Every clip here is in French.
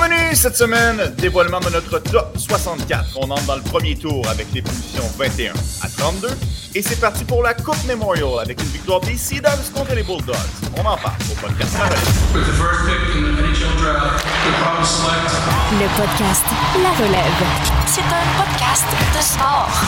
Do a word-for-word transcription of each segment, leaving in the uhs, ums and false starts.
Bienvenue cette semaine, dévoilement de notre top soixante-quatre. On entre dans le premier tour avec les positions vingt et un à trente-deux. Et c'est parti pour la Coupe Memorial avec une victoire des Sea Dogs contre les Bulldogs. On en parle au podcast La Relève. Le podcast La Relève. C'est un podcast de sport.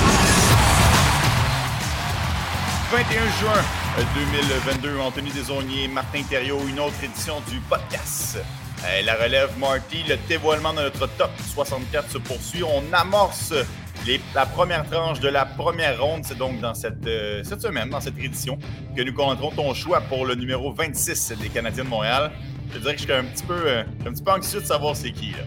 vingt et un juin deux mille vingt-deux, Anthony Desaulniers, Martin Thériault, une autre édition du podcast. Euh, la relève Marty, le dévoilement de notre top soixante-quatre se poursuit. On amorce les, la première tranche de la première ronde. C'est donc dans cette, euh, cette semaine, dans cette édition, que nous connaîtrons ton choix pour le numéro vingt-six des Canadiens de Montréal. Je dirais que je suis un petit peu, euh, un petit peu anxieux de savoir c'est qui, là.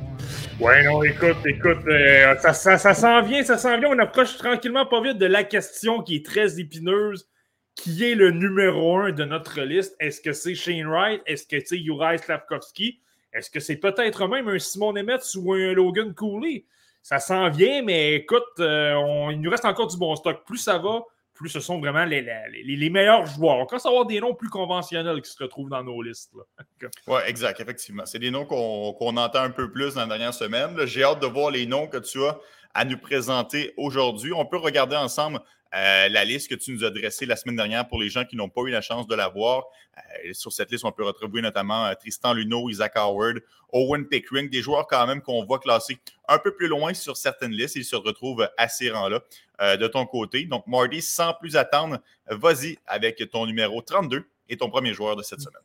Ouais, non, écoute, écoute, euh, ça, ça, ça s'en vient, ça s'en vient. On approche tranquillement pas vite de la question qui est très épineuse. Qui est le numéro un de notre liste? Est-ce que c'est Shane Wright? Est-ce que c'est Juraj Slafkovský? Est-ce que c'est peut-être même un Simon Nemeth ou un Logan Cooley? Ça s'en vient, mais écoute, euh, on, il nous reste encore du bon stock. Plus ça va, plus ce sont vraiment les, les, les meilleurs joueurs. On commence à avoir des noms plus conventionnels qui se retrouvent dans nos listes. Oui, exact, effectivement. C'est des noms qu'on, qu'on entend un peu plus dans la dernière semaine. Là, j'ai hâte de voir les noms que tu as à nous présenter aujourd'hui. On peut regarder ensemble Euh, la liste que tu nous as dressée la semaine dernière pour les gens qui n'ont pas eu la chance de la voir. Euh, sur cette liste, on peut retrouver notamment euh, Tristan Luneau, Isaac Howard, Owen Pickering, des joueurs quand même qu'on voit classer un peu plus loin sur certaines listes. Ils se retrouvent à ces rangs-là euh, de ton côté. Donc, Marty, sans plus attendre, vas-y avec ton numéro trente-deux et ton premier joueur de cette semaine.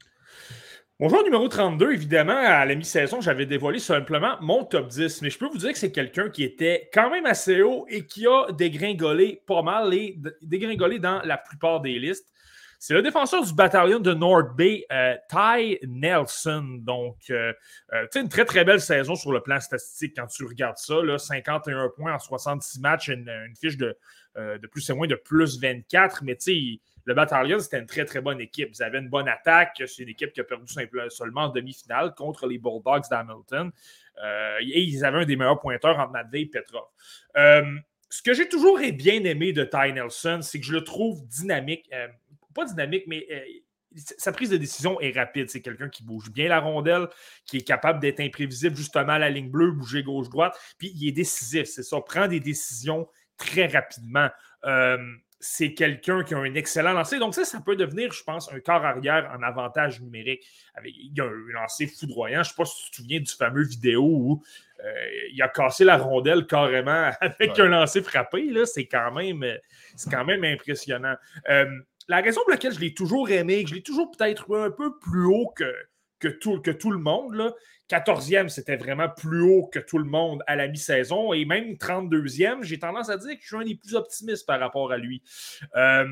Mon joueur numéro trente-deux, évidemment, à la mi-saison, j'avais dévoilé simplement mon top dix. Mais je peux vous dire que c'est quelqu'un qui était quand même assez haut et qui a dégringolé pas mal et dégringolé dans la plupart des listes. C'est le défenseur du bataillon de North Bay, euh, Ty Nelson. Donc, euh, euh, tu sais, une très, très belle saison sur le plan statistique quand tu regardes ça. Là, cinquante et un points en soixante-six matchs, une, une fiche de, euh, de plus et moins de plus vingt-quatre. Mais tu sais, le bataillon, c'était une très, très bonne équipe. Ils avaient une bonne attaque. C'est une équipe qui a perdu simplement, seulement en demi-finale contre les Bulldogs d'Hamilton. Euh, et ils avaient un des meilleurs pointeurs entre Matvei et Petrov. Euh, ce que j'ai toujours bien aimé de Ty Nelson, c'est que je le trouve dynamique. Euh, pas dynamique, mais euh, sa prise de décision est rapide. C'est quelqu'un qui bouge bien la rondelle, qui est capable d'être imprévisible justement à la ligne bleue, bouger gauche-droite. Puis il est décisif, c'est ça. Prend des décisions très rapidement. Euh, c'est quelqu'un qui a un excellent lancer. Donc ça, ça peut devenir, je pense, un quart arrière en avantage numérique. Avec, il a un lancer foudroyant. Je ne sais pas si tu te souviens du fameux vidéo où euh, il a cassé la rondelle carrément avec ouais. un lancer frappé. Là, c'est, quand même, c'est quand même impressionnant. Euh, La raison pour laquelle je l'ai toujours aimé, que je l'ai toujours peut-être un peu plus haut que, que, tout, que tout le monde, là. quatorzième, c'était vraiment plus haut que tout le monde à la mi-saison. Et même trente-deuxième, j'ai tendance à dire que je suis un des plus optimistes par rapport à lui. Euh,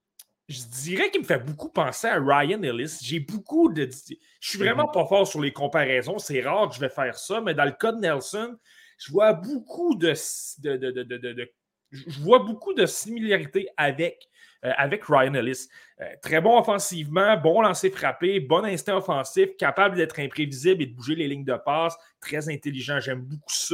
je dirais qu'il me fait beaucoup penser à Ryan Ellis. J'ai beaucoup de... Je suis vraiment pas fort sur les comparaisons. C'est rare que je vais faire ça, mais dans le cas de Nelson, je vois beaucoup de... de, de, de, de, de je vois beaucoup de similarités avec... Euh, avec Ryan Ellis. Euh, très bon offensivement, bon lancer frappé, bon instinct offensif, capable d'être imprévisible et de bouger les lignes de passe, très intelligent, j'aime beaucoup ça.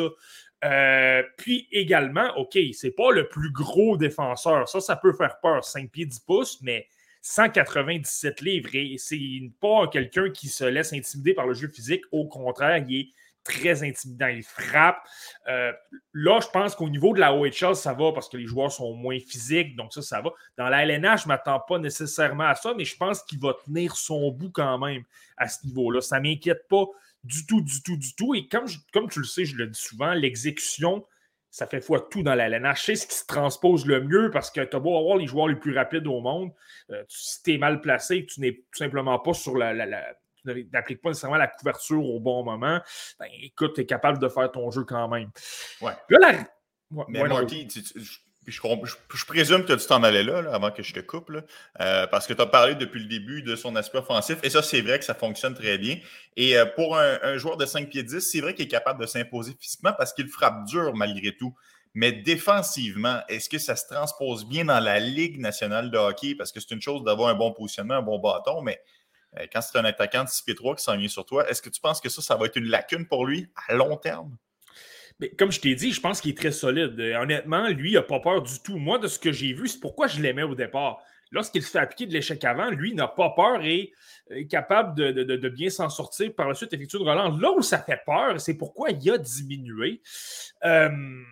Euh, puis également, OK, c'est pas le plus gros défenseur, ça, ça peut faire peur, cinq pieds dix pouces, mais cent quatre-vingt-dix-sept livres, et c'est pas quelqu'un qui se laisse intimider par le jeu physique, au contraire, il est très intimidant, il frappe. Euh, là, je pense qu'au niveau de la O H L, ça va parce que les joueurs sont moins physiques, donc ça, ça va. Dans la L N H, je ne m'attends pas nécessairement à ça, mais je pense qu'il va tenir son bout quand même à ce niveau-là. Ça ne m'inquiète pas du tout, du tout, du tout. Et comme, je, comme tu le sais, je le dis souvent, l'exécution, ça fait fois tout dans la L N H. C'est ce qui se transpose le mieux parce que tu as beau avoir les joueurs les plus rapides au monde. Euh, si tu es mal placé et que tu n'es tout simplement pas sur la... la, la n'applique pas nécessairement la couverture au bon moment, ben écoute, tu es capable de faire ton jeu quand même. Ouais. Là, la... ouais Mais ouais, Marty, tu, tu, je, je, je, je présume que tu t'en allais là, là avant que je te coupe, là, euh, parce que tu as parlé depuis le début de son aspect offensif, et ça, c'est vrai que ça fonctionne très bien. Et euh, pour un, un joueur de cinq pieds dix, c'est vrai qu'il est capable de s'imposer physiquement parce qu'il frappe dur malgré tout. Mais défensivement, est-ce que ça se transpose bien dans la Ligue nationale de hockey? Parce que c'est une chose d'avoir un bon positionnement, un bon bâton, mais quand c'est un attaquant de six pieds trois qui s'en vient sur toi, est-ce que tu penses que ça, ça va être une lacune pour lui à long terme? Mais comme je t'ai dit, je pense qu'il est très solide. Honnêtement, lui, il n'a pas peur du tout. Moi, de ce que j'ai vu, c'est pourquoi je l'aimais au départ. lorsqu'il se fait appliquer de l'échec avant, lui n'a pas peur et est capable de, de, de bien s'en sortir par la suite, effectuer une relance. Là où ça fait peur, c'est pourquoi il a diminué. Euh,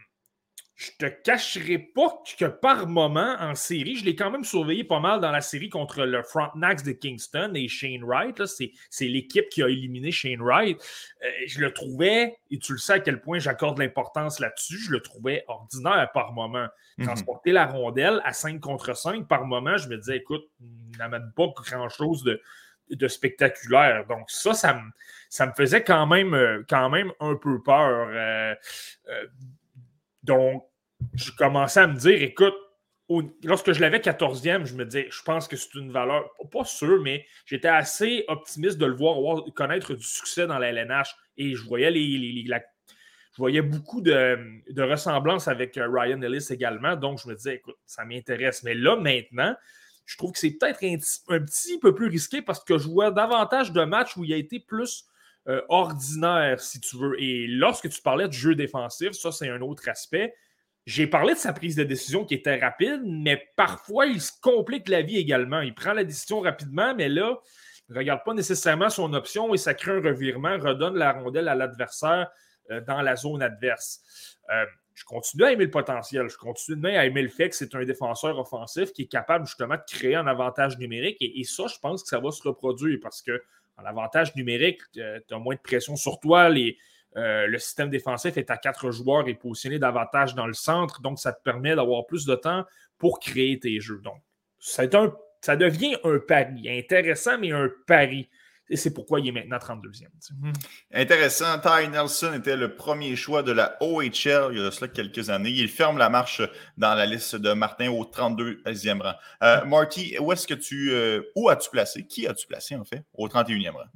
Je te cacherai pas que par moment, en série, je l'ai quand même surveillé pas mal dans la série contre le Frontenacs de Kingston et Shane Wright. Là, c'est, c'est l'équipe qui a éliminé Shane Wright. Euh, je le trouvais, et tu le sais à quel point j'accorde l'importance là-dessus, je le trouvais ordinaire par moment. Mm-hmm. Transporter la rondelle à cinq contre cinq par moment, je me disais, écoute, il n'amène pas grand-chose de, de spectaculaire. Donc ça, ça me, ça me faisait quand même, quand même un peu peur. Euh, euh, donc, je commençais à me dire, écoute, au, lorsque je l'avais quatorzième, je me disais, je pense que c'est une valeur, pas sûr, mais j'étais assez optimiste de le voir, voir connaître du succès dans la L N H. Et je voyais, les, les, les, la, je voyais beaucoup de, de ressemblances avec Ryan Ellis également. Donc, je me disais, écoute, ça m'intéresse. Mais là, maintenant, je trouve que c'est peut-être un, un petit peu plus risqué parce que je vois davantage de matchs où il a été plus euh, ordinaire, si tu veux. Et lorsque tu parlais de jeu défensif, ça, c'est un autre aspect. J'ai parlé de sa prise de décision qui était rapide, mais parfois, il se complique la vie également. Il prend la décision rapidement, mais là, il ne regarde pas nécessairement son option et ça crée un revirement, redonne la rondelle à l'adversaire euh, dans la zone adverse. Euh, je continue à aimer le potentiel. Je continue à aimer le fait que c'est un défenseur offensif qui est capable justement de créer un avantage numérique. Et, et ça, je pense que ça va se reproduire parce qu'en avantage numérique, euh, tu as moins de pression sur toi. Les... Euh, le système défensif est à quatre joueurs et positionné davantage dans le centre, donc ça te permet d'avoir plus de temps pour créer tes jeux. Donc, c'est un, ça devient un pari intéressant, mais un pari. Et c'est pourquoi il est maintenant trente-deuxième. Mmh. Intéressant. Ty Nelson était le premier choix de la O H L il y a de cela quelques années. Il ferme la marche dans la liste de Martin au trente-deuxième rang. Euh, Marty, où est-ce que tu euh, où as-tu placé? Qui as-tu placé, en fait, au trente et unième rang?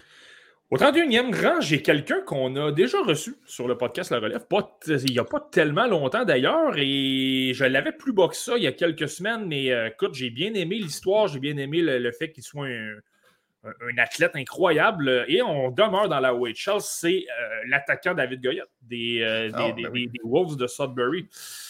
Au trente et unième rang, j'ai quelqu'un qu'on a déjà reçu sur le podcast La Relève, pas t- il n'y a pas tellement longtemps d'ailleurs, et je l'avais plus bas que ça il y a quelques semaines, mais euh, écoute, j'ai bien aimé l'histoire, j'ai bien aimé le, le fait qu'il soit un, un, un athlète incroyable, et on demeure dans la O H L, c'est euh, l'attaquant David Goyette des, euh, oh, des, ben des, oui. des, des Wolves de Sudbury.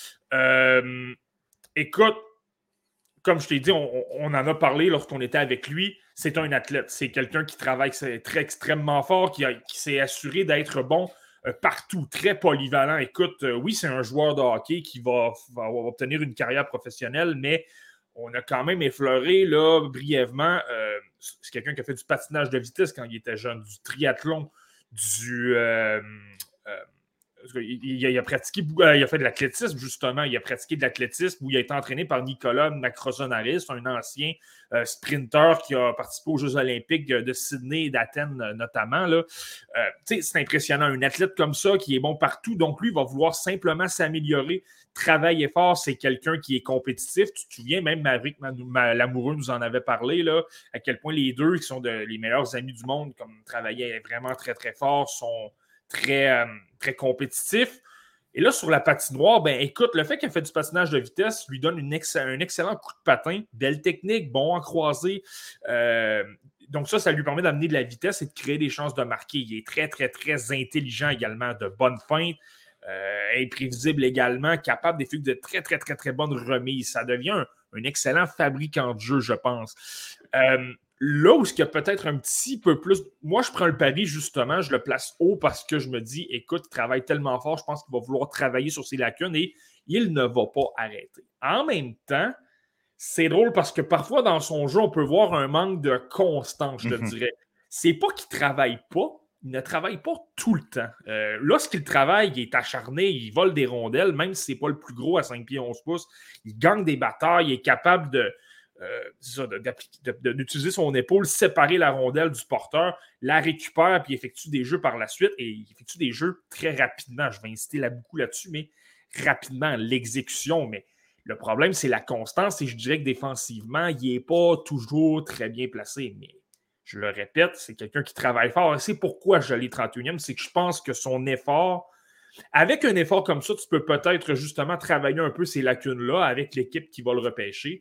Euh, écoute, comme je t'ai dit, on, on en a parlé lorsqu'on était avec lui. C'est un athlète. C'est quelqu'un qui travaille très extrêmement fort, qui, a, qui s'est assuré d'être bon euh, partout, très polyvalent. Écoute, euh, oui, c'est un joueur de hockey qui va, va, va obtenir une carrière professionnelle, mais on a quand même effleuré là, brièvement. Euh, c'est quelqu'un qui a fait du patinage de vitesse quand il était jeune, du triathlon, du... Euh, euh, Il, il, il a pratiqué, il a fait de l'athlétisme, justement. Il a pratiqué de l'athlétisme où il a été entraîné par Nicolas Macrozonaris, un ancien euh, sprinter qui a participé aux Jeux olympiques de Sydney et d'Athènes, notamment. Là. Euh, c'est impressionnant. Un athlète comme ça qui est bon partout. Donc, lui, il va vouloir simplement s'améliorer, travailler fort. C'est quelqu'un qui est compétitif. Tu te souviens, même Maverick Lamoureux nous en avait parlé, là, à quel point les deux, qui sont de, les meilleurs amis du monde, comme travaillaient vraiment très, très fort, sont très... Euh, très compétitif. Et là, sur la patinoire, ben écoute, le fait qu'il a fait du patinage de vitesse lui donne une ex- un excellent coup de patin, belle technique, bon en croisé. Euh, donc ça, ça lui permet d'amener de la vitesse et de créer des chances de marquer. Il est très, très, très intelligent également, de bonnes feintes, euh, imprévisible également, capable d'effectuer de très, très, très, très bonnes remises. Ça devient un, un excellent fabricant de jeu, je pense. Euh, Là où il y a peut-être un petit peu plus... Moi, je prends le pari, justement, je le place haut parce que je me dis, écoute, il travaille tellement fort, je pense qu'il va vouloir travailler sur ses lacunes et il ne va pas arrêter. En même temps, c'est drôle parce que parfois, dans son jeu, on peut voir un manque de constance, je te mm-hmm. dirais. C'est pas qu'il ne travaille pas, il ne travaille pas tout le temps. Euh, lorsqu'il travaille, il est acharné, il vole des rondelles, même si ce n'est pas le plus gros à cinq pieds onze pouces. Il gagne des batailles, il est capable de... Euh, ça, de, de, de, d'utiliser son épaule, séparer la rondelle du porteur, la récupère, puis effectue des jeux par la suite, et il effectue des jeux très rapidement. Je vais insister là beaucoup là-dessus, mais rapidement, l'exécution. Mais le problème, c'est la constance, et je dirais que défensivement, il n'est pas toujours très bien placé. Mais je le répète, c'est quelqu'un qui travaille fort, et c'est pourquoi je l'ai trente et unième, c'est que je pense que son effort, avec un effort comme ça, tu peux peut-être justement travailler un peu ces lacunes-là avec l'équipe qui va le repêcher.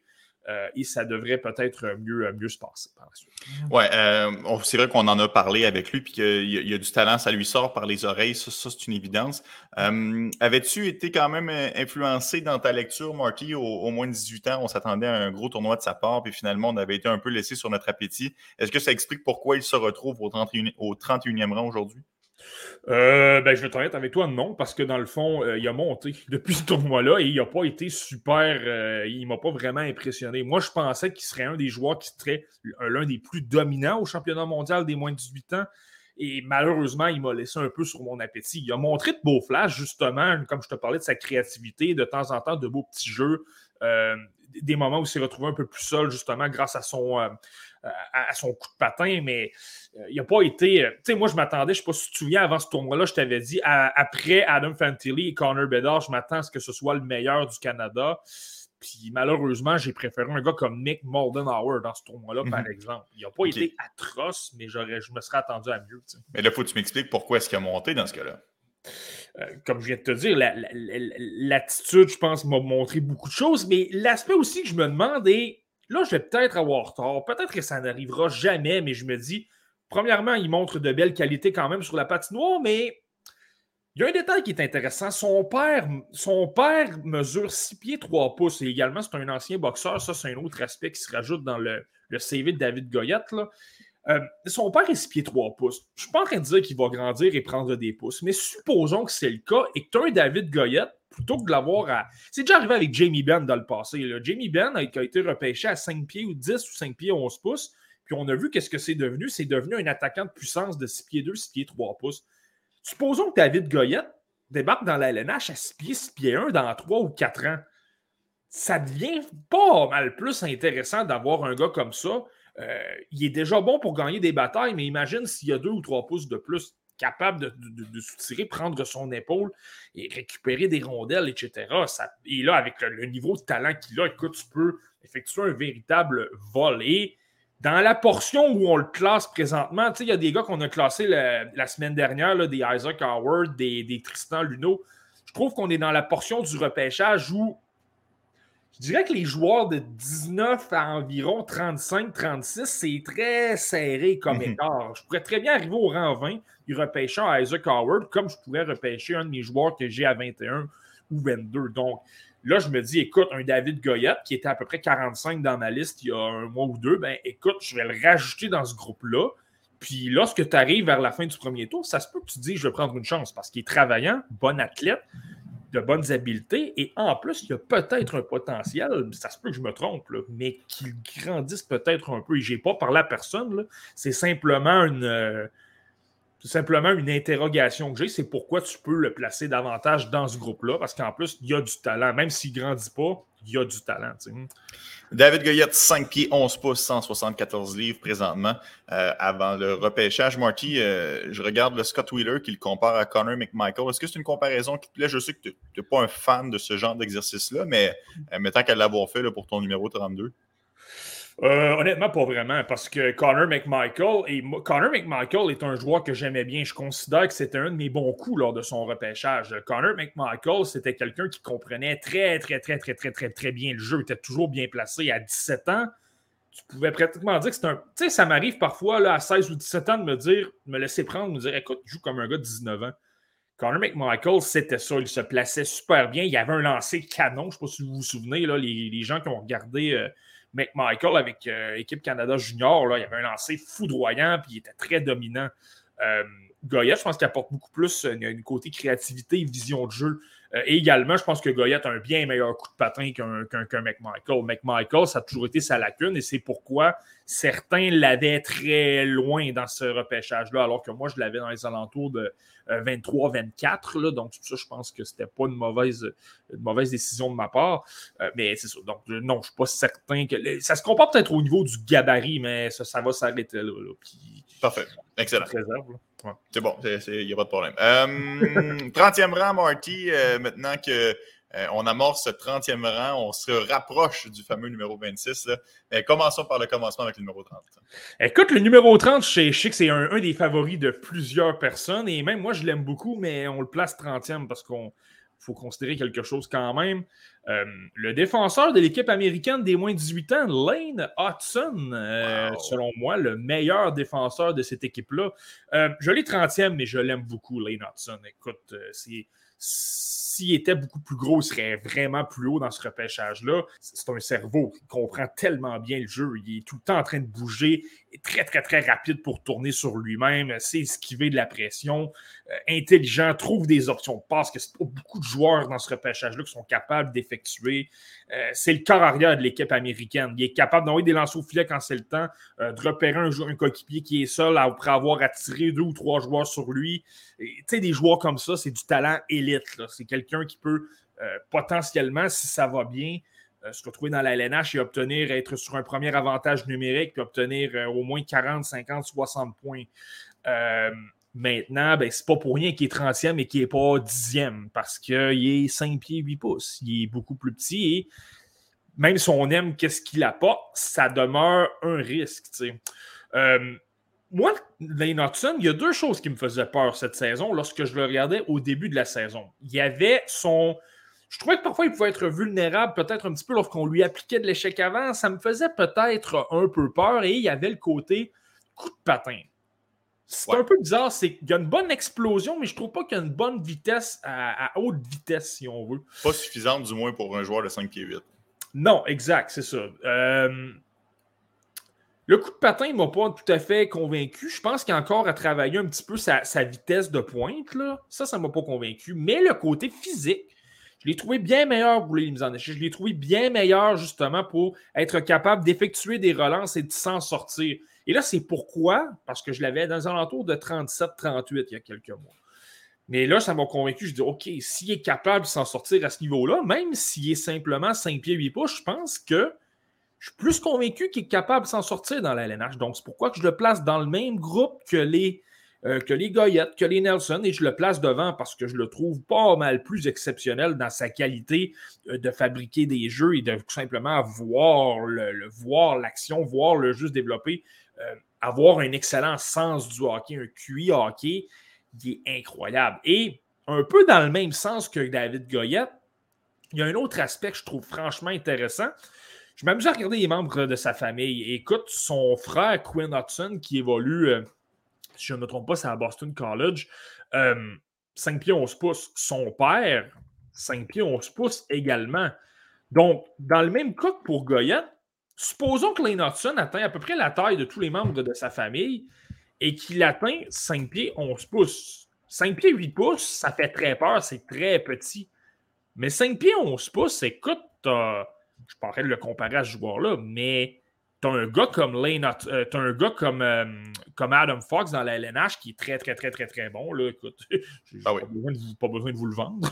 Euh, et ça devrait peut-être mieux, mieux se passer par la suite. Oui, euh, c'est vrai qu'on en a parlé avec lui, puis qu'il y, y a du talent, ça lui sort par les oreilles, ça, ça c'est une évidence. Euh, avais-tu été quand même influencé dans ta lecture, Marty, au, au moins de dix-huit ans? On s'attendait à un gros tournoi de sa part, puis finalement, on avait été un peu laissé sur notre appétit. Est-ce que ça explique pourquoi il se retrouve au, trente et unième, au trente et unième rang aujourd'hui? Euh, ben, je vais t'arrêter avec toi, non, parce que dans le fond, euh, il a monté depuis ce tournoi-là et il n'a pas été super. Euh, il ne m'a pas vraiment impressionné. Moi, je pensais qu'il serait un des joueurs qui serait l'un des plus dominants au championnat mondial des moins de dix-huit ans. Et malheureusement, il m'a laissé un peu sur mon appétit. Il a montré de beaux flashs, justement, comme je te parlais de sa créativité, de temps en temps, de beaux petits jeux, euh, des moments où il s'est retrouvé un peu plus seul, justement, grâce à son, euh, à son coup de patin, mais euh, il n'a pas été... Euh, tu sais, moi, je m'attendais, je ne sais pas si tu te souviens, avant ce tournoi-là, je t'avais dit, à, après Adam Fantilli et Connor Bedard, je m'attends à ce que ce soit le meilleur du Canada. Puis malheureusement, j'ai préféré un gars comme Nick Moldenhauer dans ce tournoi-là, mm-hmm. par exemple. Il n'a pas okay. été atroce, mais j'aurais, je me serais attendu à mieux. T'sais. Mais là, il faut que tu m'expliques pourquoi est-ce qu'il a monté dans ce cas-là. Euh, comme je viens de te dire, la, la, la, l'attitude, je pense, m'a montré beaucoup de choses, mais l'aspect aussi que je me demande est, là, je vais peut-être avoir tort, peut-être que ça n'arrivera jamais, mais je me dis, premièrement, il montre de belles qualités quand même sur la patinoire, mais il y a un détail qui est intéressant. Son père, son père mesure six pieds trois pouces et également, c'est un ancien boxeur. Ça, c'est un autre aspect qui se rajoute dans le, le C V de David Goyette, là. Euh, son père est six pieds trois pouces. Je ne suis pas en train de dire qu'il va grandir et prendre des pouces, mais supposons que c'est le cas et que tu as un David Goyette, plutôt que de l'avoir à... C'est déjà arrivé avec Jamie Benn dans le passé. Là. Jamie Benn a été repêché à cinq pieds ou dix ou cinq pieds onze pouces, puis on a vu qu'est-ce que c'est devenu. C'est devenu un attaquant de puissance de six pieds deux, six pieds trois pouces. Supposons que David Goyette débarque dans la L N H à six pieds, six pieds un dans trois ou quatre ans. Ça devient pas mal plus intéressant d'avoir un gars comme ça. Euh, il est déjà bon pour gagner des batailles, mais imagine s'il y a deux ou trois pouces de plus, capable de, de, de soutirer, prendre son épaule et récupérer des rondelles, et cetera. Ça, et là, avec le, le niveau de talent qu'il a, écoute, tu peux effectuer un véritable vol. Et dans la portion où on le classe présentement, tu sais, il y a des gars qu'on a classés la, la semaine dernière, là, des Isaac Howard, des, des Tristan Luneau. Je trouve qu'on est dans la portion du repêchage où je dirais que les joueurs de dix-neuf à environ trente-cinq trente-six, c'est très serré comme mm-hmm. écart. Je pourrais très bien arriver au rang vingt et repêcher un Isaac Howard comme je pourrais repêcher un de mes joueurs que j'ai à vingt et un ou vingt-deux. Donc là, je me dis, écoute, un David Goyette qui était à peu près quarante-cinq dans ma liste il y a un mois ou deux, ben écoute, je vais le rajouter dans ce groupe-là. Puis lorsque tu arrives vers la fin du premier tour, ça se peut que tu te dises, je vais prendre une chance parce qu'il est travaillant, bon athlète, de bonnes habiletés, et en plus, il y a peut-être un potentiel, ça se peut que je me trompe, là, mais qu'il grandisse peut-être un peu. Et je n'ai pas parlé à personne, là. C'est simplement une, euh, c'est simplement une interrogation que j'ai, c'est pourquoi tu peux le placer davantage dans ce groupe-là, parce qu'en plus, il y a du talent. Même s'il ne grandit pas, il y a du talent. Tu sais. David Goyette, cinq pieds, onze pouces, cent soixante-quatorze livres présentement. Euh, avant le repêchage, Marty, euh, je regarde le Scott Wheeler qui le compare à Connor McMichael. Est-ce que c'est une comparaison qui te plaît? Je sais que tu n'es pas un fan de ce genre d'exercice-là, mais euh, mais tant qu'à l'avoir fait là, pour ton numéro trente-deux. Euh, honnêtement, pas vraiment, parce que Connor McMichael, et Connor McMichael est un joueur que j'aimais bien. Je considère que c'était un de mes bons coups lors de son repêchage. Connor McMichael, c'était quelqu'un qui comprenait très, très, très, très, très, très, très bien le jeu. Il était toujours bien placé. À dix-sept ans, tu pouvais pratiquement dire que c'est un... Tu sais, ça m'arrive parfois, là, à seize ou dix-sept ans, de me dire, de me laisser prendre, de me dire, écoute, tu joues comme un gars de dix-neuf ans. Connor McMichael, c'était ça. Il se plaçait super bien. Il y avait un lancer canon. Je ne sais pas si vous vous souvenez, là, les, les gens qui ont regardé... Euh, McMichael avec euh, Équipe Canada Junior, là, il avait un lancer foudroyant puis il était très dominant. Euh, Goyette, je pense qu'il apporte beaucoup plus une, une côté créativité et vision de jeu. Euh, et également, je pense que Goyette a un bien meilleur coup de patin qu'un, qu'un, qu'un McMichael. McMichael, ça a toujours été sa lacune et c'est pourquoi certains l'avaient très loin dans ce repêchage-là, alors que moi, je l'avais dans les alentours de euh, vingt-trois vingt-quatre. Là, donc, ça, je pense que c'était pas une mauvaise, une mauvaise décision de ma part. Euh, mais c'est ça. Donc, non, je ne suis pas certain que... Ça se compare peut-être au niveau du gabarit, mais ça, ça va s'arrêter là. là. Puis, parfait. Excellent. Réserve, là. Ouais. C'est bon, il n'y a pas de problème. Euh, trentième rang, Marty, euh, maintenant que euh, on amorce ce trentième rang, on se rapproche du fameux numéro vingt-six. Là. Mais commençons par le commencement avec le numéro trente. Écoute, le numéro trente, je sais, je sais que c'est un, un des favoris de plusieurs personnes, et même moi, je l'aime beaucoup, mais on le place trentième parce qu'on faut considérer quelque chose quand même. Euh, le défenseur de l'équipe américaine des moins de dix-huit ans, Lane Hudson, euh, wow. selon moi, le meilleur défenseur de cette équipe-là. Euh, je l'ai trentième, mais je l'aime beaucoup, Lane Hudson. Écoute, euh, c'est... s'il était beaucoup plus gros, il serait vraiment plus haut dans ce repêchage-là. C'est un cerveau qui comprend tellement bien le jeu. Il est tout le temps en train de bouger, il est très, très, très rapide pour tourner sur lui-même, sait esquiver de la pression, euh, intelligent, trouve des options de passe que c'est pas beaucoup de joueurs dans ce repêchage-là qui sont capables d'effectuer. Euh, c'est le corps arrière de l'équipe américaine. Il est capable d'envoyer des lancers au filet quand c'est le temps, euh, de repérer un, un coéquipier qui est seul après avoir attiré deux ou trois joueurs sur lui. Tu sais, des joueurs comme ça, c'est du talent élite. Là. C'est quelqu'un qui peut euh, potentiellement, si ça va bien, euh, se retrouver dans la L N H et obtenir, être sur un premier avantage numérique, puis obtenir euh, au moins quarante, cinquante, soixante points. Euh, maintenant, ben, c'est pas pour rien qu'il est trentième et qu'il n'est pas dixième, parce qu'il est cinq pieds huit pouces. Il est beaucoup plus petit et même si on aime qu'est-ce qu'il apporte, ça demeure un risque. Tu sais. Euh, Moi, Lane Hudson, il y a deux choses qui me faisaient peur cette saison lorsque je le regardais au début de la saison. Il y avait son... Je trouvais que parfois, il pouvait être vulnérable, peut-être un petit peu lorsqu'on lui appliquait de l'échec avant. Ça me faisait peut-être un peu peur et il y avait le côté coup de patin. C'est ouais. un peu bizarre. C'est qu'il y a une bonne explosion, mais je trouve pas qu'il y a une bonne vitesse à, à haute vitesse, si on veut. Pas suffisante, du moins, pour un joueur de cinq pieds huit. Non, exact, c'est ça. Euh... Le coup de patin ne m'a pas tout à fait convaincu. Je pense qu'il y a encore à travailler un petit peu sa, sa vitesse de pointe. Là. Ça, ça ne m'a pas convaincu. Mais le côté physique, je l'ai trouvé bien meilleur pour les mises en échec. Je l'ai trouvé bien meilleur, justement, pour être capable d'effectuer des relances et de s'en sortir. Et là, c'est pourquoi? Parce que je l'avais dans les alentours de trente-sept trente-huit il y a quelques mois. Mais là, ça m'a convaincu. Je dis, OK, s'il est capable de s'en sortir à ce niveau-là, même s'il est simplement cinq pieds huit pouces, je pense que je suis plus convaincu qu'il est capable de s'en sortir dans la L N H. Donc, c'est pourquoi que je le place dans le même groupe que les, euh, que les Goyette, que les Nelson, et je le place devant parce que je le trouve pas mal plus exceptionnel dans sa qualité euh, de fabriquer des jeux et de tout simplement voir, le, le, voir l'action, voir le jeu se développer, euh, avoir un excellent sens du hockey, un Q I hockey qui est incroyable. Et un peu dans le même sens que David Goyette, il y a un autre aspect que je trouve franchement intéressant. Je m'amuse à regarder les membres de sa famille. Écoute, son frère Quinn Hudson, qui évolue, euh, si je ne me trompe pas, c'est à Boston College, euh, cinq pieds onze pouces. Son père, cinq pieds onze pouces également. Donc, dans le même cas que pour Goyette, supposons que Lane Hudson atteint à peu près la taille de tous les membres de sa famille et qu'il atteint cinq pieds onze pouces. cinq pieds huit pouces, ça fait très peur, c'est très petit. Mais cinq pieds onze pouces, écoute, t'as... je ne pourrais pas le comparer à ce joueur-là, mais tu as un gars comme Lane, euh, tu as un gars comme, euh, comme Adam Fox dans la L N H qui est très, très, très, très, très bon. Là. Écoute, j'ai ah oui. pas, besoin de vous, pas besoin de vous le vendre.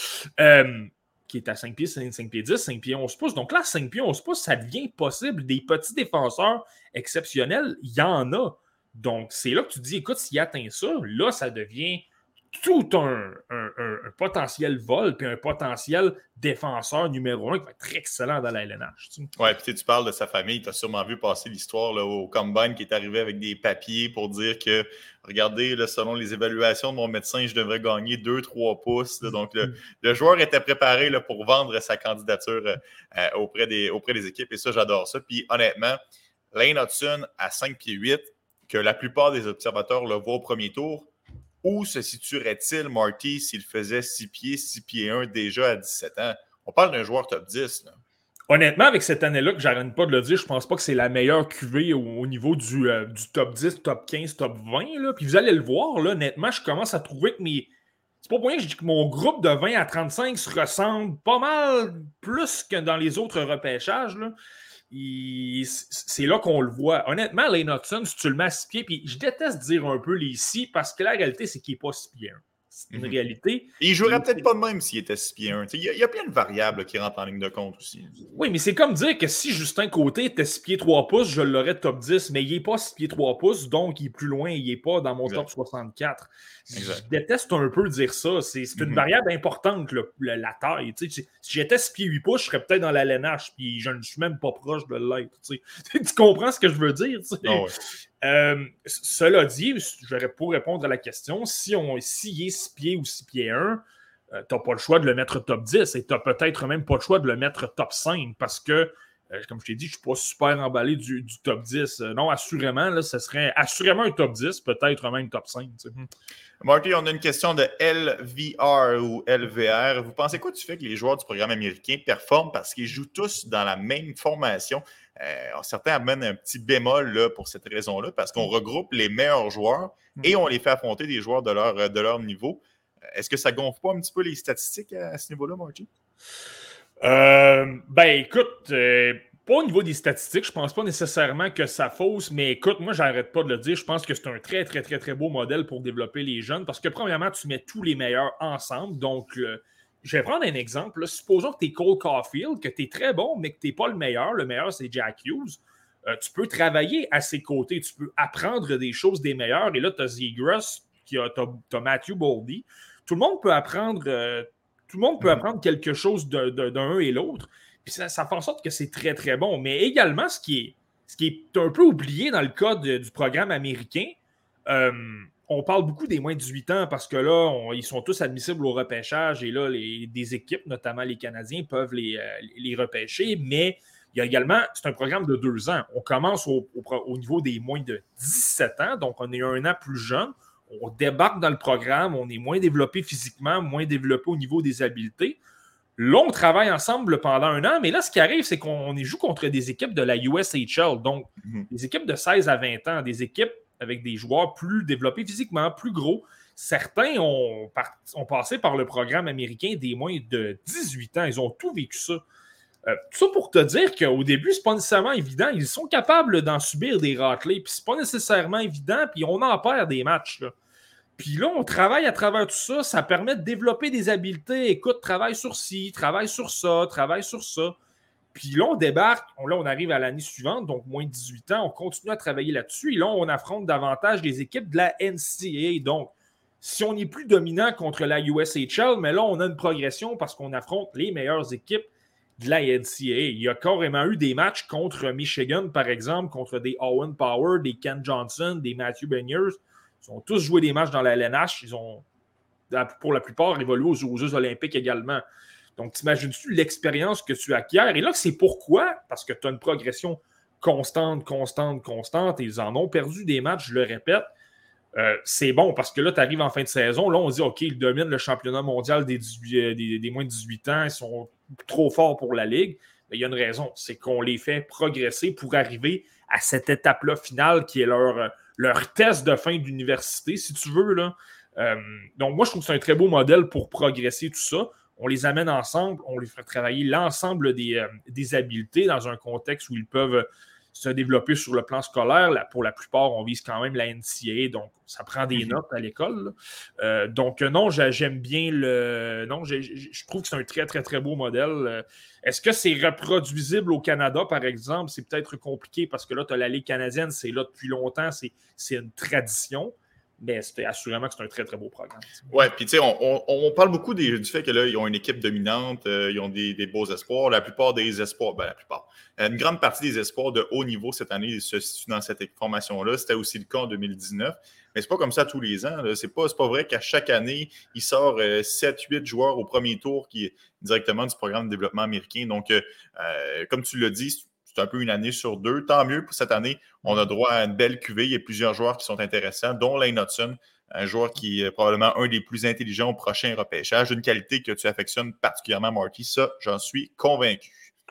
euh, qui est à cinq pieds, cinq pieds dix, cinq pieds onze pouces. Donc là, cinq pieds onze pouces, ça devient possible. Des petits défenseurs exceptionnels, il y en a. Donc, c'est là que tu te dis, écoute, s'il atteint ça, là, ça devient tout un, un, un, un potentiel vol puis un potentiel défenseur numéro un qui va être excellent dans la L N H. Tu sais. Ouais, puis tu parles de sa famille, tu as sûrement vu passer l'histoire là, au Combine qui est arrivé avec des papiers pour dire que, regardez, là, selon les évaluations de mon médecin, je devrais gagner deux trois pouces. Là, donc, le, mm-hmm. le joueur était préparé là, pour vendre sa candidature euh, auprès, des, auprès des équipes et ça, j'adore ça. Puis honnêtement, Lane Hudson à cinq pieds huit, que la plupart des observateurs le voient au premier tour, où se situerait-il, Marty, s'il faisait six pieds, six pieds un déjà à dix-sept ans? On parle d'un joueur top dix. Là. Honnêtement, avec cette année-là, que j'arrête pas de le dire, je pense pas que c'est la meilleure Q V au, au niveau du, euh, du top dix, top quinze, top vingt. Là. Puis vous allez le voir, là, honnêtement, je commence à trouver que mes... C'est pas pour rien que je dis que mon groupe de vingt à trente-cinq se ressemble pas mal plus que dans les autres repêchages. Là. Il... C'est là qu'on le voit. Honnêtement, Lane Hudson, si tu le mets à six pieds, puis je déteste dire un peu les six parce que la réalité, c'est qu'il n'est pas six pieds un. C'est une mm-hmm. réalité. Et il jouerait peut-être pas de même s'il était six pieds un. Il y, a, il y a plein de variables qui rentrent en ligne de compte aussi. Oui, mais c'est comme dire que si Justin Côté était six pieds trois pouces, je l'aurais top dix, mais il n'est pas six pieds trois pouces, donc il est plus loin, il n'est pas dans mon exact. Top soixante-quatre. Exact. Je déteste un peu dire ça. C'est, c'est une mm-hmm. variable importante, le, le, la taille. Tu sais, si j'étais six pieds huit pouces, je serais peut-être dans la L N H, puis je ne suis même pas proche de l'être. Tu sais. Tu comprends ce que je veux dire? Tu sais? Oh, ouais. Euh, cela dit, j'aurais pour répondre à la question, si on s'il est six pieds ou six pieds un, euh, tu n'as pas le choix de le mettre top dix et tu n'as peut-être même pas le choix de le mettre top cinq parce que, euh, comme je t'ai dit, je ne suis pas super emballé du, du top dix. Euh, non, assurément, là, ce serait assurément un top dix, peut-être même top cinq. Tu sais. Marty, on a une question de L V R ou L V R. Vous pensez quoi du fait que les joueurs du programme américain performent parce qu'ils jouent tous dans la même formation? Euh, certains amènent un petit bémol là, pour cette raison-là, parce qu'on regroupe les meilleurs joueurs et on les fait affronter des joueurs de leur, de leur niveau. Est-ce que ça gonfle pas un petit peu les statistiques à, à ce niveau-là, Marty? Euh, ben, écoute, euh, pas au niveau des statistiques, je pense pas nécessairement que ça fausse, mais écoute, moi, j'arrête pas de le dire. Je pense que c'est un très, très, très, très beau modèle pour développer les jeunes parce que, premièrement, tu mets tous les meilleurs ensemble. Donc, euh, je vais prendre un exemple. Là. Supposons que tu es Cole Caulfield, que tu es très bon, mais que tu n'es pas le meilleur. Le meilleur, c'est Jack Hughes. Euh, tu peux travailler à ses côtés. Tu peux apprendre des choses des meilleurs. Et là, tu as Zegras, tu as Matthew Boldy. Tout le monde peut apprendre, euh, tout le monde peut apprendre quelque chose de, de, d'un et l'autre. Puis ça, ça fait en sorte que c'est très, très bon. Mais également, ce qui est, ce qui est un peu oublié dans le cas de, du programme américain, euh, on parle beaucoup des moins de dix-huit ans parce que là, on, ils sont tous admissibles au repêchage et là, les, des équipes, notamment les Canadiens, peuvent les, euh, les repêcher. Mais il y a également, c'est un programme de deux ans. On commence au, au, au niveau des moins de dix-sept ans, donc on est un an plus jeune. On débarque dans le programme, on est moins développé physiquement, moins développé au niveau des habiletés. Là, on travaille ensemble pendant un an, mais là, ce qui arrive, c'est qu'on joue contre des équipes de la U S H L, donc mm-hmm. des équipes de seize à vingt ans, des équipes avec des joueurs plus développés physiquement, plus gros. Certains ont, par, ont passé par le programme américain des moins de dix-huit ans. Ils ont tout vécu ça. Euh, tout ça pour te dire qu'au début, c'est pas nécessairement évident. Ils sont capables d'en subir des raclés, puis c'est pas nécessairement évident, puis on en perd des matchs, là. Puis là, on travaille à travers tout ça. Ça permet de développer des habiletés. Écoute, travaille sur ci, travaille sur ça, travaille sur ça. Puis là, on débarque. On, là, on arrive à l'année suivante, donc moins de dix-huit ans. On continue à travailler là-dessus. Et là, on affronte davantage les équipes de la N C A A. Donc, si on est plus dominant contre la U S H L, mais là, on a une progression parce qu'on affronte les meilleures équipes de la N C A A. Il y a carrément eu des matchs contre Michigan, par exemple, contre des Owen Power, des Ken Johnson, des Matthew Beniers. Ils ont tous joué des matchs dans la L N H. Ils ont, pour la plupart, évolué aux, aux Jeux olympiques également. Donc, t'imagines-tu l'expérience que tu acquiers? Et là, c'est pourquoi? Parce que tu as une progression constante, constante, constante. Et ils en ont perdu des matchs, je le répète. Euh, c'est bon parce que là, tu arrives en fin de saison. Là, on dit, OK, ils dominent le championnat mondial des, dix-huit, des, des moins de dix-huit ans. Ils sont trop forts pour la Ligue. Mais il y a une raison. C'est qu'on les fait progresser pour arriver à cette étape-là finale qui est leur... leur test de fin d'université, si tu veux. Là. Euh, donc, moi, je trouve que c'est un très beau modèle pour progresser tout ça. On les amène ensemble, on les fait travailler l'ensemble des, euh, des habiletés dans un contexte où ils peuvent se développer sur le plan scolaire. Là, pour la plupart, on vise quand même la N C A A, donc ça prend des mm-hmm. notes à l'école. Euh, donc, non, j'aime bien le... Non, je trouve que c'est un très, très, très beau modèle. Est-ce que c'est reproduisible au Canada, par exemple? C'est peut-être compliqué parce que là, tu as la Ligue canadienne, c'est là depuis longtemps, c'est une tradition. Mais c'était assurément que c'est un très, très beau programme. Oui, puis tu sais, on, on, on parle beaucoup des, du fait que là, ils ont une équipe dominante, euh, ils ont des, des beaux espoirs. La plupart des espoirs, ben la plupart, une grande partie des espoirs de haut niveau cette année se situent dans cette formation-là. C'était aussi le cas en deux mille dix-neuf. Mais c'est pas comme ça tous les ans. Là. C'est pas, c'est pas vrai qu'à chaque année, il sort euh, sept huit joueurs au premier tour qui est directement du programme de développement américain. Donc, euh, comme tu l'as dit, c'est un peu une année sur deux. Tant mieux pour cette année. On a droit à une belle cuvée. Il y a plusieurs joueurs qui sont intéressants, dont Lane Hudson, un joueur qui est probablement un des plus intelligents au prochain repêchage. Une qualité que tu affectionnes particulièrement, Marty. Ça, j'en suis convaincu.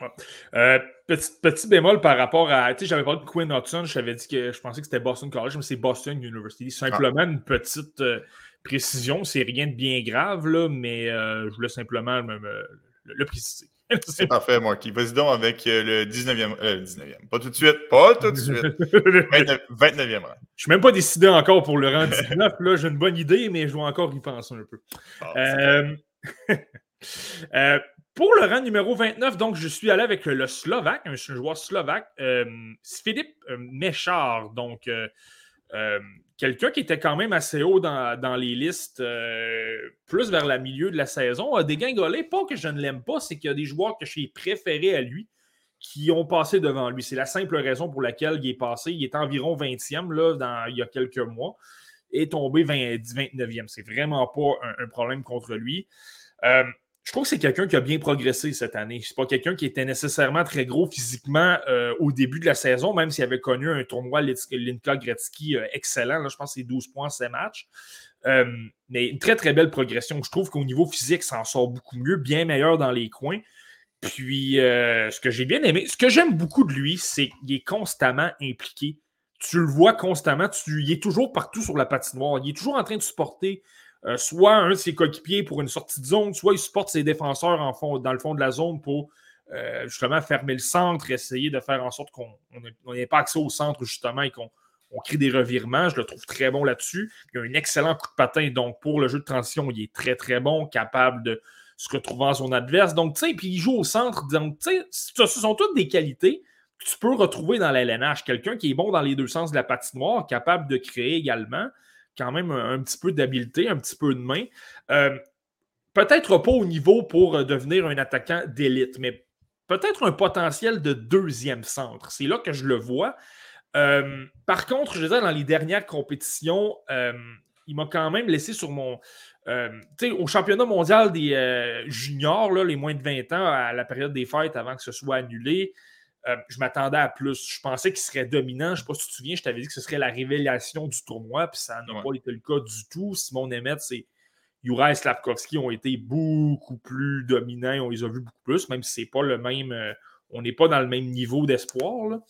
Euh, petit, petit bémol par rapport à... Tu sais, j'avais parlé de Quinn Hudson. Je t'avais dit que je pensais que c'était Boston College, mais c'est Boston University. Simplement ah. une petite euh, précision. C'est rien de bien grave, là, mais euh, je voulais simplement me, me, le, le préciser. C'est parfait, Marty. Vas-y donc avec euh, le dix-neuvième. Euh, le dix-neuvième. Pas tout de suite. Pas tout de suite. vingt-neuvième rang. Je suis même pas décidé encore pour le rang dix-neuf. Là, j'ai une bonne idée, mais je dois encore y penser un peu. Ah, euh... euh, pour le rang numéro vingt-neuf, donc, je suis allé avec le Slovaque, un joueur slovaque, euh, Philippe Méchard. Donc, euh, euh, quelqu'un qui était quand même assez haut dans, dans les listes, euh, plus vers le milieu de la saison, a dégringolé. Pas que je ne l'aime pas, c'est qu'il y a des joueurs que j'ai préférés à lui qui ont passé devant lui. C'est la simple raison pour laquelle il est passé. Il est environ vingtième là, dans, il y a quelques mois et tombé vingt, vingt-neuvième. C'est vraiment pas un, un problème contre lui. Euh, je trouve que c'est quelqu'un qui a bien progressé cette année. C'est pas quelqu'un qui était nécessairement très gros physiquement euh, au début de la saison, même s'il avait connu un tournoi Linka Gretzky euh, excellent. Là, je pense que c'est douze points, sept matchs. Euh, mais une très, très belle progression. Je trouve qu'au niveau physique, ça en sort beaucoup mieux, bien meilleur dans les coins. Puis, euh, ce que j'ai bien aimé, ce que j'aime beaucoup de lui, c'est qu'il est constamment impliqué. Tu le vois constamment, tu, il est toujours partout sur la patinoire. Il est toujours en train de supporter euh, soit un de ses coéquipiers pour une sortie de zone, soit il supporte ses défenseurs en fond, dans le fond de la zone pour euh, justement fermer le centre, essayer de faire en sorte qu'on n'ait pas accès au centre justement et qu'on on crée des revirements. Je le trouve très bon là-dessus. Il a un excellent coup de patin, donc pour le jeu de transition, il est très très bon, capable de se retrouver en son adverse. Donc, tu sais, puis il joue au centre. Donc, tu sais, ce sont toutes des qualités que tu peux retrouver dans la L N H. Quelqu'un qui est bon dans les deux sens de la patinoire, capable de créer également, quand même un, un petit peu d'habileté, un petit peu de main. Euh, peut-être pas au niveau pour devenir un attaquant d'élite, mais peut-être un potentiel de deuxième centre. C'est là que je le vois. Euh, par contre, je disais, dans les dernières compétitions, euh, il m'a quand même laissé sur mon... Euh, tu sais, au championnat mondial des euh, juniors, là, les moins de vingt ans, à la période des fêtes, avant que ce soit annulé, euh, je m'attendais à plus. Je pensais qu'il serait dominant. Je ne sais pas si tu te souviens, je t'avais dit que ce serait la révélation du tournoi, puis ça n'a ouais. pas été le cas du tout. Simon Nemeth et Juraj Slafkovský ont été beaucoup plus dominants. On les a vus beaucoup plus, même si c'est pas le même... Euh, on n'est pas dans le même niveau d'espoir, là.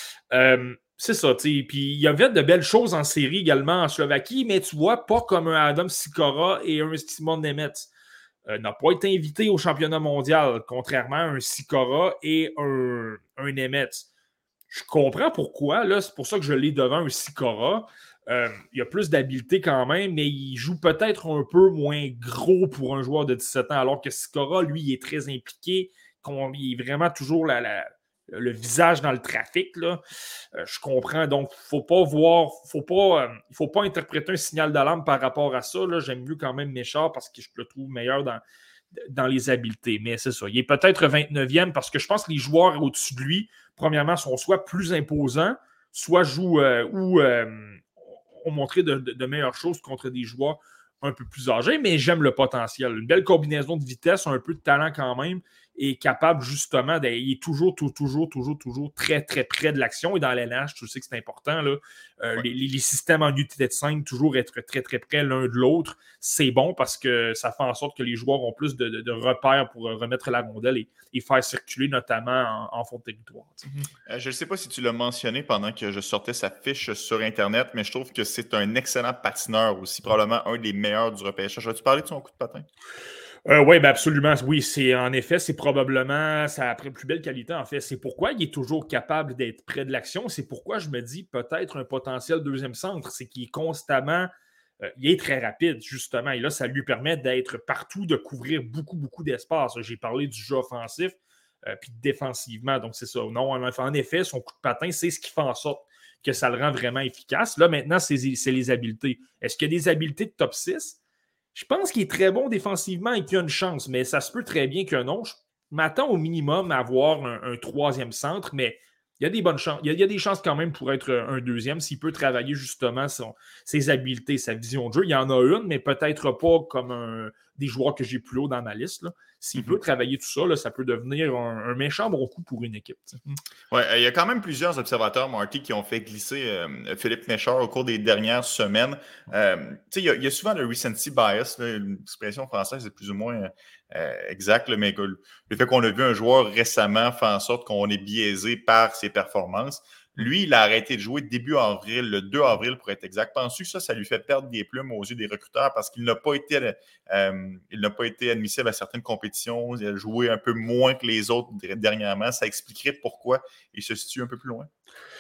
Euh, c'est ça, tu sais. Puis il y avait de belles choses en série également en Slovaquie, mais tu vois, pas comme un Adam Sikora et un Simon Nemeth. Euh, n'a pas été invité au championnat mondial, contrairement à un Sikora et un, un Nemeth. Je comprends pourquoi, là, c'est pour ça que je l'ai devant un Sikora. Euh, il a plus d'habileté quand même, mais il joue peut-être un peu moins gros pour un joueur de dix-sept ans, alors que Sikora, lui, il est très impliqué, il est vraiment toujours la... la le visage dans le trafic, là. Euh, je comprends. Donc, faut pas voir, faut pas, euh, il ne faut pas interpréter un signal d'alarme par rapport à ça. Là. J'aime mieux quand même Méchard parce que je le trouve meilleur dans, dans les habiletés. Mais c'est ça. Il est peut-être vingt-neuvième parce que je pense que les joueurs au-dessus de lui, premièrement, sont soit plus imposants, soit jouent euh, ou euh, ont montré de, de, de meilleures choses contre des joueurs un peu plus âgés, mais j'aime le potentiel. Une belle combinaison de vitesse, un peu de talent quand même, et capable justement d'être, il est toujours, toujours, toujours, toujours, toujours très, très près de l'action. Et dans l'N H, tu sais que c'est important, là. Euh, ouais. les, les systèmes en unité de cinq, toujours être très, très près l'un de l'autre, c'est bon parce que ça fait en sorte que les joueurs ont plus de, de, de repères pour remettre la rondelle et, et faire circuler, notamment en, en fond de territoire. Euh, je ne sais pas si tu l'as mentionné pendant que je sortais sa fiche sur Internet, mais je trouve que c'est un excellent patineur aussi, probablement un des meilleurs du repêchage. As-tu parlé de son coup de patin? Euh, oui, ben absolument. Oui, c'est en effet, c'est probablement sa plus belle qualité, en fait. C'est pourquoi il est toujours capable d'être près de l'action. C'est pourquoi je me dis peut-être un potentiel deuxième centre. C'est qu'il est constamment, euh, il est très rapide, justement. Et là, ça lui permet d'être partout, de couvrir beaucoup, beaucoup d'espace. J'ai parlé du jeu offensif, euh, puis défensivement. Donc, c'est ça. Non, en effet, son coup de patin, c'est ce qui fait en sorte que ça le rend vraiment efficace. Là, maintenant, c'est, c'est les habiletés. Est-ce qu'il y a des habiletés de top six? Je pense qu'il est très bon défensivement et qu'il a une chance, mais ça se peut très bien que non. Je m'attends au minimum à avoir un, un troisième centre, mais il y a des bonnes chances. Il y a, il y a des chances quand même pour être un deuxième s'il peut travailler justement son, ses habiletés, sa vision de jeu. Il y en a une, mais peut-être pas comme un, des joueurs que j'ai plus haut dans ma liste. Là. S'il mm-hmm. peut travailler tout ça, là, ça peut devenir un, un méchant bon coup pour une équipe. Oui, il y a quand même plusieurs observateurs, Marty, qui ont fait glisser euh, Philippe Méchard au cours des dernières semaines. Euh, il, y a, il y a souvent le recency bias, là, une expression française, c'est plus ou moins euh, exact, là, mais le fait qu'on a vu un joueur récemment fait en sorte qu'on est biaisé par ses performances. Lui, il a arrêté de jouer début avril, le deux avril pour être exact. Penses-tu que ça, ça lui fait perdre des plumes aux yeux des recruteurs parce qu'il n'a pas été, euh, il n'a pas été admissible à certaines compétitions, il a joué un peu moins que les autres dernièrement. Ça expliquerait pourquoi il se situe un peu plus loin?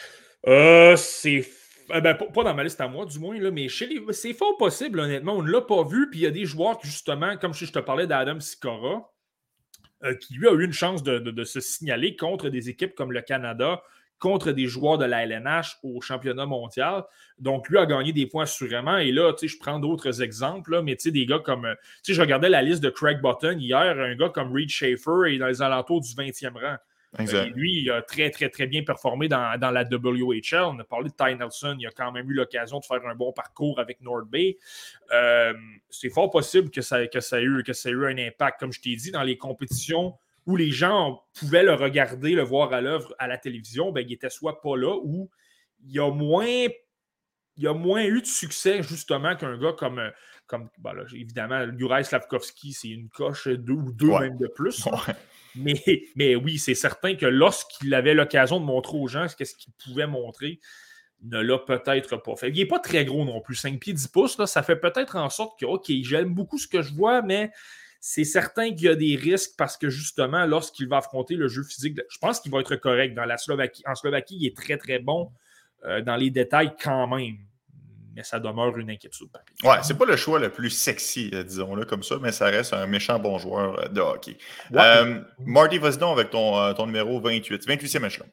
Euh, c'est... Euh, ben, pas dans ma liste à moi, du moins, là, mais chez les... c'est fort possible, honnêtement. On ne l'a pas vu, puis il y a des joueurs qui, justement, comme je te parlais d'Adam Sikora, euh, qui lui a eu une chance de, de, de se signaler contre des équipes comme le Canada, contre des joueurs de la L N H au championnat mondial. Donc, lui a gagné des points assurément. Et là, tu sais, je prends d'autres exemples, là, mais tu sais, des gars comme... Tu sais, je regardais la liste de Craig Button hier, un gars comme Reed Schaefer est dans les alentours du vingtième rang. Euh, lui, il a très, très, très bien performé dans, dans la W H L. On a parlé de Ty Nelson. Il a quand même eu l'occasion de faire un bon parcours avec North Bay. Euh, c'est fort possible que ça, que, ça ait eu, que ça ait eu un impact, comme je t'ai dit, dans les compétitions où les gens pouvaient le regarder, le voir à l'œuvre à la télévision. Ben, il n'était soit pas là ou il y a moins... Il y a moins eu de succès, justement, qu'un gars comme, comme ben là, évidemment, Juraj Slafkovský, c'est une coche, deux ou deux ouais. même de plus. Ouais. Mais, mais oui, c'est certain que lorsqu'il avait l'occasion de montrer aux gens ce qu'il pouvait montrer, il ne l'a peut-être pas fait. Il n'est pas très gros non plus, cinq pieds dix pouces, là, ça fait peut-être en sorte que, OK, j'aime beaucoup ce que je vois, mais c'est certain qu'il y a des risques parce que, justement, lorsqu'il va affronter le jeu physique, je pense qu'il va être correct. Dans la Slovaquie, en Slovaquie, il est très, très bon. Euh, dans les détails quand même, mais ça demeure une inquiétude. Ouais, c'est pas le choix le plus sexy, disons-le comme ça, mais ça reste un méchant bon joueur de hockey. Ouais. Euh, Marty, vas-y donc avec ton, ton numéro vingt-huit, vingt-huitième échelon.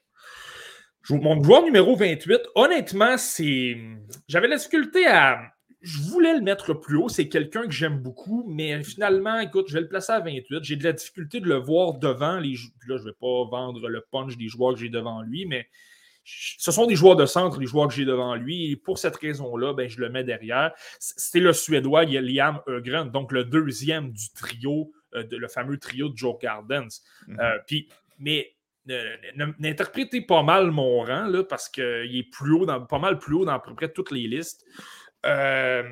Mon joueur numéro vingt-huit, honnêtement, c'est... J'avais la difficulté à... Je voulais le mettre plus haut, c'est quelqu'un que j'aime beaucoup, mais finalement, écoute, je vais le placer à vingt-huit. J'ai de la difficulté de le voir devant les... Puis là, je ne vais pas vendre le punch des joueurs que j'ai devant lui, mais ce sont des joueurs de centre, les joueurs que j'ai devant lui. Et pour cette raison-là, ben, je le mets derrière. C'était le Suédois Liam Öhgren, donc le deuxième du trio, euh, de, le fameux trio de Joe Gardens. Mm-hmm. euh, puis, mais euh, n'interprétez pas mal mon rang, là, parce qu'il est plus haut dans, pas mal plus haut dans à peu près toutes les listes. Euh,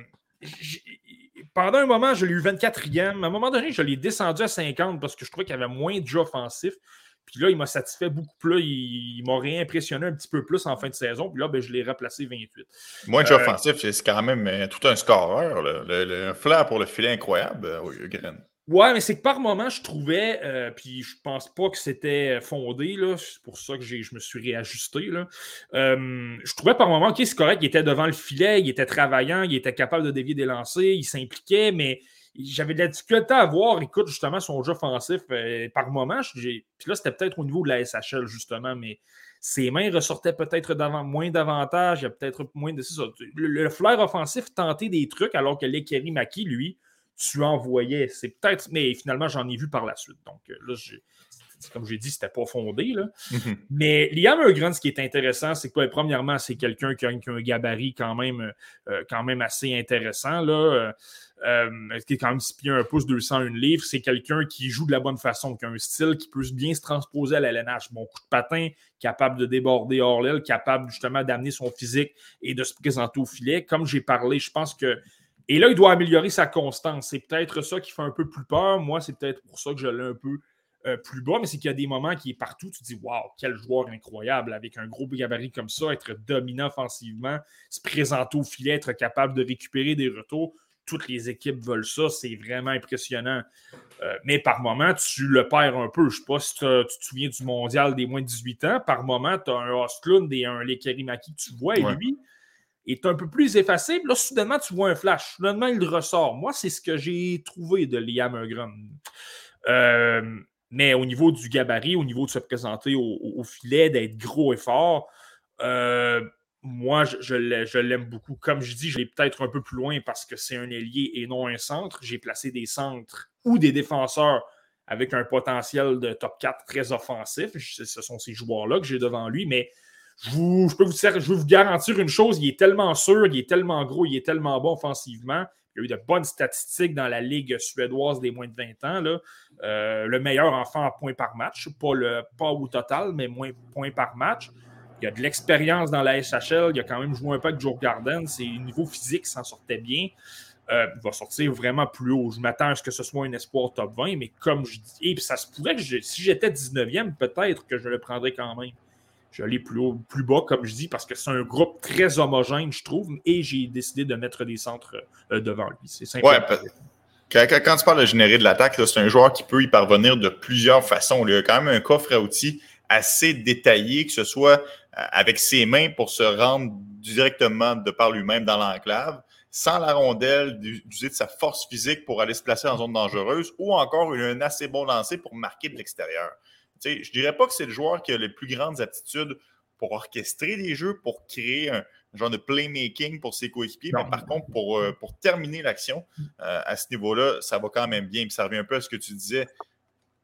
pendant un moment, je l'ai eu vingt-quatrième. À un moment donné, je l'ai descendu à cinquante parce que je trouvais qu'il y avait moins de jeux offensifs. Puis là, il m'a satisfait beaucoup plus. Il, il m'a réimpressionné un petit peu plus en fin de saison. Puis là, ben, je l'ai replacé vingt-huit. Moins de jeux euh, offensifs, c'est quand même euh, tout un scoreur. Le, le, le flair pour le filet incroyable, euh, oui, Gren. Ouais, mais c'est que par moment, je trouvais, euh, puis je pense pas que c'était fondé, là, c'est pour ça que j'ai, je me suis réajusté. Là. Euh, je trouvais par moment, OK, c'est correct, il était devant le filet, il était travaillant, il était capable de dévier des lancers, il s'impliquait, mais j'avais de la difficulté à voir, écoute, justement, son jeu offensif euh, par moment. J'ai... Puis là, c'était peut-être au niveau de la S H L, justement, mais ses mains ressortaient peut-être d'avant... moins d'avantages, il y a peut-être moins de... Le, le flair offensif tentait des trucs, alors que Lekeri Maki, lui, tu en voyais. C'est peut-être... Mais finalement, j'en ai vu par la suite. Donc là, j'ai... comme j'ai dit, c'était pas fondé. Là. Mm-hmm. Mais Liam Öhgren, ce qui est intéressant, c'est que, premièrement, c'est quelqu'un qui a, qui a un gabarit quand même, euh, quand même assez intéressant. Là. Euh, qui est quand même six pieds un pouce, deux cent un livres. C'est quelqu'un qui joue de la bonne façon, qui a un style qui peut bien se transposer à la L N H. Bon coup de patin, capable de déborder hors l'aile, capable justement d'amener son physique et de se présenter au filet. Comme j'ai parlé, je pense que... Et là, il doit améliorer sa constance. C'est peut-être ça qui fait un peu plus peur. Moi, c'est peut-être pour ça que je l'ai un peu euh, plus bas, mais c'est qu'il y a des moments qui est partout. Tu te dis, waouh, quel joueur incroyable, avec un gros gabarit comme ça, être dominant offensivement, se présenter au filet, être capable de récupérer des retours. Toutes les équipes veulent ça, c'est vraiment impressionnant. Euh, mais par moment, tu le perds un peu. Je ne sais pas si tu te souviens du mondial des moins de dix-huit ans. Par moment, tu as un Ostlund et un Lekeri Maki que tu vois, et ouais. lui est un peu plus effacé. Puis là, soudainement, tu vois un flash. Soudainement, il ressort. Moi, c'est ce que j'ai trouvé de Liam Öhgren. Euh, mais au niveau du gabarit, au niveau de se présenter au, au filet, d'être gros et fort, euh, moi, je, je, je l'aime beaucoup. Comme je dis, je l'ai peut-être un peu plus loin parce que c'est un ailier et non un centre. J'ai placé des centres ou des défenseurs avec un potentiel de top quatre très offensif. Ce sont ces joueurs-là que j'ai devant lui. Mais je, vous, je peux vous dire, je veux vous garantir une chose, il est tellement sûr, il est tellement gros, il est tellement bon offensivement. Il y a eu de bonnes statistiques dans la Ligue suédoise des moins de vingt ans. Là. Euh, le meilleur enfant en points par match. Pas, le, pas au total, mais moins points par match. Il y a de l'expérience dans la S H L. Il a quand même joué un peu avec Joe Gardens. C'est au niveau physique, il s'en sortait bien. Euh, il va sortir vraiment plus haut. Je m'attends à ce que ce soit un espoir top vingt, mais comme je dis, et puis ça se pourrait que je, si j'étais dix-neuvième, peut-être que je le prendrais quand même. Je l'ai plus haut, plus bas, comme je dis, parce que c'est un groupe très homogène, je trouve, et j'ai décidé de mettre des centres euh, devant lui. C'est simple. Ouais, quand, quand tu parles de générer de l'attaque, là, c'est un joueur qui peut y parvenir de plusieurs façons. Il a quand même un coffre à outils assez détaillé, que ce soit avec ses mains pour se rendre directement de par lui-même dans l'enclave, sans la rondelle, d'user de sa force physique pour aller se placer en zone dangereuse, ou encore un assez bon lancer pour marquer de l'extérieur. Tu sais, je ne dirais pas que c'est le joueur qui a les plus grandes aptitudes pour orchestrer des jeux, pour créer un genre de playmaking pour ses coéquipiers, non. mais par contre, pour, euh, pour terminer l'action, euh, à ce niveau-là, ça va quand même bien. Puis ça revient un peu à ce que tu disais.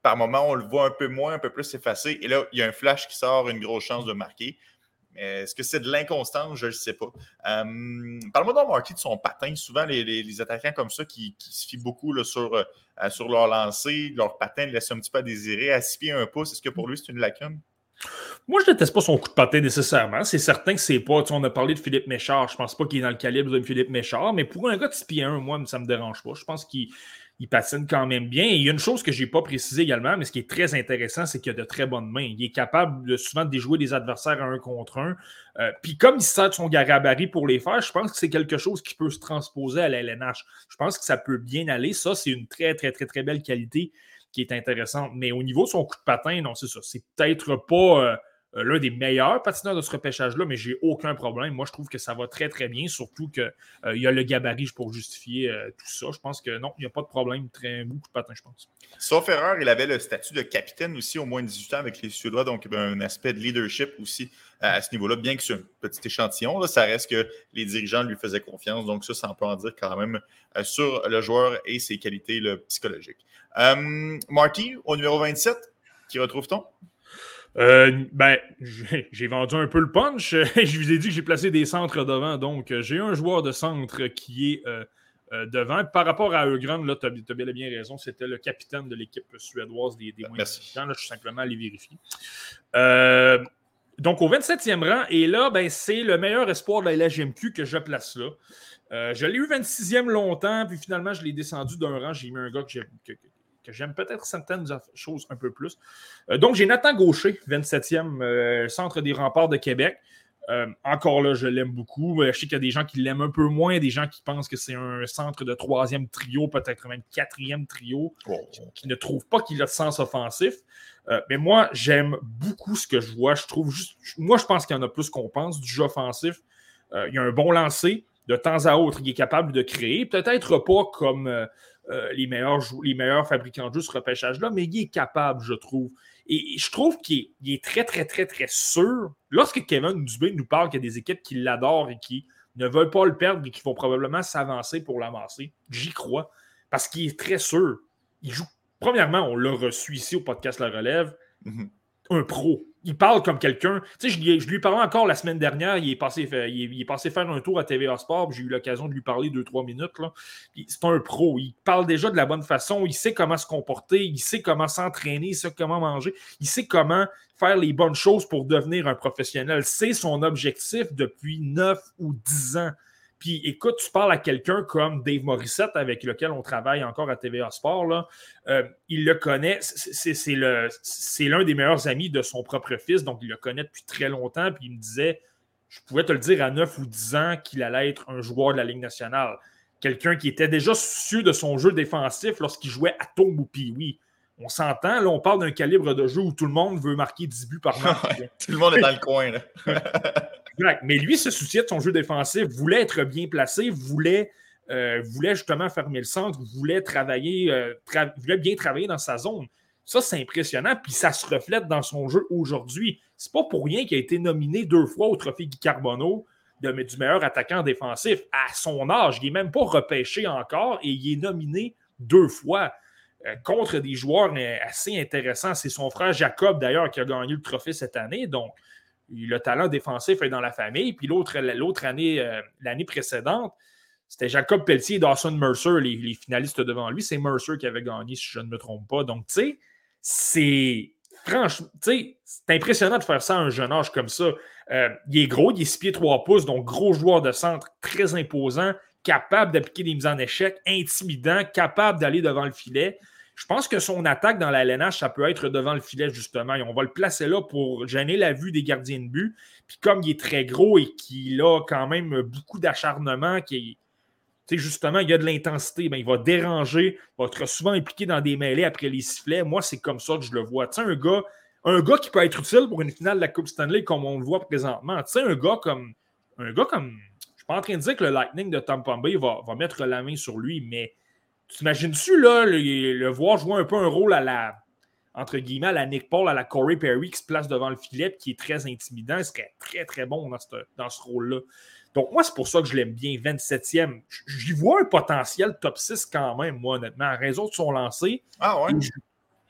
par moment, on le voit un peu moins, un peu plus effacé. Et là, il y a un flash qui sort, une grosse chance de marquer. Mais est-ce que c'est de l'inconstance? Je ne sais pas. Euh, Parle-moi donc, Marty, de son patin. Souvent, les, les, les attaquants comme ça qui, qui se fient beaucoup là, sur, euh, sur leur lancer, leur patin laisse un petit peu à désirer. À six pieds un pouce, est-ce que pour lui, c'est une lacune? Moi, je ne déteste pas son coup de patin nécessairement. C'est certain que c'est pas. Tu sais, on a parlé de Philippe Méchard. Je pense pas qu'il est dans le calibre de Philippe Méchard. Mais pour un gars de six pieds un, moi, ça ne me dérange pas. Je pense qu'il il patine quand même bien. Et il y a une chose que je n'ai pas précisée également, mais ce qui est très intéressant, c'est qu'il a de très bonnes mains. Il est capable de souvent de déjouer des adversaires à un contre un. Euh, Puis comme il se sert de son gabarit pour les faire, je pense que c'est quelque chose qui peut se transposer à la L N H. Je pense que ça peut bien aller. Ça, c'est une très, très, très, très belle qualité qui est intéressante. Mais au niveau de son coup de patin, non, c'est ça. C'est peut-être pas euh, l'un des meilleurs patineurs de ce repêchage-là, mais j'ai aucun problème. Moi, je trouve que ça va très, très bien, surtout qu'il euh, y a le gabarit pour justifier euh, tout ça. Je pense que non, il n'y a pas de problème. Très beau coup de patin, je pense. Sauf erreur, il avait le statut de capitaine aussi au moins de dix-huit ans avec les Suédois, donc il y avait un aspect de leadership aussi euh, à ce niveau-là, bien que c'est un petit échantillon, là, ça reste que les dirigeants lui faisaient confiance, donc ça, ça en peut en dire quand même euh, sur le joueur et ses qualités là, psychologiques. Euh, Marty, au numéro vingt-sept, qui retrouve-t-on? Euh, ben, j'ai vendu un peu le punch. Je vous ai dit que j'ai placé des centres devant. Donc, j'ai un joueur de centre qui est euh, euh, devant. Par rapport à Ögren, là, tu as bel et bien raison. C'était le capitaine de l'équipe suédoise des, des moins de dix-huit ans. Là, je suis simplement allé vérifier. Euh, donc, au vingt-septième rang, et là, ben, c'est le meilleur espoir de la L H J M Q que je place là. Euh, je l'ai eu vingt-sixième longtemps, puis finalement, je l'ai descendu d'un rang. J'ai mis un gars que j'ai. Que, que j'aime peut-être certaines choses un peu plus. Euh, donc, j'ai Nathan Gaucher, vingt-septième, euh, centre des remparts de Québec. Euh, encore là, je l'aime beaucoup. Je sais qu'il y a des gens qui l'aiment un peu moins, des gens qui pensent que c'est un centre de troisième trio, peut-être même quatrième trio, oh. qui, qui ne trouvent pas qu'il a de sens offensif. Euh, mais moi, j'aime beaucoup ce que je vois. Je trouve juste, moi, je pense qu'il y en a plus qu'on pense du jeu offensif. Euh, il y a un bon lancer. De temps à autre, il est capable de créer. Peut-être pas comme euh, euh, les, meilleurs jou- les meilleurs fabricants de jeux, ce repêchage-là, mais il est capable, je trouve. Et, et je trouve qu'il est, il est très, très, très, très sûr. Lorsque Kevin Dubé nous parle qu'il y a des équipes qui l'adorent et qui ne veulent pas le perdre et qui vont probablement s'avancer pour l'amasser, j'y crois. Parce qu'il est très sûr. Il joue. Premièrement, on l'a reçu ici au podcast La Relève. Mm-hmm. Un pro. Il parle comme quelqu'un. Tu sais, je, je lui parlais encore la semaine dernière. Il est passé, il est, il est passé faire un tour à T V A Sport. J'ai eu l'occasion de lui parler deux, trois minutes. Là. C'est un pro. Il parle déjà de la bonne façon. Il sait comment se comporter. Il sait comment s'entraîner. Il sait comment manger. Il sait comment faire les bonnes choses pour devenir un professionnel. C'est son objectif depuis neuf ou dix ans. Puis, écoute, tu parles à quelqu'un comme Dave Morissette, avec lequel on travaille encore à T V A Sport, là. Euh, il le connaît, c'est, c'est, c'est, le, c'est l'un des meilleurs amis de son propre fils, donc il le connaît depuis très longtemps, puis il me disait, je pouvais te le dire à neuf ou dix ans, qu'il allait être un joueur de la Ligue nationale. Quelqu'un qui était déjà soucieux de son jeu défensif lorsqu'il jouait à Tombe ou Pee-Wee. On s'entend, là, on parle d'un calibre de jeu où tout le monde veut marquer dix buts par match. Ouais, tout le monde est dans le coin, là. Exact. Mais lui se souciait de son jeu défensif, voulait être bien placé, voulait, euh, voulait justement fermer le centre, voulait travailler, euh, tra- voulait bien travailler dans sa zone. Ça, c'est impressionnant, puis ça se reflète dans son jeu aujourd'hui. C'est pas pour rien qu'il a été nominé deux fois au trophée Guy Carbonneau de, du meilleur attaquant défensif. À son âge, il n'est même pas repêché encore et il est nominé deux fois euh, contre des joueurs assez intéressants. C'est son frère Jacob, d'ailleurs, qui a gagné le trophée cette année, donc le talent défensif est dans la famille. Puis l'autre, l'autre année, euh, l'année précédente, c'était Jacob Pelletier et Dawson Mercer, les, les finalistes devant lui. C'est Mercer qui avait gagné, si je ne me trompe pas. Donc, tu sais, c'est franchement, tu sais, c'est impressionnant de faire ça à un jeune âge comme ça. Euh, il est gros, il est six pieds trois pouces, donc gros joueur de centre, très imposant, capable d'appliquer des mises en échec, intimidant, capable d'aller devant le filet. Je pense que son attaque dans la L N H, ça peut être devant le filet, justement. Et on va le placer là pour gêner la vue des gardiens de but. Puis comme il est très gros et qu'il a quand même beaucoup d'acharnement, qui est, justement, il y a de l'intensité, ben, il va déranger, il va être souvent impliqué dans des mêlées après les sifflets. Moi, c'est comme ça que je le vois. Tu sais, un gars, un gars qui peut être utile pour une finale de la Coupe Stanley comme on le voit présentement. Tu sais, un gars comme... Un gars comme... Je ne suis pas en train de dire que le Lightning de Tampa Bay va, va mettre la main sur lui, mais t'imagines-tu, là, le, le voir jouer un peu un rôle à la, entre guillemets, à la Nick Paul, à la Corey Perry, qui se place devant le filet, qui est très intimidant, il serait très, très bon dans ce, dans ce rôle-là. Donc, moi, c'est pour ça que je l'aime bien, vingt-septième. J'y vois un potentiel top six quand même, moi, honnêtement, à raison de son lancer. Ah ouais? Je,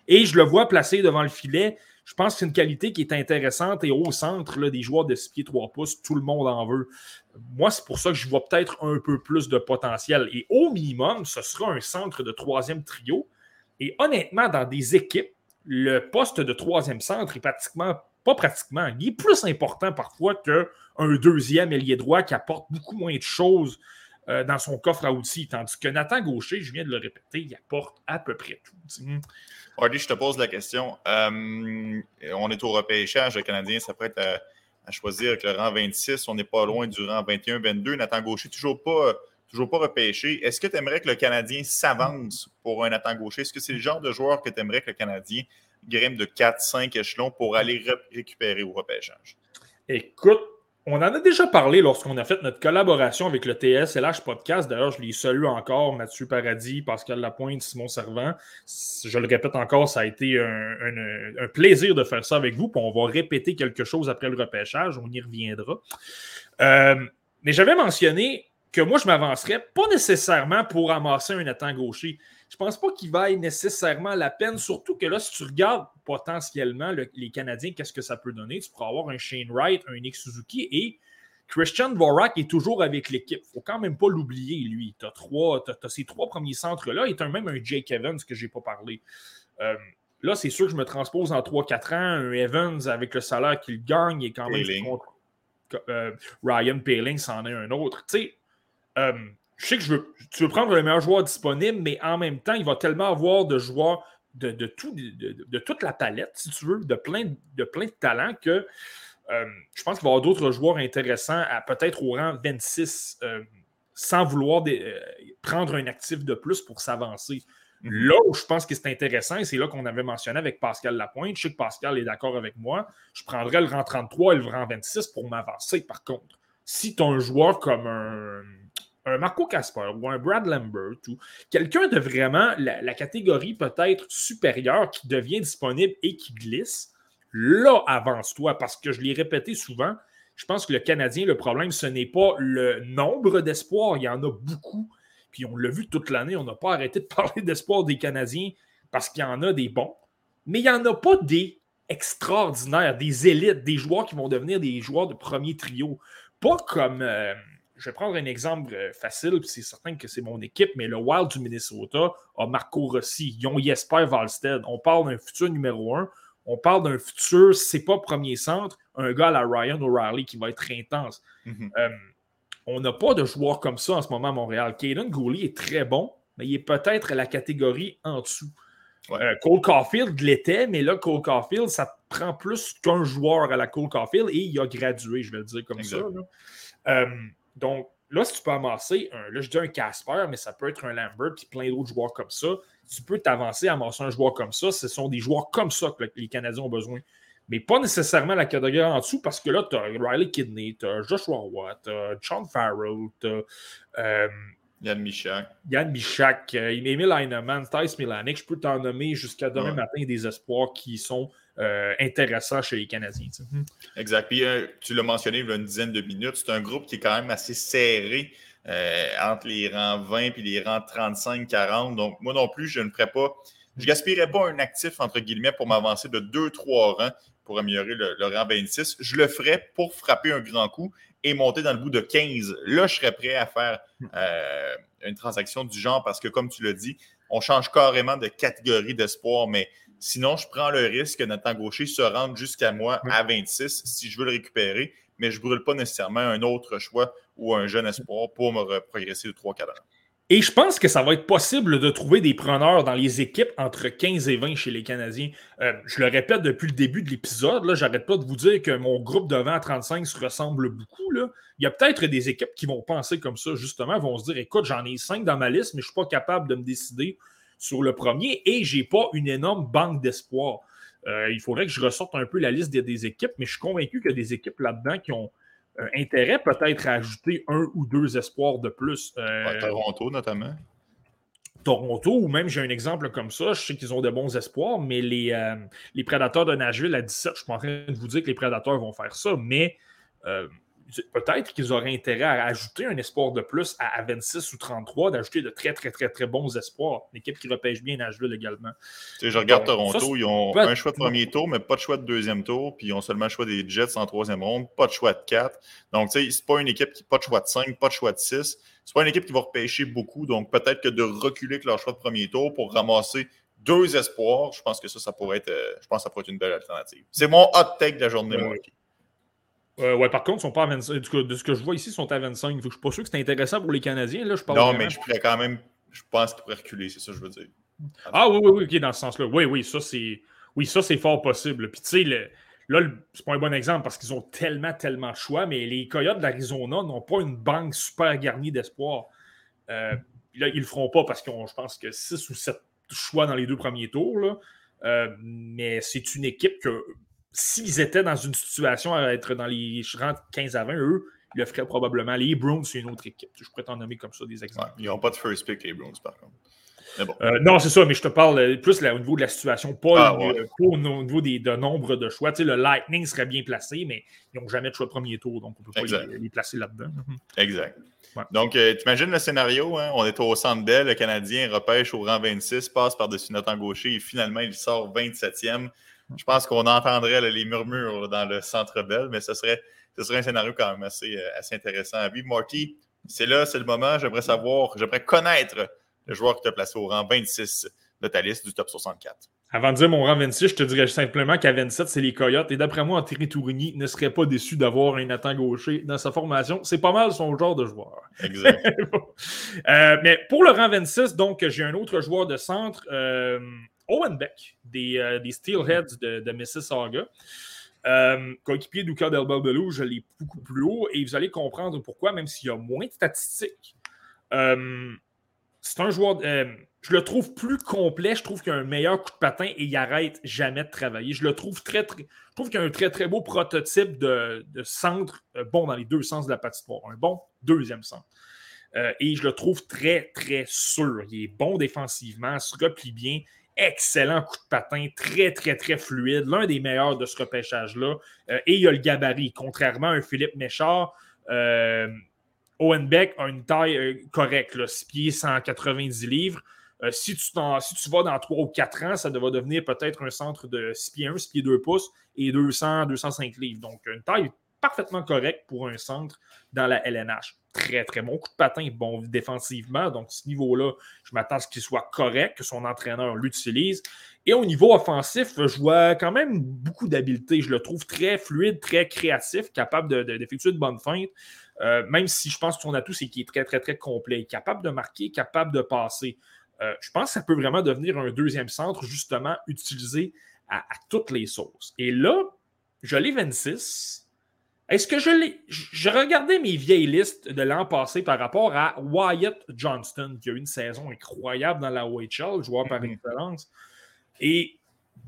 Et je le vois placé devant le filet. Je pense que c'est une qualité qui est intéressante. Et au centre, là, des joueurs de six pieds trois pouces, tout le monde en veut. Moi, c'est pour ça que je vois peut-être un peu plus de potentiel. Et au minimum, ce sera un centre de troisième trio. Et honnêtement, dans des équipes, le poste de troisième centre est pratiquement, pas pratiquement, il est plus important parfois qu'un deuxième ailier droit qui apporte beaucoup moins de choses euh, dans son coffre à outils. Tandis que Nathan Gaucher, je viens de le répéter, il apporte à peu près tout. Hardy, je te pose la question. Euh, on est au repêchage. Le Canadien s'apprête à, à choisir avec le rang vingt-six. On n'est pas loin du rang vingt et un vingt-deux. Nathan Gaucher, toujours pas, toujours pas repêché. Est-ce que tu aimerais que le Canadien s'avance pour un Nathan Gaucher? Est-ce que c'est le genre de joueur que tu aimerais que le Canadien grimpe de quatre cinq échelons pour aller ré- récupérer au repêchage? Écoute, on en a déjà parlé lorsqu'on a fait notre collaboration avec le T S L H Podcast. D'ailleurs, je les salue encore, Mathieu Paradis, Pascal Lapointe, Simon Servant. Je le répète encore, ça a été un, un, un plaisir de faire ça avec vous. Puis on va répéter quelque chose après le repêchage. On y reviendra. Euh, mais j'avais mentionné que moi, je m'avancerais pas nécessairement pour amasser un Nathan Gaucher. Je pense pas qu'il vaille nécessairement la peine, surtout que là, si tu regardes potentiellement le, les Canadiens, qu'est-ce que ça peut donner? Tu pourras avoir un Shane Wright, un Nick Suzuki et Christian Dvorak est toujours avec l'équipe. Il ne faut quand même pas l'oublier, lui. Tu as, trois, t'as, t'as ces trois premiers centres-là et tu as même un Jake Evans que je n'ai pas parlé. Euh, là, c'est sûr que je me transpose en trois quatre ans. Un Evans, avec le salaire qu'il gagne, est quand même contre euh, Ryan Poehling, c'en est un autre. Tu sais, euh, je sais que je veux, tu veux prendre le meilleur joueur disponible, mais en même temps, il va tellement avoir de joueurs de, de, tout, de, de, de toute la palette, si tu veux, de plein de, de, plein de talents que euh, je pense qu'il va y avoir d'autres joueurs intéressants à peut-être au rang vingt-six euh, sans vouloir des, euh, prendre un actif de plus pour s'avancer. Mm-hmm. Là où je pense que c'est intéressant, et c'est là qu'on avait mentionné avec Pascal Lapointe, je sais que Pascal est d'accord avec moi, je prendrais le rang trente-trois et le rang vingt-six pour m'avancer. Par contre, si tu as un joueur comme un... un Marco Casper ou un Brad Lambert ou quelqu'un de vraiment la, la catégorie peut-être supérieure qui devient disponible et qui glisse, là, avance-toi. Parce que je l'ai répété souvent, je pense que le Canadien, le problème, ce n'est pas le nombre d'espoirs. Il y en a beaucoup. Puis on l'a vu toute l'année, on n'a pas arrêté de parler d'espoir des Canadiens parce qu'il y en a des bons. Mais il n'y en a pas des extraordinaires, des élites, des joueurs qui vont devenir des joueurs de premier trio. Pas comme... Euh, je vais prendre un exemple facile, puis c'est certain que c'est mon équipe, mais le Wild du Minnesota a Marco Rossi, ils ont Jesper Wallstedt. On parle d'un futur numéro un, on parle d'un futur, c'est pas premier centre, un gars à la Ryan O'Reilly qui va être intense. Mm-hmm. Euh, on n'a pas de joueurs comme ça en ce moment à Montréal. Caden Goulet est très bon, mais il est peut-être à la catégorie en dessous. Ouais. Euh, Cole Caulfield l'était, mais là, Cole Caulfield, ça prend plus qu'un joueur à la Cole Caulfield et il a gradué, je vais le dire comme exact. Ça. Là. Euh, Donc, là, si tu peux amasser, un, là, je dis un Casper, mais ça peut être un Lambert et plein d'autres joueurs comme ça. Tu peux t'avancer, amasser un joueur comme ça. Ce sont des joueurs comme ça que les Canadiens ont besoin. Mais pas nécessairement la catégorie en dessous, parce que là, tu as Riley Kidney, tu as Joshua Watt, tu as Sean Farrell, tu as euh, Yann Michak. Yann Michak, euh, Emil Heinemann, Thijs Milanek. Je peux t'en nommer jusqu'à demain ouais. matin des espoirs qui sont Euh, intéressant chez les Canadiens. Tu sais. Exact. Puis euh, tu l'as mentionné il y a une dizaine de minutes, c'est un groupe qui est quand même assez serré euh, entre les rangs vingt et les rangs trente-cinq quarante. Donc, moi non plus, je ne ferais pas, je ne gaspillerais pas un actif, entre guillemets, pour m'avancer de deux trois rangs pour améliorer le, le rang vingt-six. Je le ferais pour frapper un grand coup et monter dans le bout de quinze. Là, je serais prêt à faire euh, une transaction du genre parce que, comme tu l'as dit, on change carrément de catégorie d'espoir, mais sinon, je prends le risque que Nathan Gaucher se rende jusqu'à moi à vingt-six si je veux le récupérer, mais je ne brûle pas nécessairement un autre choix ou un jeune espoir pour me progresser de trois quatre ans. Et je pense que ça va être possible de trouver des preneurs dans les équipes entre quinze et vingt chez les Canadiens. Euh, je le répète depuis le début de l'épisode, là, j'arrête pas de vous dire que mon groupe de vingt à trente-cinq se ressemble beaucoup. Là. Il y a peut-être des équipes qui vont penser comme ça, justement, vont se dire, écoute, j'en ai cinq dans ma liste, mais je ne suis pas capable de me décider sur le premier et je n'ai pas une énorme banque d'espoir. Euh, il faudrait que je ressorte un peu la liste des, des équipes, mais je suis convaincu qu'il y a des équipes là-dedans qui ont euh, intérêt peut-être à ajouter un ou deux espoirs de plus. Euh, ouais, Toronto notamment. Toronto, ou même j'ai un exemple comme ça, je sais qu'ils ont de bons espoirs, mais les, euh, les Prédateurs de Nashville à dix-sept, je suis pas en train de vous dire que les Prédateurs vont faire ça, mais euh, peut-être qu'ils auraient intérêt à ajouter un espoir de plus à, à vingt-six ou trente-trois, d'ajouter de très, très, très, très bons espoirs. Une équipe qui repêche bien Nashville également. Tu sais, je regarde Donc, Toronto, ça, ils ont peut... un choix de premier tour, mais pas de choix de deuxième tour, puis ils ont seulement le choix des Jets en troisième ronde, pas de choix de quatre. Donc, tu sais, c'est pas une équipe qui n'a pas de choix de cinq, pas de choix de six. C'est pas une équipe qui va repêcher beaucoup, donc peut-être que de reculer avec leur choix de premier tour pour ramasser deux espoirs, je pense que ça, ça pourrait être, euh, je pense que ça pourrait être une belle alternative. C'est mon hot take de la journée, moi. Euh, ouais, par contre, ils sont pas à vingt-cinq. De ce que je vois ici, ils sont à vingt-cinq. Donc, je ne suis pas sûr que c'est intéressant pour les Canadiens. Là, je parle non, vraiment... mais je pourrais quand même. Je pense qu'ils pourraient reculer, c'est ça que je veux dire. Ah oui, oui, oui, ok, dans ce sens-là. Oui, oui, ça, c'est. Oui, ça, c'est fort possible. Puis, tu sais, le... là, le... c'est pas un bon exemple parce qu'ils ont tellement, tellement de choix, mais les Coyotes d'Arizona n'ont pas une banque super garnie d'espoir. Euh, là, ils le feront pas parce qu'ils ont, je pense, que six ou sept choix dans les deux premiers tours. Là. Euh, mais c'est une équipe que, s'ils étaient dans une situation à être dans les quinze à vingt, eux, ils le feraient probablement. Les Bruins, c'est une autre équipe. Je pourrais t'en nommer comme ça des exemples. Ouais, ils n'ont pas de first pick, les Bruins, par contre. Bon. Euh, non, c'est ça, mais je te parle plus là, au niveau de la situation, pas, ah, le, ouais. pas au niveau des, de nombre de choix. Tu sais, le Lightning serait bien placé, mais ils n'ont jamais de choix de premier tour, donc on ne peut pas les, les placer là-dedans. Exact. Ouais. Donc, euh, tu imagines le scénario, hein? On est au Centre Bell, le Canadien repêche au rang vingt-six, passe par-dessus notre gaucher et finalement, il sort vingt-septième. Je pense qu'on entendrait là, les murmures là, dans le Centre Bell, mais ce serait, ce serait un scénario quand même assez, assez intéressant à vivre. Marty, c'est là, c'est le moment. J'aimerais savoir, j'aimerais connaître le joueur qui t'a placé au rang vingt-six de ta liste du top soixante-quatre. Avant de dire mon rang vingt-six, je te dirais simplement qu'à vingt-sept, c'est les Coyotes. Et d'après moi, Thierry Tourigny ne serait pas déçu d'avoir un attaquant gaucher dans sa formation. C'est pas mal son genre de joueur. Exact. euh, mais pour le rang vingt-six, donc, j'ai un autre joueur de centre, euh, Owen Beck, des, euh, des Steelheads de, de Mississauga. Euh, coéquipier d'Uka Del Belbelou, je l'ai beaucoup plus haut. Et vous allez comprendre pourquoi, même s'il y a moins de statistiques. Euh, c'est un joueur... Euh, je le trouve plus complet. Je trouve qu'il a un meilleur coup de patin et il arrête jamais de travailler. Je le trouve très, très... Je trouve qu'il a un très, très beau prototype de, de centre euh, bon dans les deux sens de la patinoire. Un bon deuxième centre. Euh, et je le trouve très, très sûr. Il est bon défensivement, se replie bien. Excellent coup de patin, très, très, très fluide. L'un des meilleurs de ce repêchage-là. Euh, et il a le gabarit. Contrairement à un Philippe Méchard, euh, Owen Beck a une taille euh, correcte, là, six pieds, cent quatre-vingt-dix livres. Euh, si, tu si tu vas dans trois ou quatre ans, ça devra devenir peut-être un centre de six pieds un, six pieds deux pouces et deux cents, deux cent cinq livres. Donc, une taille parfaitement correcte pour un centre dans la L N H. Très, très bon coup de patin, bon défensivement. Donc, à ce niveau-là, je m'attends à ce qu'il soit correct, que son entraîneur l'utilise. Et au niveau offensif, je vois quand même beaucoup d'habileté. Je le trouve très fluide, très créatif, capable de, de, d'effectuer de bonnes feintes. Euh, même si je pense que son atout, c'est qu'il est très, très, très complet. Capable de marquer, capable de passer. Euh, je pense que ça peut vraiment devenir un deuxième centre, justement, utilisé à, à toutes les sauces. Et là, je l'ai vingt-six. Est-ce que je l'ai... Je regardais mes vieilles listes de l'an passé par rapport à Wyatt Johnston, qui a eu une saison incroyable dans la O H L, joueur par excellence. Et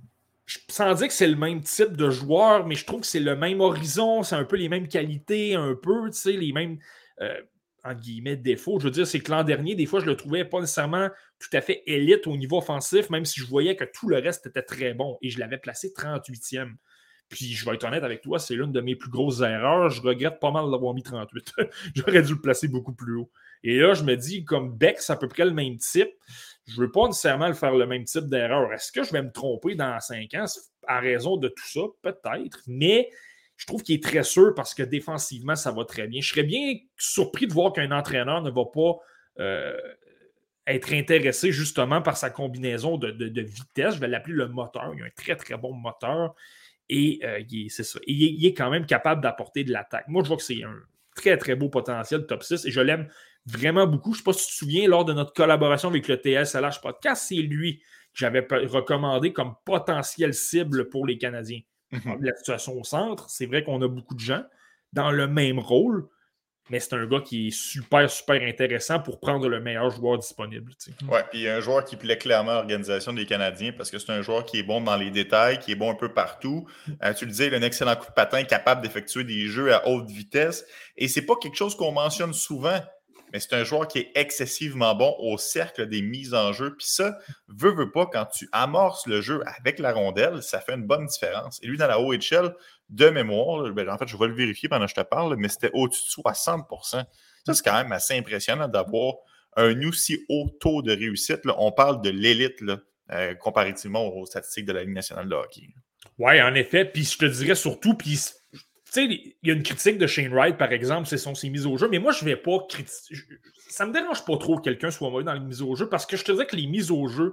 sans dire que c'est le même type de joueur, mais je trouve que c'est le même horizon, c'est un peu les mêmes qualités, un peu, tu sais, les mêmes... Euh, entre guillemets, défaut. Je veux dire, c'est que l'an dernier, des fois, je le trouvais pas nécessairement tout à fait élite au niveau offensif, même si je voyais que tout le reste était très bon. Et je l'avais placé trente-huitième. Puis, je vais être honnête avec toi, c'est l'une de mes plus grosses erreurs. Je regrette pas mal d'avoir mis trente-huit. J'aurais dû le placer beaucoup plus haut. Et là, je me dis, comme Beck, c'est à peu près le même type. Je ne veux pas nécessairement le faire le même type d'erreur. Est-ce que je vais me tromper dans cinq ans à raison de tout ça? Peut-être. Mais... je trouve qu'il est très sûr parce que défensivement, ça va très bien. Je serais bien surpris de voir qu'un entraîneur ne va pas euh, être intéressé justement par sa combinaison de, de, de vitesse. Je vais l'appeler le moteur. Il a un très, très bon moteur et euh, il est, c'est ça. Et il, est, il est quand même capable d'apporter de l'attaque. Moi, je vois que c'est un très, très beau potentiel top six et je l'aime vraiment beaucoup. Je ne sais pas si tu te souviens, lors de notre collaboration avec le T S L H Podcast, c'est lui que j'avais recommandé comme potentielle cible pour les Canadiens. Mm-hmm. La situation au centre, c'est vrai qu'on a beaucoup de gens dans le même rôle, mais c'est un gars qui est super, super intéressant pour prendre le meilleur joueur disponible. Oui, puis un joueur qui plaît clairement à l'organisation des Canadiens parce que c'est un joueur qui est bon dans les détails, qui est bon un peu partout. Euh, tu le disais, il a un excellent coup de patin, capable d'effectuer des jeux à haute vitesse. Et c'est pas quelque chose qu'on mentionne souvent mais c'est un joueur qui est excessivement bon au cercle des mises en jeu. Puis ça, veut, veut pas, quand tu amorces le jeu avec la rondelle, ça fait une bonne différence. Et lui, dans la O H L, de mémoire, ben, en fait, je vais le vérifier pendant que je te parle, mais c'était au-dessus de soixante pour cent. Ça, c'est quand même assez impressionnant d'avoir un aussi haut taux de réussite. Là. On parle de l'élite là, euh, comparativement aux statistiques de la Ligue nationale de hockey. Oui, en effet. Puis je te dirais surtout, puis tu sais, il y a une critique de Shane Wright, par exemple, ce sont ses mises au jeu, mais moi, je ne vais pas critiquer. Ça ne me dérange pas trop que quelqu'un soit mauvais dans les mises au jeu parce que je te dirais que les mises au jeu,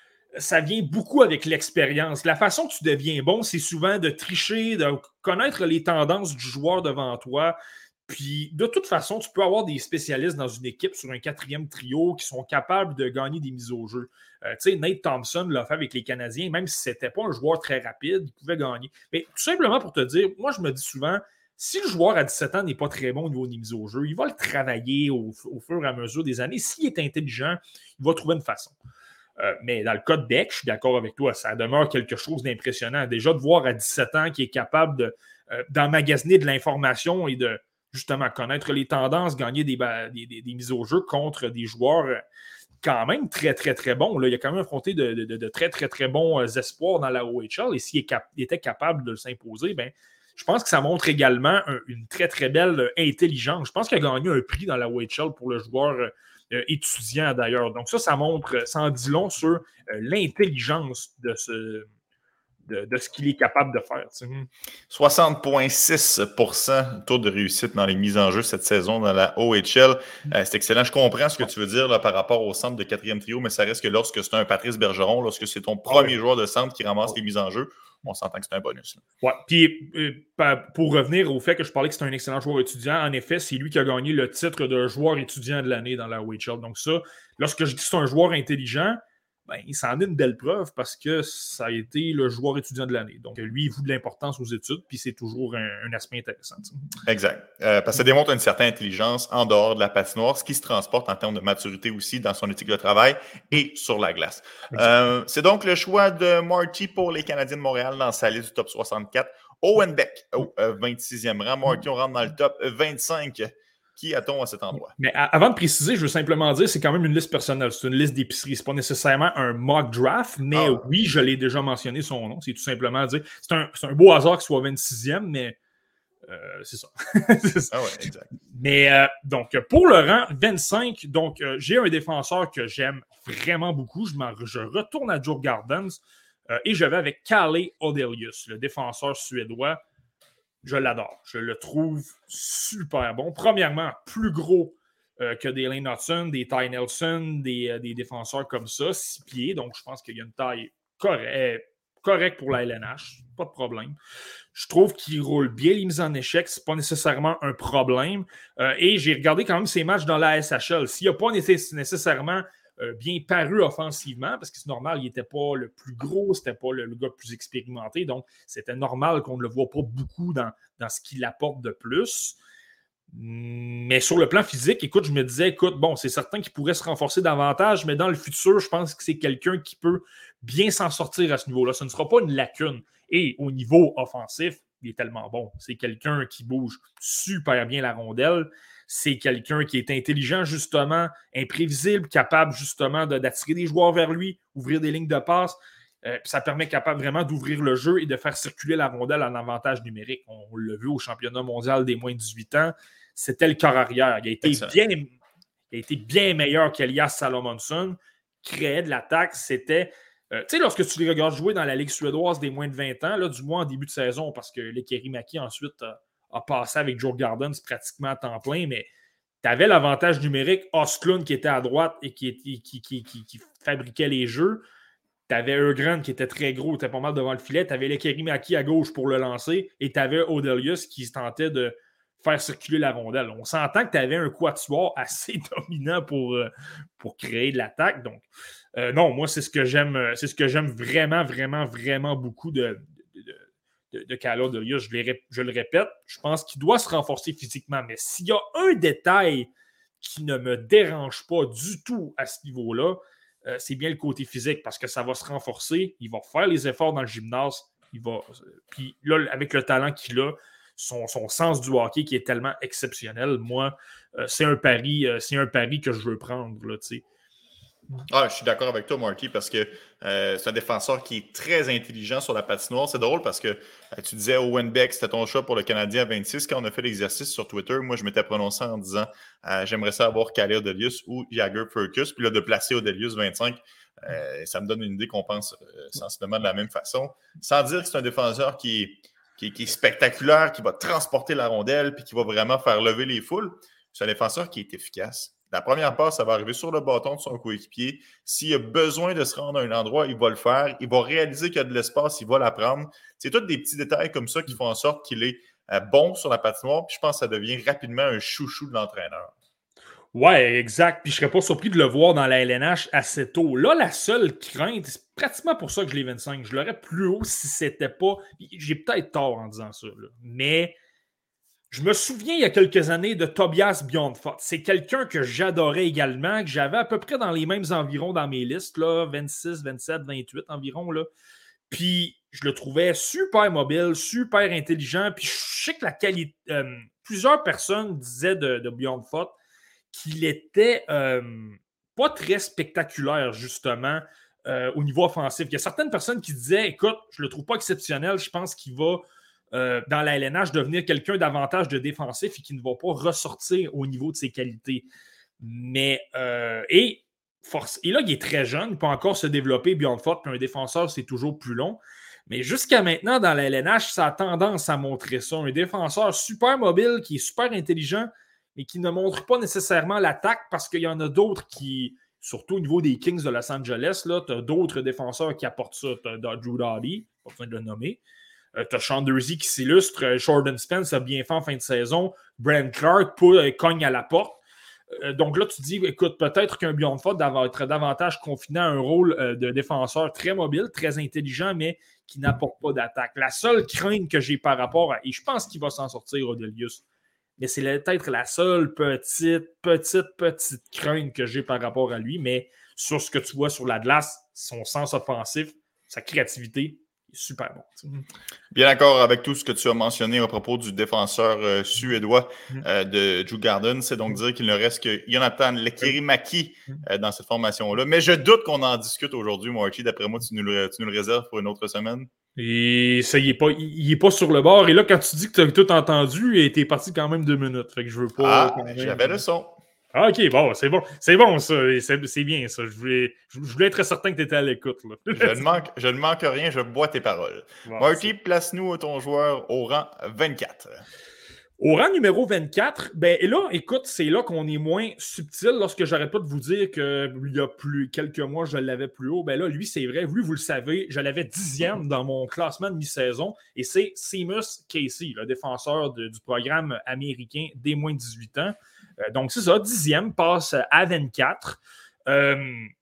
ça vient beaucoup avec l'expérience. La façon que tu deviens bon, c'est souvent de tricher, de connaître les tendances du joueur devant toi. Puis, de toute façon, tu peux avoir des spécialistes dans une équipe sur un quatrième trio qui sont capables de gagner des mises au jeu. Euh, tu sais, Nate Thompson l'a fait avec les Canadiens, même si ce n'était pas un joueur très rapide, il pouvait gagner. Mais tout simplement pour te dire, moi, je me dis souvent, si le joueur à dix-sept ans n'est pas très bon au niveau des mises au jeu, il va le travailler au, au fur et à mesure des années. S'il est intelligent, il va trouver une façon. Euh, mais dans le cas de Beck, je suis d'accord avec toi, ça demeure quelque chose d'impressionnant. Déjà, de voir à dix-sept ans qu'il est capable de, euh, d'emmagasiner de l'information et de justement connaître les tendances, gagner des, des, des, des mises au jeu contre des joueurs quand même très, très, très bons. Là, il a quand même affronté de, de, de, de très, très, très bons espoirs dans la O H L et s'il est cap- était capable de s'imposer, ben, je pense que ça montre également un, une très, très belle intelligence. Je pense qu'il a gagné un prix dans la O H L pour le joueur euh, étudiant d'ailleurs. Donc ça, ça montre, ça en dit long sur euh, l'intelligence de ce... De, de ce qu'il est capable de faire. Tu sais. soixante virgule six pour cent taux de réussite dans les mises en jeu cette saison dans la O H L. Euh, c'est excellent. Je comprends ce que tu veux dire là, par rapport au centre de quatrième trio, mais ça reste que lorsque c'est un Patrice Bergeron, lorsque c'est ton premier ouais. joueur de centre qui ramasse ouais. les mises en jeu, on s'entend que c'est un bonus. Là. Ouais. Puis euh, pour revenir au fait que je parlais que c'est un excellent joueur étudiant, en effet, c'est lui qui a gagné le titre de joueur étudiant de l'année dans la O H L. Donc ça, lorsque je dis que c'est un joueur intelligent, ben, ça en est une belle preuve parce que ça a été le joueur étudiant de l'année. Donc, lui, il voue de l'importance aux études, puis c'est toujours un, un aspect intéressant. T'sais. Exact. Euh, parce que ça démontre une certaine intelligence en dehors de la patinoire, ce qui se transporte en termes de maturité aussi dans son éthique de travail et sur la glace. Euh, c'est donc le choix de Marty pour les Canadiens de Montréal dans sa liste du top soixante-quatre. Owen Beck, au euh, vingt-sixième rang. Marty, on rentre dans le top vingt-cinq. Qui a-t-on à cet endroit? Mais avant de préciser, je veux simplement dire, c'est quand même une liste personnelle. C'est une liste d'épicerie. C'est pas nécessairement un mock draft, mais ah. oui, je l'ai déjà mentionné son nom. C'est tout simplement dire. C'est un, c'est un beau hasard qu'il soit vingt-sixième, mais euh, c'est ça. c'est ça. Ah ouais, exact. Mais euh, donc, pour le rang vingt-cinq, donc euh, j'ai un défenseur que j'aime vraiment beaucoup. Je, je retourne à Joe Gardens euh, et je vais avec Kalle Odelius, le défenseur suédois. Je l'adore. Je le trouve super bon. Premièrement, plus gros euh, que des Lane Hudson, des Ty Nelson, des, euh, des défenseurs comme ça, six pieds. Donc, je pense qu'il y a une taille correcte, correcte pour la L N H. Pas de problème. Je trouve qu'il roule bien les mises en échec. Ce n'est pas nécessairement un problème. Euh, et j'ai regardé quand même ses matchs dans la S H L. S'il n'a pas nécessairement euh, bien paru offensivement, parce que c'est normal, il n'était pas le plus gros, c'était pas le, le gars le plus expérimenté, donc c'était normal qu'on ne le voit pas beaucoup dans, dans ce qu'il apporte de plus. Mais sur le plan physique, écoute, je me disais, écoute, bon, c'est certain qu'il pourrait se renforcer davantage, mais dans le futur, je pense que c'est quelqu'un qui peut bien s'en sortir à ce niveau-là. Ce ne sera pas une lacune. Et au niveau offensif, il est tellement bon. C'est quelqu'un qui bouge super bien la rondelle. C'est quelqu'un qui est intelligent, justement, imprévisible, capable, justement, de, d'attirer des joueurs vers lui, ouvrir des lignes de passe. Euh, ça permet capable vraiment d'ouvrir le jeu et de faire circuler la rondelle en avantage numérique. On, on l'a vu au championnat mondial des moins de dix-huit ans. C'était le corps arrière. Il a été, bien, il a été bien meilleur qu'Elias Salomonson. Créait de l'attaque. C'était... Euh, tu sais, lorsque tu les regardes jouer dans la Ligue suédoise des moins de vingt ans, là, du moins en début de saison, parce que Lekeri Maki ensuite a, a passé avec Joe Gardens pratiquement à temps plein, mais tu avais l'avantage numérique, Osklund qui était à droite et qui, qui, qui, qui, qui, qui fabriquait les jeux. Tu avais Ögren qui était très gros, était pas mal devant le filet. Tu avais Lekeri Maki à gauche pour le lancer et tu avais Odelius qui tentait de faire circuler la rondelle. On s'entend que tu avais un quatuor assez dominant pour, euh, pour créer de l'attaque. Donc, euh, non, moi, c'est ce que j'aime, c'est ce que j'aime vraiment, vraiment, vraiment beaucoup de, de, de, de Kalle Odelius. Je, les, je le répète, je pense qu'il doit se renforcer physiquement. Mais s'il y a un détail qui ne me dérange pas du tout à ce niveau-là, euh, c'est bien le côté physique parce que ça va se renforcer. Il va faire les efforts dans le gymnase. Il va, puis là, avec le talent qu'il a, son, son sens du hockey qui est tellement exceptionnel. Moi, euh, c'est un pari, euh, c'est un pari que je veux prendre, là, tu sais. Ah, je suis d'accord avec toi, Marky, parce que euh, c'est un défenseur qui est très intelligent sur la patinoire. C'est drôle parce que euh, tu disais Owen Beck, c'était ton choix pour le Canadien à vingt-six. Quand on a fait l'exercice sur Twitter, moi, je m'étais prononcé en disant euh, j'aimerais ça avoir Kyle Odelius ou Jagger Furcus. Puis là, de placer Odelius vingt-cinq, euh, ça me donne une idée qu'on pense euh, sensiblement de la même façon. Sans dire que c'est un défenseur qui est, qui, est, qui est spectaculaire, qui va transporter la rondelle puis qui va vraiment faire lever les foules. C'est un défenseur qui est efficace. La première passe, ça va arriver sur le bâton de son coéquipier. S'il a besoin de se rendre à un endroit, il va le faire. Il va réaliser qu'il y a de l'espace, il va la prendre. C'est tous des petits détails comme ça qui font en sorte qu'il est euh, bon sur la patinoire. Puis je pense que ça devient rapidement un chouchou de l'entraîneur. Ouais, exact. Puis je serais pas surpris de le voir dans la L N H assez tôt. Là, la seule crainte, c'est pratiquement pour ça que je l'ai vingt-cinq. Je l'aurais plus haut si c'était pas... J'ai peut-être tort en disant ça, là. Mais... Je me souviens il y a quelques années de Tobias Bjornfot. C'est quelqu'un que j'adorais également, que j'avais à peu près dans les mêmes environs dans mes listes, là, vingt-six, vingt-sept, vingt-huit environ. Là. Puis je le trouvais super mobile, super intelligent. Puis je sais que la qualité. Euh, plusieurs personnes disaient de, de Bjornfot qu'il était euh, pas très spectaculaire, justement, euh, au niveau offensif. Il y a certaines personnes qui disaient écoute, je le trouve pas exceptionnel, je pense qu'il va. Euh, dans la L N H, devenir quelqu'un davantage de défensif et qui ne va pas ressortir au niveau de ses qualités. Mais, euh, et, force, et là, il est très jeune, il peut encore se développer, Bjornfot, puis un défenseur, c'est toujours plus long. Mais jusqu'à maintenant, dans la L N H, ça a tendance à montrer ça. Un défenseur super mobile, qui est super intelligent, mais qui ne montre pas nécessairement l'attaque parce qu'il y en a d'autres qui, surtout au niveau des Kings de Los Angeles, tu as d'autres défenseurs qui apportent ça. Tu as Drew Doughty, pas besoin de le nommer. Euh, tu as Sean Durzi qui s'illustre. Jordan Spence a bien fait en fin de saison. Brent Clark pour, euh, cogne à la porte. Euh, donc là, tu te dis, écoute, peut-être qu'un Bjornfot va être davantage confiné à un rôle euh, de défenseur très mobile, très intelligent, mais qui n'apporte pas d'attaque. La seule crainte que j'ai par rapport à... Et je pense qu'il va s'en sortir, Odelius. Mais c'est peut-être la seule petite, petite, petite crainte que j'ai par rapport à lui. Mais sur ce que tu vois sur la glace, son sens offensif, sa créativité, super bon. Bien d'accord avec tout ce que tu as mentionné à propos du défenseur euh, suédois euh, de Djurgården. C'est donc dire qu'il ne reste que Jonathan Lekkerimäki euh, dans cette formation-là. Mais je doute qu'on en discute aujourd'hui, Marky. D'après moi, tu nous, le, tu nous le réserves pour une autre semaine. Et ça, il n'est pas, il est pas sur le bord. Et là, quand tu dis que tu as tout entendu, et t'es parti quand même deux minutes. Fait que je veux pas. Ah, j'avais le son. Ah, ok, bon, c'est bon. C'est bon, ça. C'est, c'est bien, ça. Je voulais, je voulais être certain que tu étais à l'écoute. Là. je, ne manque, je ne manque rien, je bois tes paroles. Bon, Marty, place-nous ton joueur au rang vingt-quatre. Au rang numéro vingt-quatre, ben et là, écoute, c'est là qu'on est moins subtil lorsque j'arrête pas de vous dire qu'il y a plus quelques mois, je l'avais plus haut. Ben là, lui, c'est vrai, lui, vous le savez, je l'avais dixième dans mon classement de mi-saison et c'est Seamus Casey, le défenseur de, du programme américain des moins de dix-huit ans. Euh, donc, c'est ça, dixième, passe à vingt-quatre. Euh,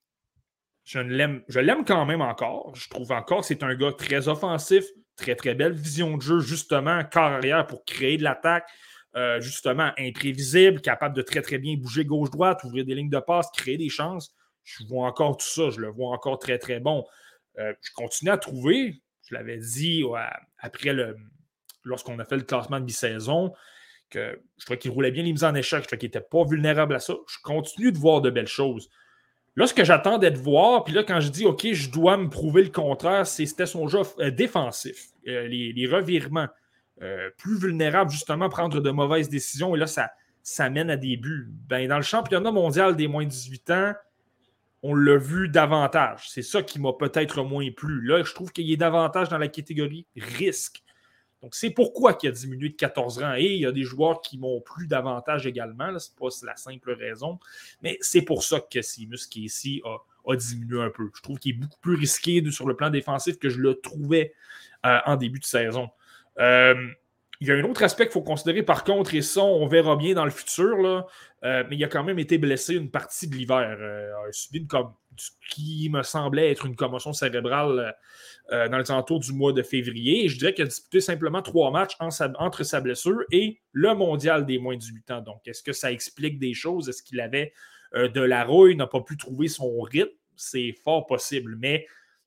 je, l'aime, je l'aime quand même encore. Je trouve encore que c'est un gars très offensif, très, très belle vision de jeu, justement, corps arrière pour créer de l'attaque, euh, justement, imprévisible, capable de très, très bien bouger gauche-droite, ouvrir des lignes de passe, créer des chances. Je vois encore tout ça, je le vois encore très, très bon. Euh, je continue à trouver, je l'avais dit ouais, après le, lorsqu'on a fait le classement de mi-saison, que je trouvais qu'il roulait bien les mises en échec, je trouvais qu'il n'était pas vulnérable à ça. Je continue de voir de belles choses. Là, ce que j'attendais de voir, puis là, quand je dis « OK, je dois me prouver le contraire », c'était son jeu euh, défensif, euh, les, les revirements, euh, plus vulnérable, justement, à prendre de mauvaises décisions, et là, ça, ça mène à des buts. Ben, dans le championnat mondial des moins de dix-huit ans, on l'a vu davantage. C'est ça qui m'a peut-être moins plu. Là, je trouve qu'il est davantage dans la catégorie risque. Donc, c'est pourquoi il a diminué de quatorze rangs. Et il y a des joueurs qui m'ont plu davantage également. Ce n'est pas la simple raison. Mais c'est pour ça que Seamus Casey a, a diminué un peu. Je trouve qu'il est beaucoup plus risqué sur le plan défensif que je le trouvais euh, en début de saison. Euh, il y a un autre aspect qu'il faut considérer, par contre, et ça, on verra bien dans le futur, là, euh, mais il a quand même été blessé une partie de l'hiver. Euh, il a subi une com- ce qui me semblait être une commotion cérébrale euh, dans les alentours du mois de février. Et je dirais qu'il a disputé simplement trois matchs en sa, entre sa blessure et le mondial des moins de dix-huit ans. Donc, est-ce que ça explique des choses? Est-ce qu'il avait euh, de la rouille, n'a pas pu trouver son rythme? C'est fort possible, mais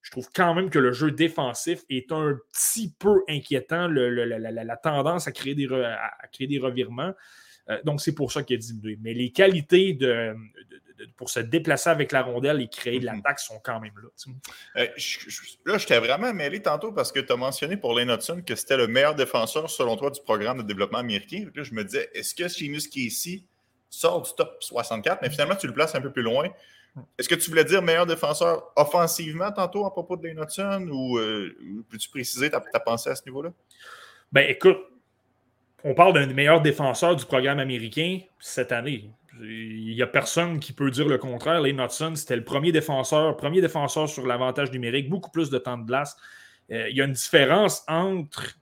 Je trouve quand même que le jeu défensif est un petit peu inquiétant, le, le, la, la, la tendance à créer des, re, à créer des revirements. Euh, donc, c'est pour ça qu'il a diminué. Mais les qualités de, de, de, pour se déplacer avec la rondelle et créer de l'attaque sont quand même là. Euh, je, je, là, je t'ai vraiment mêlé tantôt parce que tu as mentionné pour Lane Hutson que c'était le meilleur défenseur, selon toi, du programme de développement américain. Là, je me disais, est-ce que Seamus Casey sort du top soixante-quatre? Mais finalement, tu le places un peu plus loin. Est-ce que tu voulais dire meilleur défenseur offensivement tantôt à propos de Lane Hutson ou euh, peux-tu préciser ta, ta pensée à ce niveau-là? Ben écoute, on parle d'un des meilleurs défenseurs du programme américain cette année. Il n'y a personne qui peut dire le contraire. Lane Hutson, c'était le premier défenseur, premier défenseur sur l'avantage numérique, beaucoup plus de temps de glace. Euh, il y a une différence entre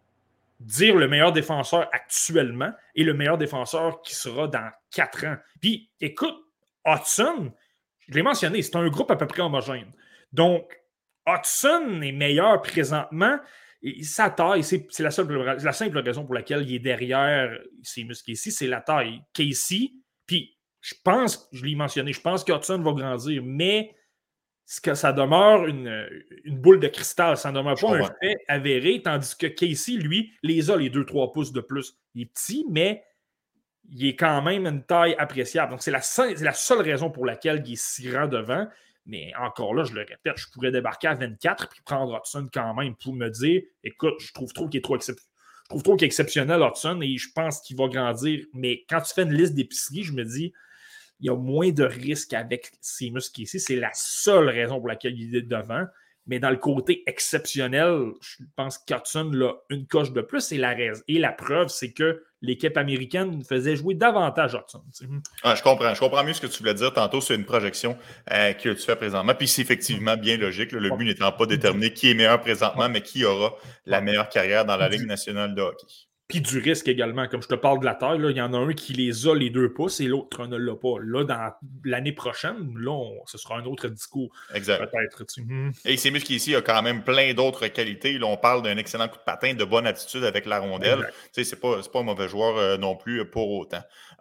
dire le meilleur défenseur actuellement et le meilleur défenseur qui sera dans quatre ans. Puis, écoute, Hutson, je l'ai mentionné, c'est un groupe à peu près homogène. Donc, Hutson est meilleur présentement. Et sa taille, c'est, c'est la, seule, la simple raison pour laquelle il est derrière Seamus Casey, c'est la taille. Casey, puis je pense, je l'ai mentionné, je pense qu'Hutson va grandir, mais que ça demeure une, une boule de cristal, ça ne demeure pas un fait avéré, tandis que Casey, lui, les a les deux trois pouces de plus. Il est petit, mais il est quand même une taille appréciable. Donc, c'est la, seule, c'est la seule raison pour laquelle il est si grand devant. Mais encore là, je le répète, je pourrais débarquer à vingt-quatre puis prendre Hutson quand même pour me dire, écoute, je trouve trop qu'il est trop, excep... je trouve trop qu'il est exceptionnel, Hutson, et je pense qu'il va grandir. Mais quand tu fais une liste d'épicerie, je me dis, il y a moins de risques avec Seamus Casey. C'est la seule raison pour laquelle il est devant. Mais dans le côté exceptionnel, je pense qu'Hutson a une coche de plus. Et la, rais... et la preuve, c'est que l'équipe américaine faisait jouer davantage Hutson. Ah, je comprends. Je comprends mieux ce que tu voulais dire tantôt. C'est une projection euh, que tu fais présentement. Puis c'est effectivement bien logique. Là, le but n'étant pas déterminé qui est meilleur présentement, mais qui aura la meilleure carrière dans la Ligue nationale de hockey. Puis du risque également. Comme je te parle de la taille, là, il y en a un qui les a les deux pouces et l'autre ne l'a pas. Là, dans l'année prochaine, là, on, ce sera un autre discours. Exact. Peut-être. Tu sais. Et Seamus Casey a quand même plein d'autres qualités. Là, on parle d'un excellent coup de patin, de bonne attitude avec la rondelle. Tu sais, c'est pas, c'est pas un mauvais joueur euh, non plus pour autant.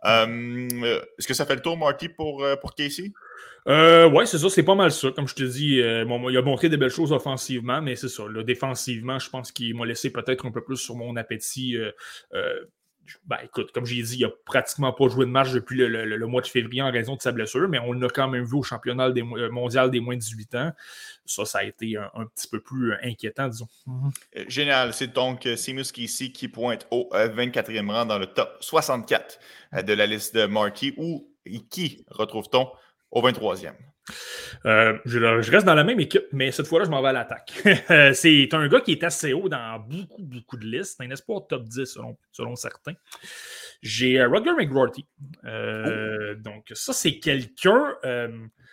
Euh, est-ce que ça fait le tour, Marty, pour, euh, pour Casey? Euh, oui, c'est ça, c'est pas mal ça. Comme je te dis, euh, bon, il a montré des belles choses offensivement, mais c'est ça. Là, défensivement, je pense qu'il m'a laissé peut-être un peu plus sur mon appétit. Euh, euh, ben, écoute, comme j'ai dit, il n'a pratiquement pas joué de match depuis le, le, le mois de février en raison de sa blessure, mais on l'a quand même vu au championnat des, mondial des moins de dix-huit ans. Ça, ça a été un, un petit peu plus inquiétant, disons. Mm-hmm. Génial. C'est donc Seamus Casey qui pointe au vingt-quatrième rang dans le top soixante-quatre de la liste de Marty. Où et qui retrouve-t-on au vingt-troisième? Euh, je, je reste dans la même équipe, mais cette fois-là, je m'en vais à l'attaque. C'est un gars qui est assez haut dans beaucoup, beaucoup de listes. Un espoir top dix, selon, selon certains. J'ai euh, Rutger McGroarty. Euh, oh. Donc, ça, c'est quelqu'un... Euh,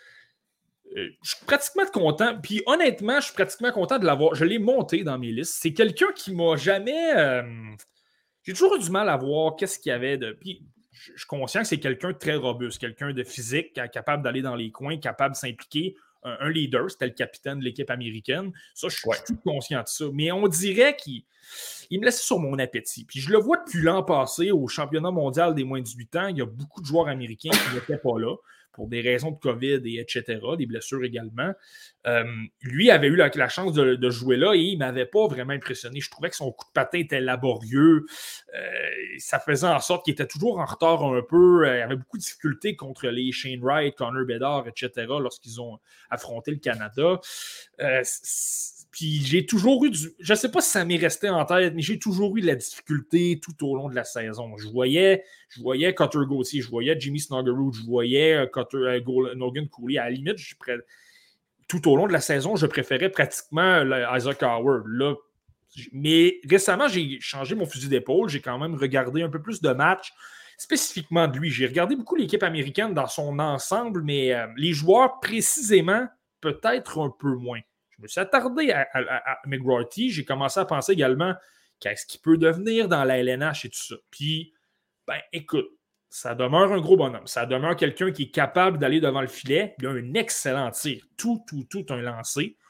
euh, je suis pratiquement content. Puis, honnêtement, je suis pratiquement content de l'avoir. Je l'ai monté dans mes listes. C'est quelqu'un qui m'a jamais... Euh, j'ai toujours eu du mal à voir qu'est-ce qu'il y avait de... Puis, je suis conscient que c'est quelqu'un de très robuste, quelqu'un de physique, capable d'aller dans les coins, capable de s'impliquer. Un, un leader, c'était le capitaine de l'équipe américaine. Ça, je suis ouais. tout conscient de ça. Mais on dirait qu'il il me laisse sur mon appétit. Puis je le vois depuis l'an passé au championnat mondial des moins de dix-huit ans. Il y a beaucoup de joueurs américains qui n'étaient pas là pour des raisons de COVID et et cetera, des blessures également. Euh, lui avait eu la, la chance de, de jouer là et il ne m'avait pas vraiment impressionné. Je trouvais que son coup de patin était laborieux. Euh, ça faisait en sorte qu'il était toujours en retard un peu. Euh, il avait beaucoup de difficultés contre les Shane Wright, Connor Bedard, et cetera lorsqu'ils ont affronté le Canada. Euh, Puis j'ai toujours eu du... Je ne sais pas si ça m'est resté en tête, mais j'ai toujours eu de la difficulté tout au long de la saison. Je voyais, je voyais Cutter Gauthier, je voyais Jimmy Snuggerud, je voyais Cutter, euh, Logan Cooley. À la limite, je pré... tout au long de la saison, je préférais pratiquement Isaac Howard. Là. Mais récemment, j'ai changé mon fusil d'épaule. J'ai quand même regardé un peu plus de matchs spécifiquement de lui. J'ai regardé beaucoup l'équipe américaine dans son ensemble, mais euh, les joueurs précisément, peut-être un peu moins. Je me suis attardé à, à, à McGroarty. J'ai commencé à penser également qu'est-ce qu'il peut devenir dans la L N H et tout ça. Puis, ben, écoute, ça demeure un gros bonhomme. Ça demeure quelqu'un qui est capable d'aller devant le filet. Il a un excellent tir. Tout, tout, tout un lancer.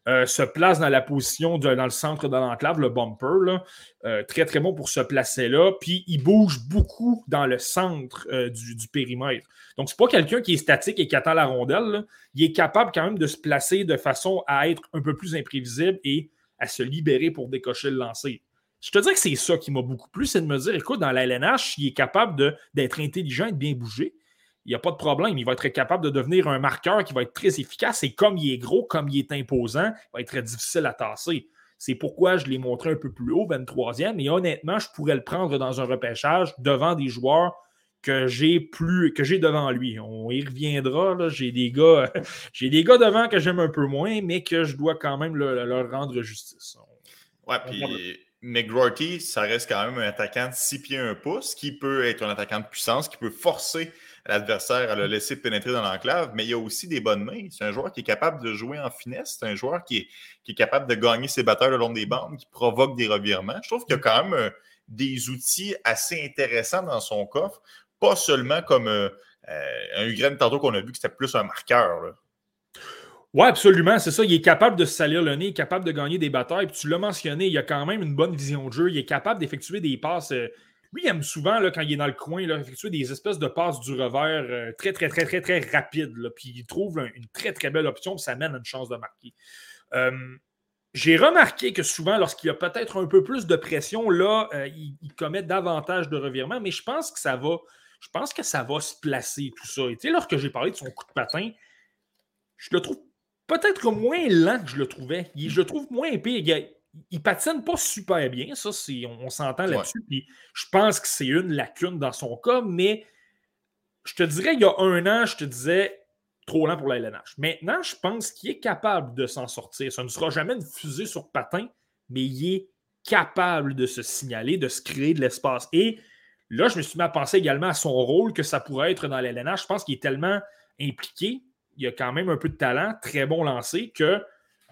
Euh, se place dans la position de, dans le centre de l'enclave, le bumper. Là. Euh, très, très bon pour se placer là. Puis, il bouge beaucoup dans le centre euh, du, du périmètre. Donc, c'est pas quelqu'un qui est statique et qui attend la rondelle. Là. Il est capable quand même de se placer de façon à être un peu plus imprévisible et à se libérer pour décocher le lancer. Je te dirais que c'est ça qui m'a beaucoup plu, c'est de me dire, écoute, dans la L N H, il est capable de, d'être intelligent et de bien bouger. Il n'y a pas de problème. Il va être capable de devenir un marqueur qui va être très efficace. Et comme il est gros, comme il est imposant, il va être très difficile à tasser. C'est pourquoi je l'ai montré un peu plus haut, vingt-troisième. Et honnêtement, je pourrais le prendre dans un repêchage devant des joueurs que j'ai plus que j'ai devant lui. On y reviendra. Là. J'ai des gars, j'ai des gars devant que j'aime un peu moins, mais que je dois quand même le, leur rendre justice. Ouais, puis McGroarty, ça reste quand même un attaquant de six pieds un pouce qui peut être un attaquant de puissance, qui peut forcer l'adversaire à le laisser pénétrer dans l'enclave, mais il a aussi des bonnes mains. C'est un joueur qui est capable de jouer en finesse. C'est un joueur qui est, qui est capable de gagner ses batteurs le long des bandes, qui provoque des revirements. Je trouve qu'il y a quand même euh, des outils assez intéressants dans son coffre, pas seulement comme euh, euh, un Ugren tantôt qu'on a vu que c'était plus un marqueur. Là. Oui, absolument, c'est ça. Il est capable de se salir le nez, il est capable de gagner des batailles. Puis tu l'as mentionné, il a quand même une bonne vision de jeu. Il est capable d'effectuer des passes. Euh, lui, il aime souvent, là, quand il est dans le coin, là, effectuer des espèces de passes du revers euh, très, très, très, très, très rapides. Là. Puis il trouve un, une très, très belle option, puis ça mène à une chance de marquer. Euh, j'ai remarqué que souvent, lorsqu'il y a peut-être un peu plus de pression, là, euh, il, il commet davantage de revirements, mais je pense que ça va, je pense que ça va se placer, tout ça. Et tu sais, lorsque j'ai parlé de son coup de patin, je le trouve peut-être moins lent que je le trouvais. Il, je le trouve moins épais. Il, il patine pas super bien. Ça, c'est, on, on s'entend là-dessus. Ouais. Puis je pense que c'est une lacune dans son cas, mais je te dirais, il y a un an, je te disais trop lent pour la L N H. Maintenant, je pense qu'il est capable de s'en sortir. Ça ne sera jamais une fusée sur patin, mais il est capable de se signaler, de se créer de l'espace. Et là, je me suis mis à penser également à son rôle que ça pourrait être dans la L N H. Je pense qu'il est tellement impliqué. Il a quand même un peu de talent, très bon lancé, que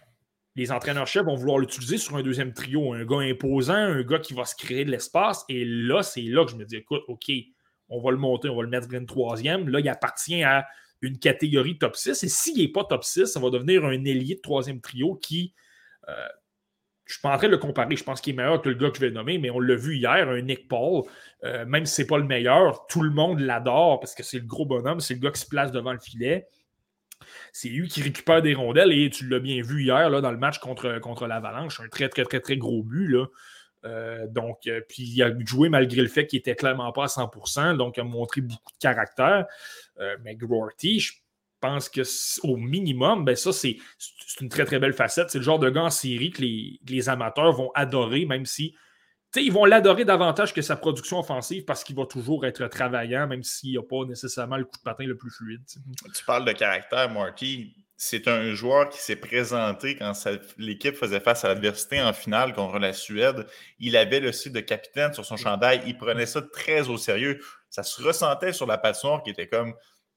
les entraîneurs-chefs vont vouloir l'utiliser sur un deuxième trio. Un gars imposant, un gars qui va se créer de l'espace. Et là, c'est là que je me dis, écoute, OK, on va le monter, on va le mettre vingt-troisième. Là, il appartient à une catégorie top six. Et s'il n'est pas top six, ça va devenir un ailier de troisième trio qui, euh, je ne suis pas en train de le comparer, je pense qu'il est meilleur que le gars que je vais nommer, mais on l'a vu hier, un Nick Paul, euh, même si ce n'est pas le meilleur, tout le monde l'adore parce que c'est le gros bonhomme, c'est le gars qui se place devant le filet. C'est lui qui récupère des rondelles et tu l'as bien vu hier là, dans le match contre, contre l'Avalanche. Un très, très, très, très gros but. Là. Euh, donc, euh, puis il a joué malgré le fait qu'il n'était clairement pas à cent pour cent. Donc, il a montré beaucoup de caractère. Euh, mais McGroarty, je pense qu'au minimum, ben ça, c'est, c'est une très, très belle facette. C'est le genre de gars en série que les, les amateurs vont adorer, même si T'sais, ils vont l'adorer davantage que sa production offensive parce qu'il va toujours être travaillant, même s'il n'a pas nécessairement le coup de patin le plus fluide. T'sais. Tu parles de caractère, Marty. C'est un joueur qui s'est présenté quand sa, l'équipe faisait face à l'adversité en finale contre la Suède. Il avait le site de capitaine sur son chandail. Il prenait ça très au sérieux. Ça se ressentait sur la patinoire qui était comme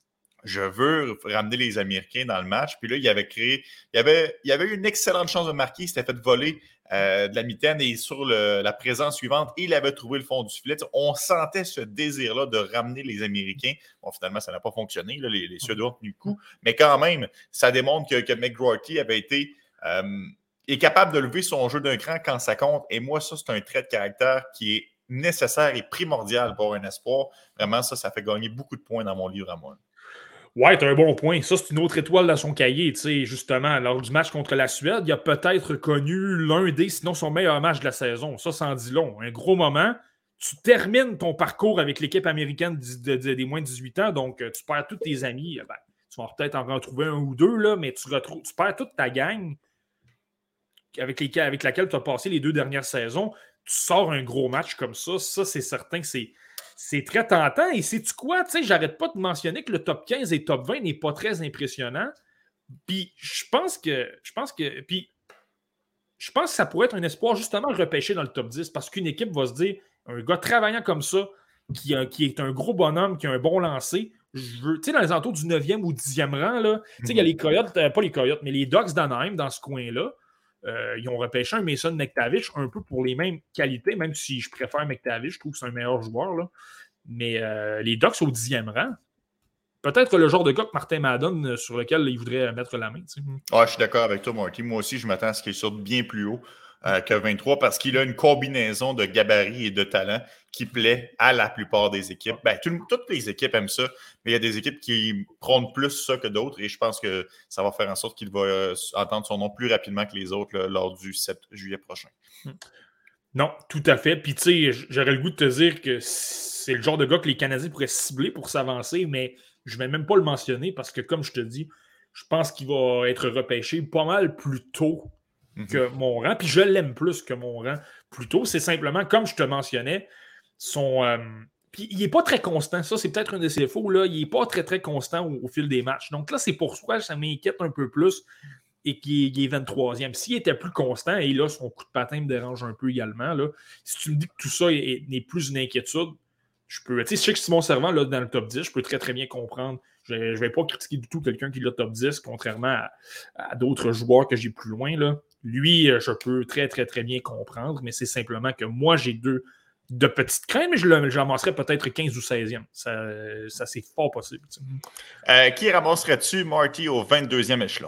je veux ramener les Américains dans le match. Puis là, il avait créé, il avait, il avait eu une excellente chance de marquer. Il s'était fait voler euh, de la mitaine et sur le, la présence suivante, il avait trouvé le fond du filet. On sentait ce désir-là de ramener les Américains. Bon, finalement, ça n'a pas fonctionné. Là, les, les Suédois ont tenu le coup. Mais quand même, ça démontre que, que McGroarty avait été euh, est capable de lever son jeu d'un cran quand ça compte. Et moi, ça, c'est un trait de caractère qui est nécessaire et primordial pour un espoir. Vraiment, ça, ça fait gagner beaucoup de points dans mon livre à moi. Ouais, t'as un bon point. Ça, c'est une autre étoile dans son cahier. Tu sais, justement, lors du match contre la Suède, il a peut-être connu l'un des, sinon son meilleur match de la saison. Ça, ça en dit long. Un gros moment. Tu termines ton parcours avec l'équipe américaine de, de, des moins de dix-huit ans, donc tu perds tous tes amis. Ben, tu vas peut-être en retrouver un ou deux, là, mais tu, retrouves, tu perds toute ta gang avec, les, avec laquelle tu as passé les deux dernières saisons. Tu sors un gros match comme ça. Ça, c'est certain que c'est... C'est très tentant. Et sais-tu quoi? Tu sais, j'arrête pas de mentionner que le top quinze et top vingt n'est pas très impressionnant. Puis je pense que. Je pense que. Puis je pense que ça pourrait être un espoir justement repêché dans le top dix parce qu'une équipe va se dire un gars travaillant comme ça, qui, a, qui est un gros bonhomme, qui a un bon lancer. Je veux, tu sais, dans les entours du neuvième ou dixième rang, là, tu sais, il y a les Coyotes, euh, pas les Coyotes, mais les Ducks d'Anaheim dans ce coin-là. Euh, ils ont repêché un Mason McTavish un peu pour les mêmes qualités, même si je préfère McTavish, je trouve que c'est un meilleur joueur. Là. Mais euh, les Ducks au dixième rang, peut-être le genre de gars que Martin Madden sur lequel il voudrait mettre la main. Tu sais. Ouais, je suis d'accord avec toi, Marty. Moi aussi, je m'attends à ce qu'il sorte bien plus haut euh, que vingt-trois parce qu'il a une combinaison de gabarit et de talent qui plaît à la plupart des équipes. Ben, tout, toutes les équipes aiment ça, mais il y a des équipes qui prônent plus ça que d'autres et je pense que ça va faire en sorte qu'il va euh, entendre son nom plus rapidement que les autres là, lors du sept juillet prochain. Non, tout à fait. Puis, tu sais, j'aurais le goût de te dire que c'est le genre de gars que les Canadiens pourraient cibler pour s'avancer, mais je ne vais même pas le mentionner parce que, comme je te dis, je pense qu'il va être repêché pas mal plus tôt mm-hmm. que Monrand. Puis, je l'aime plus que Monrand plus tôt. C'est simplement, comme je te mentionnais, son. Euh, puis, il n'est pas très constant. Ça, c'est peut-être un de ses défauts. Là. Il n'est pas très, très constant au, au fil des matchs. Donc, là, c'est pour ça que ça m'inquiète un peu plus. Et qui est, est vingt-troisième. S'il était plus constant, et là, son coup de patin me dérange un peu également, là, si tu me dis que tout ça n'est plus une inquiétude, je peux. Tu sais, je sais que Simon Servant, là, dans le top dix, je peux très, très bien comprendre. Je ne vais pas critiquer du tout quelqu'un qui l'a top dix, contrairement à, à d'autres joueurs que j'ai plus loin. Là. Lui, je peux très, très, très bien comprendre, mais c'est simplement que moi, j'ai deux de petites craintes, mais je l'amasserais peut-être quinze ou seizième. Ça, ça c'est fort possible. Euh, qui ramasserais-tu, Marty, au vingt-deuxième échelon?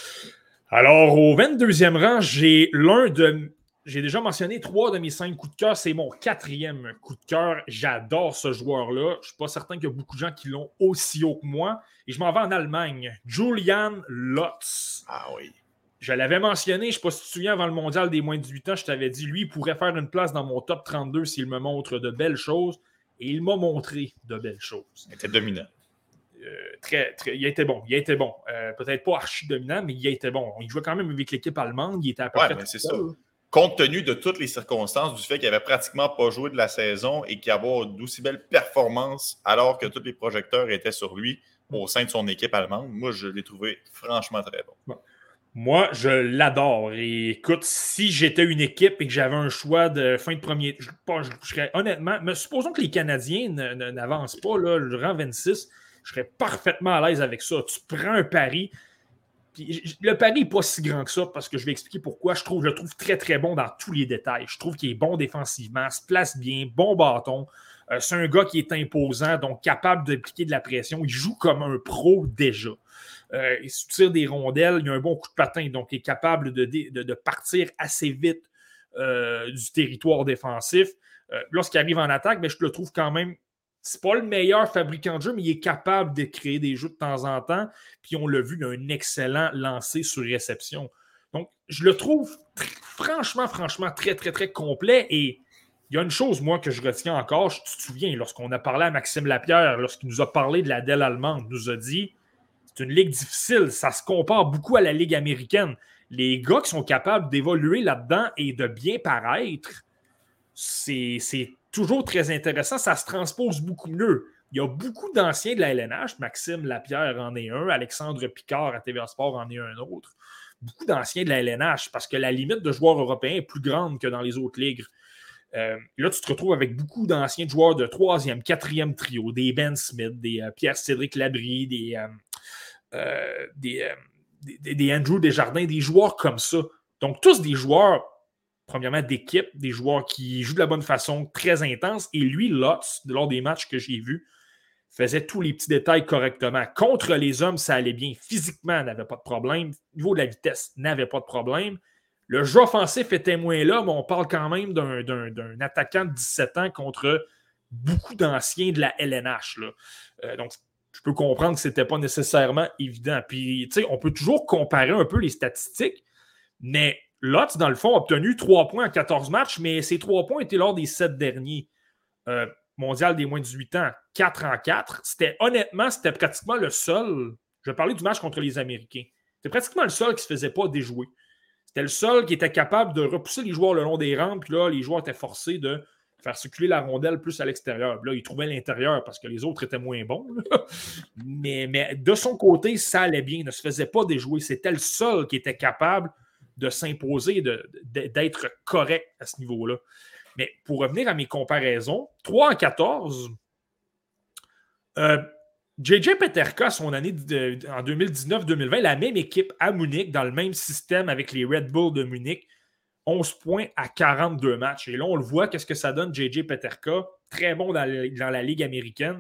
Alors, au vingt-deuxième rang, j'ai l'un de... J'ai déjà mentionné trois de mes cinq coups de cœur. C'est mon quatrième coup de cœur. J'adore ce joueur-là. Je ne suis pas certain qu'il y a beaucoup de gens qui l'ont aussi haut que moi. Et je m'en vais en Allemagne. Julian Lotz. Ah oui. Je l'avais mentionné, je ne sais pas si tu te souviens, avant le mondial des moins de dix-huit ans, je t'avais dit, lui, il pourrait faire une place dans mon top trente-deux s'il me montre de belles choses. Et il m'a montré de belles choses. Il était dominant. Euh, très, très, il a été bon. Il a été bon. Euh, peut-être pas archi dominant, mais il a été bon. Il jouait quand même avec l'équipe allemande. Il était à peu ouais, près. Mais c'est ça. Compte tenu de toutes les circonstances, du fait qu'il n'avait pratiquement pas joué de la saison et qu'il avait d'aussi belles performances alors que tous les projecteurs étaient sur lui au sein de son équipe allemande, moi, je l'ai trouvé franchement très bon. bon. Moi, je l'adore. Et écoute, si j'étais une équipe et que j'avais un choix de fin de premier, je, je, je serais honnêtement, mais supposons que les Canadiens n'avancent pas, là, le rang vingt-six, je serais parfaitement à l'aise avec ça. Tu prends un pari. Puis, le pari n'est pas si grand que ça parce que je vais expliquer pourquoi. Je trouve, je le trouve très, très bon dans tous les détails. Je trouve qu'il est bon défensivement, se place bien, bon bâton. Euh, c'est un gars qui est imposant, donc capable d'appliquer de la pression. Il joue comme un pro déjà. Euh, il se tire des rondelles, il a un bon coup de patin, donc il est capable de, de, de partir assez vite euh, du territoire défensif. Euh, lorsqu'il arrive en attaque, bien, je le trouve quand même. C'est pas le meilleur fabricant de jeu, mais il est capable de créer des jeux de temps en temps. Puis on l'a vu, il a un excellent lancer sur réception. Donc, je le trouve très, franchement, franchement, très, très, très complet. Et il y a une chose, moi, que je retiens encore. Je, tu te souviens, lorsqu'on a parlé à Maxime Lapierre, lorsqu'il nous a parlé de la D E L allemande, il nous a dit c'est une ligue difficile. Ça se compare beaucoup à la ligue américaine. Les gars qui sont capables d'évoluer là-dedans et de bien paraître, c'est... c'est toujours très intéressant, ça se transpose beaucoup mieux. Il y a beaucoup d'anciens de la L N H, Maxime Lapierre en est un, Alexandre Picard à T V A Sport en est un autre. Beaucoup d'anciens de la L N H parce que la limite de joueurs européens est plus grande que dans les autres ligues. Euh, là, tu te retrouves avec beaucoup d'anciens joueurs de troisième, quatrième trio, des Ben Smith, des euh, Pierre-Cédric Labrie, des, euh, euh, des, euh, des, des Andrew Desjardins, des joueurs comme ça. Donc, tous des joueurs premièrement, d'équipe, des joueurs qui jouent de la bonne façon, très intense. Et lui, Lotz, lors des matchs que j'ai vus, faisait tous les petits détails correctement. Contre les hommes, ça allait bien. Physiquement, n'avait pas de problème. Au niveau de la vitesse, n'avait pas de problème. Le jeu offensif était moins là, mais on parle quand même d'un, d'un, d'un attaquant de dix-sept ans contre beaucoup d'anciens de la L N H. Là. Euh, donc, je peux comprendre que ce n'était pas nécessairement évident. Puis, tu sais, on peut toujours comparer un peu les statistiques, mais Lotz, dans le fond, a obtenu trois points en quatorze matchs, mais ces trois points étaient lors des sept derniers. Euh, mondial des moins de dix-huit ans, quatre en quatre. C'était, honnêtement, c'était pratiquement le seul. Je vais parler du match contre les Américains. C'était pratiquement le seul qui ne se faisait pas déjouer. C'était le seul qui était capable de repousser les joueurs le long des rampes, puis là, les joueurs étaient forcés de faire circuler la rondelle plus à l'extérieur. Puis là, ils trouvaient l'intérieur parce que les autres étaient moins bons. mais, mais de son côté, ça allait bien. Il ne se faisait pas déjouer. C'était le seul qui était capable de s'imposer, de, de, d'être correct à ce niveau-là. Mais pour revenir à mes comparaisons, trois en quatorze, euh, J J Peterka, son année de, de, en deux mille dix-neuf deux mille vingt, la même équipe à Munich, dans le même système avec les Red Bulls de Munich, onze points à quarante-deux matchs. Et là, on le voit, qu'est-ce que ça donne, J J Peterka, très bon dans, le, dans la Ligue américaine.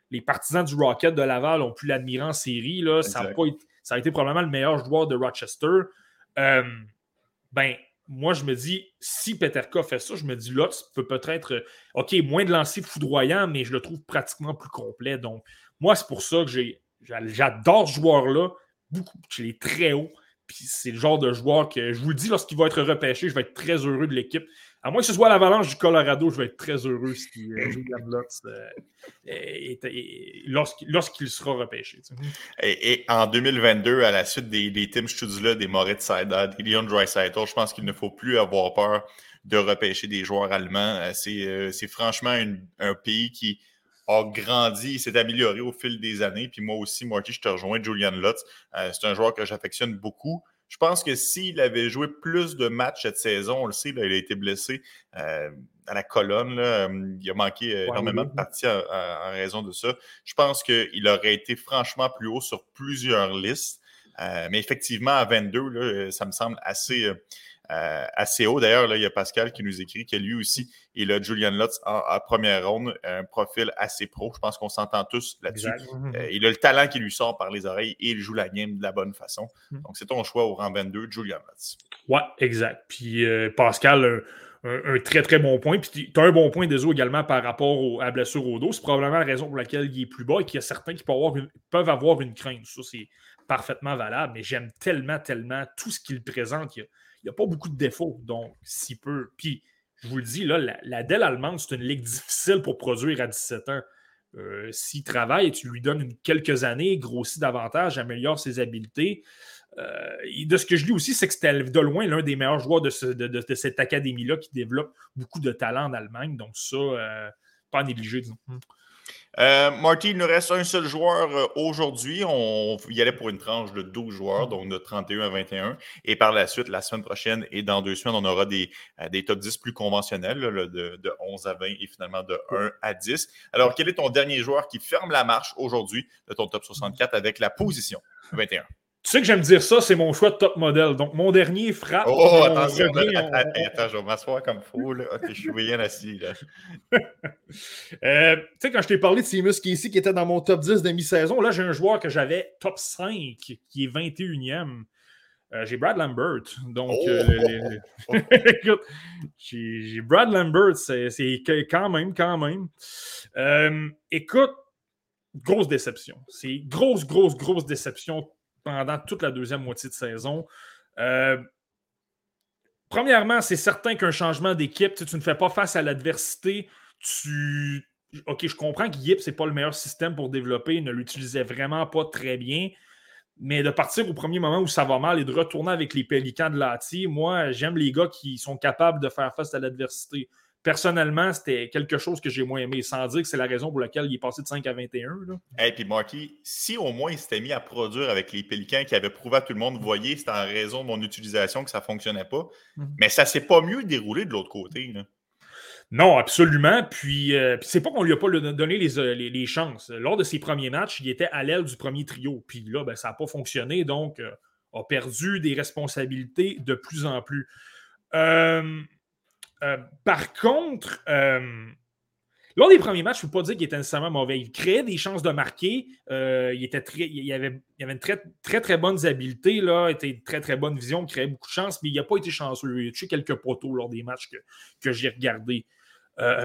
les partisans du Rocket de Laval ont pu l'admirer en série. Là, ça, a pas été, ça a été probablement le meilleur joueur de Rochester. Euh, ben, moi, je me dis, si Peterka fait ça, je me dis, Lutz peut peut-être, OK, moins de lancers foudroyants, mais je le trouve pratiquement plus complet. Donc, moi, c'est pour ça que j'ai, j'adore ce joueur-là. Beaucoup, je l'ai très haut. Puis c'est le genre de joueur que, je vous le dis, lorsqu'il va être repêché, je vais être très heureux de l'équipe. À moins que ce soit l'Avalanche du Colorado, je vais être très heureux si euh, Julian Lutz euh, est, est, est, lorsqu'il, lorsqu'il sera repêché. Et, et en deux mille vingt-deux, à la suite des, des Tim Stützle, des Moritz Seider, des Leon Draisaitl, je pense qu'il ne faut plus avoir peur de repêcher des joueurs allemands. C'est, euh, c'est franchement une, un pays qui a grandi, s'est amélioré au fil des années. Puis moi aussi, Marty, je te rejoins, Julian Lutz. Euh, c'est un joueur que j'affectionne beaucoup. Je pense que s'il avait joué plus de matchs cette saison, on le sait, là, il a été blessé euh, à la colonne. Là, euh, il a manqué euh, énormément de parties à, à, en raison de ça. Je pense qu'il aurait été franchement plus haut sur plusieurs listes. Euh, mais effectivement, à vingt-deux, là, ça me semble assez... Euh, Euh, assez haut. D'ailleurs, là, il y a Pascal qui nous écrit que lui aussi, il a Julian Lutz en, en première ronde, un profil assez pro. Je pense qu'on s'entend tous là-dessus. Euh, il a le talent qui lui sort par les oreilles et il joue la game de la bonne façon. Mm. Donc, c'est ton choix au rang vingt-deux, Julian Lutz. Ouais, exact. Puis euh, Pascal, un, un, un très, très bon point. Puis tu as un bon point, Deso, également par rapport au, à la blessure au dos. C'est probablement la raison pour laquelle il est plus bas et qu'il y a certains qui peuvent avoir une, peuvent avoir une crainte. Ça, c'est parfaitement valable. Mais j'aime tellement, tellement tout ce qu'il présente. Il y a Il n'y a pas beaucoup de défauts, donc si peu. Puis, je vous le dis, là, la, la D E L allemande, c'est une ligue difficile pour produire à dix-sept ans. Euh, s'il travaille et tu lui donnes une, quelques années, grossit davantage, améliore ses habiletés. Euh, et de ce que je lis aussi, c'est que c'était de loin l'un des meilleurs joueurs de, ce, de, de, de cette académie-là qui développe beaucoup de talent en Allemagne. Donc ça, euh, pas à négliger, disons. Euh, Marty, il nous reste un seul joueur euh, aujourd'hui. On y allait pour une tranche de douze joueurs, donc de trente et un à vingt et un. Et par la suite, la semaine prochaine et dans deux semaines, on aura des, euh, des top dix plus conventionnels, là, de, de onze à vingt et finalement de un à dix. Alors, quel est ton dernier joueur qui ferme la marche aujourd'hui de ton top soixante-quatre avec la position vingt et un? Tu sais que j'aime dire ça, c'est mon choix de top modèle. Donc, mon dernier frappe. Oh, attention, revient, on, attends, on... attends, je vais m'asseoir comme il faut. Là. Ok, je suis bien assis. Là. euh, tu sais, quand je t'ai parlé de Seamus Casey qui était dans mon top dix de mi-saison, là, j'ai un joueur que j'avais top cinq qui est vingt et unième. Euh, j'ai Brad Lambert. Donc, oh, euh, les... oh, oh. Écoute, j'ai, j'ai Brad Lambert, c'est, c'est quand même, quand même. Euh, écoute, grosse déception. C'est grosse, grosse, grosse déception pendant toute la deuxième moitié de saison. Euh, premièrement, c'est certain qu'un changement d'équipe, tu, tu ne fais pas face à l'adversité. Tu... OK, je comprends qu'Yip, ce n'est pas le meilleur système pour développer. Il ne l'utilisait vraiment pas très bien. Mais de partir au premier moment où ça va mal et de retourner avec les Pélicans de Lahti, moi, j'aime les gars qui sont capables de faire face à l'adversité. Personnellement, c'était quelque chose que j'ai moins aimé, sans dire que c'est la raison pour laquelle il est passé de cinq à vingt et un. Et hey, puis Marty, si au moins il s'était mis à produire avec les Pélicans qui avaient prouvé à tout le monde, vous voyez, c'était en raison de mon utilisation que ça ne fonctionnait pas, mm-hmm. mais ça ne s'est pas mieux déroulé de l'autre côté. Là. Non, absolument. Puis, euh, puis c'est pas qu'on lui a pas donné les, les, les chances. Lors de ses premiers matchs, il était à l'aile du premier trio. Puis là, ben, ça n'a pas fonctionné, donc euh, a perdu des responsabilités de plus en plus. Euh... Euh, par contre, euh, lors des premiers matchs, je ne peux pas dire qu'il était nécessairement mauvais. Il créait des chances de marquer. Euh, il, était très, il, avait, il avait une très, très, très bonne habileté. Il était une très, très bonne vision. Il créait beaucoup de chances, mais il n'a pas été chanceux. Il a touché quelques poteaux lors des matchs que, que j'ai regardés. Euh,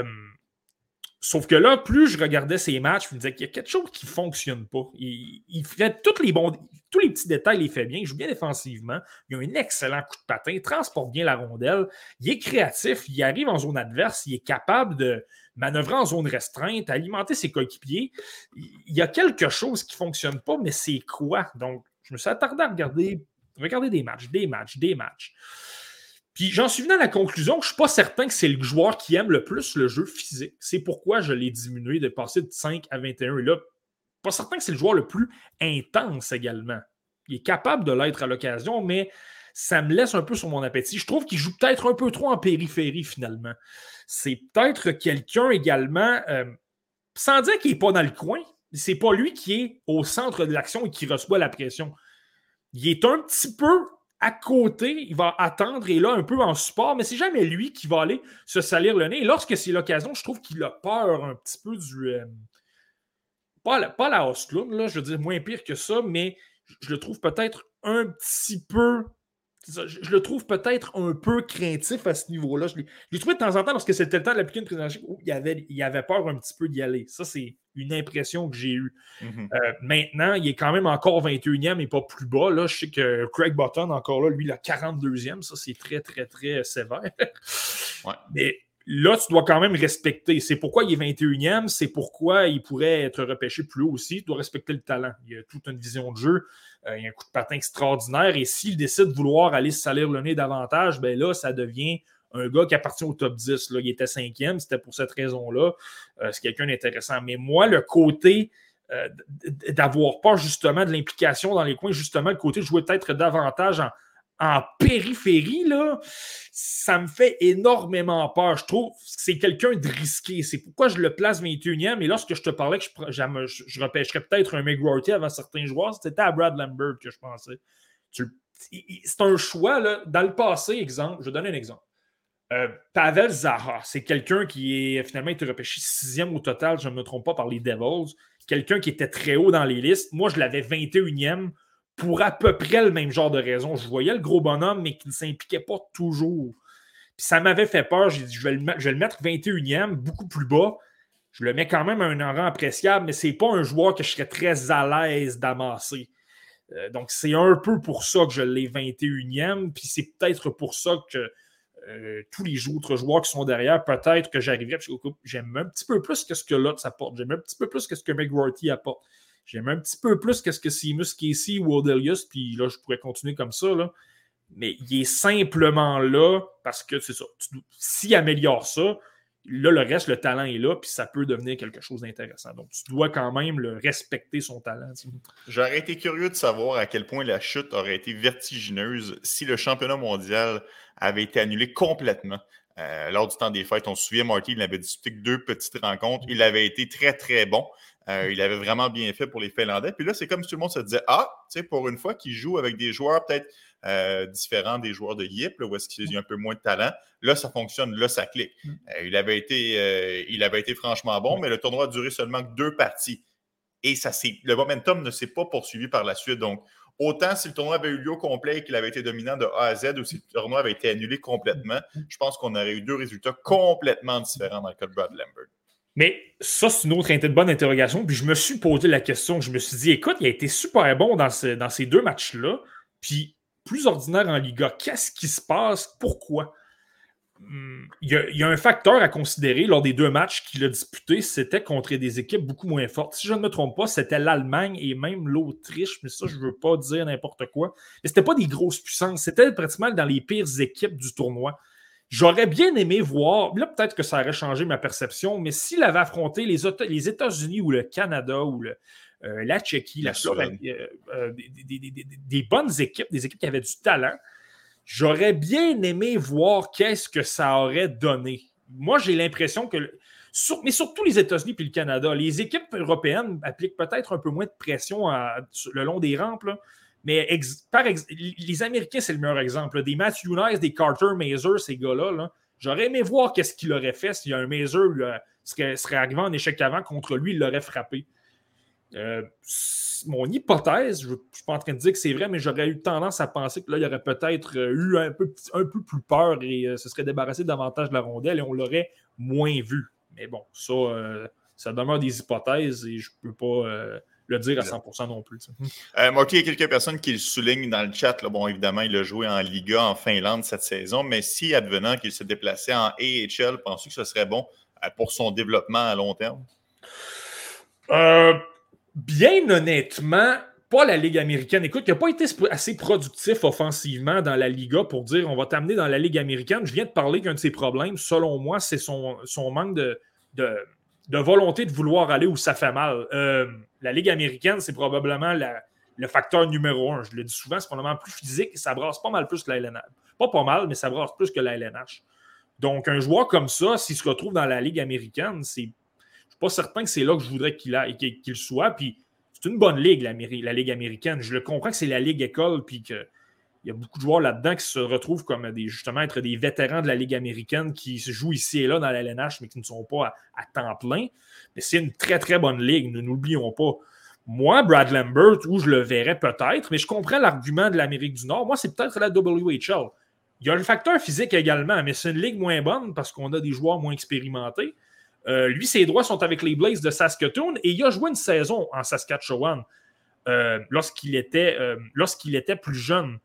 sauf que là, plus je regardais ces matchs, je me disais qu'il y a quelque chose qui ne fonctionne pas. Il, il fait tous les, bons, tous les petits détails, il les fait bien. Il joue bien défensivement. Il a un excellent coup de patin. Il transporte bien la rondelle. Il est créatif. Il arrive en zone adverse. Il est capable de manœuvrer en zone restreinte, alimenter ses coéquipiers. Il y a quelque chose qui ne fonctionne pas, mais c'est quoi? Donc, je me suis attardé à regarder, regarder des matchs, des matchs, des matchs. Puis j'en suis venu à la conclusion que je ne suis pas certain que c'est le joueur qui aime le plus le jeu physique. C'est pourquoi je l'ai diminué de passer de cinq à vingt et un. Et là, pas certain que c'est le joueur le plus intense également. Il est capable de l'être à l'occasion, mais ça me laisse un peu sur mon appétit. Je trouve qu'il joue peut-être un peu trop en périphérie finalement. C'est peut-être quelqu'un également, euh, sans dire qu'il n'est pas dans le coin, c'est pas lui qui est au centre de l'action et qui reçoit la pression. Il est un petit peu à côté, il va attendre et là, un peu en support, mais c'est jamais lui qui va aller se salir le nez. Et lorsque c'est l'occasion, je trouve qu'il a peur un petit peu du... Euh, pas, la, pas la Osklund, là, je veux dire, moins pire que ça, mais je le trouve peut-être un petit peu... Je, je le trouve peut-être un peu craintif à ce niveau-là. Je l'ai, je l'ai trouvé de temps en temps lorsque c'était le temps d'appliquer une présidentielle où il avait, il avait peur un petit peu d'y aller. Ça, c'est une impression que j'ai eue. Mm-hmm. Euh, maintenant, il est quand même encore vingt et unième et pas plus bas. Là, je sais que Craig Button, encore là, lui, il a quarante-deuxième. Ça, c'est très, très, très sévère. Ouais. Mais là, tu dois quand même respecter. C'est pourquoi il est vingt et unième. C'est pourquoi il pourrait être repêché plus haut aussi. Tu dois respecter le talent. Il y a toute une vision de jeu. Euh, il y a un coup de patin extraordinaire. Et s'il décide de vouloir aller se salir le nez davantage, ben là, ça devient un gars qui appartient au top dix. Là. Il était cinquième. C'était pour cette raison-là. Euh, c'est quelqu'un d'intéressant. Mais moi, le côté euh, d'avoir peur justement de l'implication dans les coins, justement, le côté de jouer peut-être davantage en En périphérie, là, ça me fait énormément peur. Je trouve que c'est quelqu'un de risqué. C'est pourquoi je le place vingt et unième. Et lorsque je te parlais que je, je, je repêcherais peut-être un McGroarty avant certains joueurs, c'était à Brad Lambert que je pensais. Tu, c'est un choix. Là. Dans le passé, exemple, je vais donner un exemple. Euh, Pavel Zaha, c'est quelqu'un qui est finalement été repêché sixième au total, je ne me trompe pas, par les Devils. Quelqu'un qui était très haut dans les listes. Moi, je l'avais vingt et unième. Pour à peu près le même genre de raison. Je voyais le gros bonhomme, mais qui ne s'impliquait pas toujours. Puis ça m'avait fait peur. J'ai dit, je vais le, je vais le mettre vingt et unième, beaucoup plus bas. Je le mets quand même à un rang appréciable, mais ce n'est pas un joueur que je serais très à l'aise d'amasser. Euh, donc, c'est un peu pour ça que je l'ai vingt et unième. Puis c'est peut-être pour ça que euh, tous les autres joueurs qui sont derrière, peut-être que j'arriverais. Parce que j'aime un petit peu plus que ce que Lutz apporte. J'aime un petit peu plus que ce que McGroarty apporte. J'aime un petit peu plus que ce que Seamus Casey ou Odelius, puis là, je pourrais continuer comme ça, là. Mais il est simplement là parce que c'est ça. Tu, s'il améliore ça, là, le reste, le talent est là, puis ça peut devenir quelque chose d'intéressant. Donc, tu dois quand même le respecter, son talent. Tu sais. J'aurais été curieux de savoir à quel point la chute aurait été vertigineuse si le championnat mondial avait été annulé complètement. Euh, lors du temps des fêtes, on se souvient, Marty, il n'avait disputé que deux petites rencontres. Il avait été très, très bon. Euh, il avait vraiment bien fait pour les Finlandais. Puis là, c'est comme si tout le monde se disait « Ah, tu sais, pour une fois qu'il joue avec des joueurs peut-être euh, différents des joueurs de Yip, là, où est-ce qu'il y a un peu moins de talent, là, ça fonctionne, là, ça clique. Euh, il, avait été, euh, il avait été franchement bon, mais le tournoi a duré seulement deux parties. Et ça s'est, le momentum ne s'est pas poursuivi par la suite. Donc, autant si le tournoi avait eu lieu au complet et qu'il avait été dominant de A à Z, ou si le tournoi avait été annulé complètement, je pense qu'on aurait eu deux résultats complètement différents dans le cas de Brad Lambert. Mais ça, c'est une autre bonne interrogation. Puis je me suis posé la question. Je me suis dit, écoute, il a été super bon dans, ce, dans ces deux matchs-là. Puis plus ordinaire en Liga. Qu'est-ce qui se passe? Pourquoi? Hum, il, y a, il y a un facteur à considérer lors des deux matchs qu'il a disputés. C'était contre des équipes beaucoup moins fortes. Si je ne me trompe pas, c'était l'Allemagne et même l'Autriche. Mais ça, je ne veux pas dire n'importe quoi. Mais ce n'était pas des grosses puissances. C'était pratiquement dans les pires équipes du tournoi. J'aurais bien aimé voir, là peut-être que ça aurait changé ma perception, mais s'il avait affronté les, les États-Unis ou le Canada ou le, euh, la Tchéquie, la, la Slovaquie, euh, euh, des, des, des, des, des bonnes équipes, des équipes qui avaient du talent, j'aurais bien aimé voir qu'est-ce que ça aurait donné. Moi, j'ai l'impression que, sur, mais surtout les États-Unis et le Canada, les équipes européennes appliquent peut-être un peu moins de pression à, le long des rampes, là. Mais ex, par ex, les Américains, c'est le meilleur exemple. Là. Des Matthew Nice, des Carter Mazur, ces gars-là, là, j'aurais aimé voir qu'est-ce qu'il aurait fait s'il y a un Mazur là, serait, serait arrivé en échec avant contre lui, il l'aurait frappé. Euh, mon hypothèse, je ne suis pas en train de dire que c'est vrai, mais j'aurais eu tendance à penser que là, il aurait peut-être eu un peu, un peu plus peur et euh, se serait débarrassé davantage de la rondelle et on l'aurait moins vu. Mais bon, ça, euh, ça demeure des hypothèses et je ne peux pas... Euh, le dire à cent pour cent non plus. Euh, Marty, il y a quelques personnes qui le soulignent dans le chat. Là. Bon, évidemment, il a joué en Liga en Finlande cette saison, mais si, advenant qu'il se déplaçait en A H L, penses-tu que ce serait bon pour son développement à long terme? Euh, bien honnêtement, pas la Ligue américaine. Écoute, il n'a pas été assez productif offensivement dans la Liga pour dire on va t'amener dans la Ligue américaine. Je viens de parler qu'un de ses problèmes, selon moi, c'est son, son manque de... de de volonté de vouloir aller où ça fait mal. Euh, la Ligue américaine, c'est probablement la, le facteur numéro un. Je le dis souvent, c'est probablement plus physique et ça brasse pas mal plus que la L N H. Pas pas mal, mais ça brasse plus que la L N H. Donc, un joueur comme ça, s'il se retrouve dans la Ligue américaine, c'est, je ne suis pas certain que c'est là que je voudrais qu'il, a, qu'il, qu'il soit. Puis, c'est une bonne ligue, la, la Ligue américaine. Je le comprends que c'est la Ligue école, puis que il y a beaucoup de joueurs là-dedans qui se retrouvent comme des, justement être des vétérans de la Ligue américaine qui se jouent ici et là dans la L N H, mais qui ne sont pas à, à temps plein. Mais c'est une très, très bonne ligue, nous n'oublions pas. Moi, Brad Lambert, où je le verrais peut-être, mais je comprends l'argument de l'Amérique du Nord. Moi, c'est peut-être la W H L. Il y a le facteur physique également, mais c'est une ligue moins bonne parce qu'on a des joueurs moins expérimentés. Euh, lui, ses droits sont avec les Blaze de Saskatoon et il a joué une saison en Saskatchewan euh, lorsqu'il était, euh, lorsqu'il était plus jeune.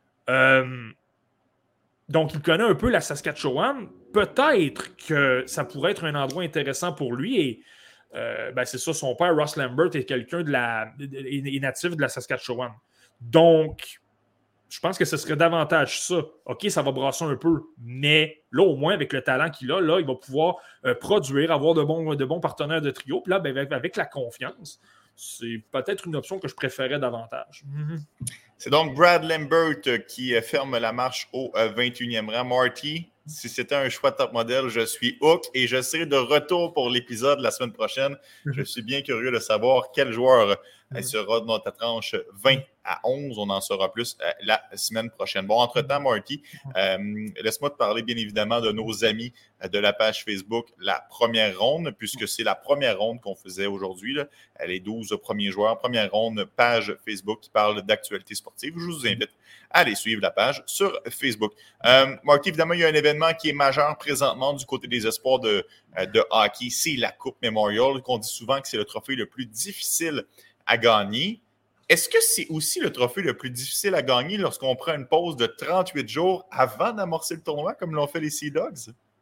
Euh, donc, il connaît un peu la Saskatchewan. Peut-être que ça pourrait être un endroit intéressant pour lui et euh, ben c'est ça, son père, Ross Lambert, est quelqu'un de la, est natif de la Saskatchewan. Donc, je pense que ce serait davantage ça. OK, ça va brasser un peu, mais là, au moins, avec le talent qu'il a, là, il va pouvoir euh, produire, avoir de bons, de bons partenaires de trio. Puis là, ben, avec, avec la confiance, c'est peut-être une option que je préférais davantage. Mm-hmm. C'est donc Brad Lambert qui ferme la marche au vingt et unième rang. Marty, si c'était un choix top modèle, je suis hook et je serai de retour pour l'épisode la semaine prochaine. Mm-hmm. Je suis bien curieux de savoir quel joueur mm-hmm. sera dans ta tranche vingt à onze. On en saura plus euh, la semaine prochaine. Bon, entre-temps, Marty, euh, laisse-moi te parler bien évidemment de nos amis euh, de la page Facebook, la première ronde, puisque c'est la première ronde qu'on faisait aujourd'hui. Là. Les douze premiers joueurs, première ronde, page Facebook qui parle d'actualité sportive. Je vous invite à aller suivre la page sur Facebook. Euh, Marty, évidemment, il y a un événement qui est majeur présentement du côté des espoirs de, de hockey. C'est la Coupe Memorial, qu'on dit souvent que c'est le trophée le plus difficile à gagner. Est-ce que c'est aussi le trophée le plus difficile à gagner lorsqu'on prend une pause de trente-huit jours avant d'amorcer le tournoi, comme l'ont fait les Sea Dogs?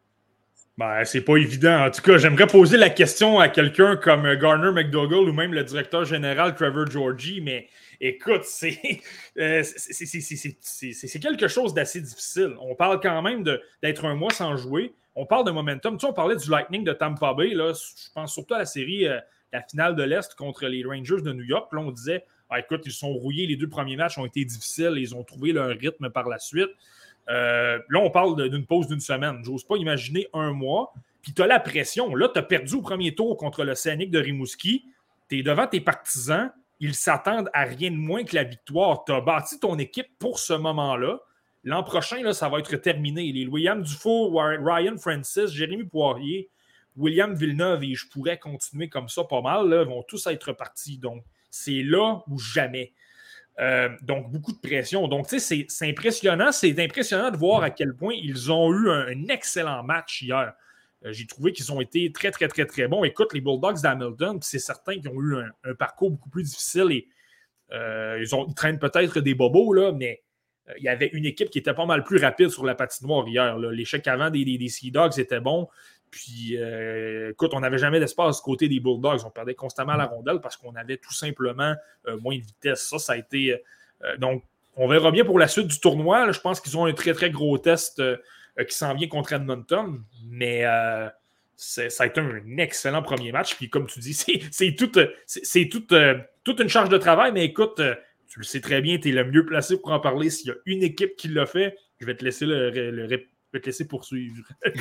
Ben, c'est pas évident. En tout cas, j'aimerais poser la question à quelqu'un comme Garner McDougall ou même le directeur général Trevor Georgie, mais écoute, c'est, euh, c'est, c'est, c'est, c'est, c'est, c'est quelque chose d'assez difficile. On parle quand même de, d'être un mois sans jouer. On parle de momentum. Tu sais, on parlait du Lightning de Tampa Bay. Là, je pense surtout à la série, euh, la finale de l'Est contre les Rangers de New York. Là, on disait, ah, écoute, ils sont rouillés. Les deux premiers matchs ont été difficiles. Ils ont trouvé leur rythme par la suite. Euh, là, on parle de, d'une pause d'une semaine. J'ose pas imaginer un mois. Puis tu as la pression. Là, tu as perdu au premier tour contre le Scénic de Rimouski. Tu es devant tes partisans. Ils s'attendent à rien de moins que la victoire. Tu as bâti ton équipe pour ce moment-là. L'an prochain, là, ça va être terminé. Les William Dufault, Ryan Francis, Jérémy Poirier, William Villeneuve, et je pourrais continuer comme ça pas mal, là, vont tous être partis. Donc, c'est là ou jamais. Euh, donc, beaucoup de pression. Donc, tu sais, c'est, c'est impressionnant. C'est impressionnant de voir à quel point ils ont eu un, un excellent match hier. Euh, j'ai trouvé qu'ils ont été très, très, très, très bons. Écoute, les Bulldogs d'Hamilton, c'est certain qu'ils ont eu un, un parcours beaucoup plus difficile et euh, ils, ont, ils traînent peut-être des bobos, là, mais euh, il y avait une équipe qui était pas mal plus rapide sur la patinoire hier. Là. L'échec avant des, des, des Sea Dogs était bon. Puis, euh, écoute, on n'avait jamais d'espace du côté des Bulldogs. On perdait constamment la rondelle parce qu'on avait tout simplement euh, moins de vitesse. Ça, ça a été... Euh, donc, on verra bien pour la suite du tournoi. Là, je pense qu'ils ont un très, très gros test euh, qui s'en vient contre Edmonton. Mais euh, c'est, ça a été un excellent premier match. Puis, comme tu dis, c'est, c'est, tout, c'est, c'est tout, euh, toute une charge de travail. Mais écoute, euh, tu le sais très bien, tu es le mieux placé pour en parler. S'il y a une équipe qui l'a fait, je vais te laisser, le, le, le, je vais te laisser poursuivre.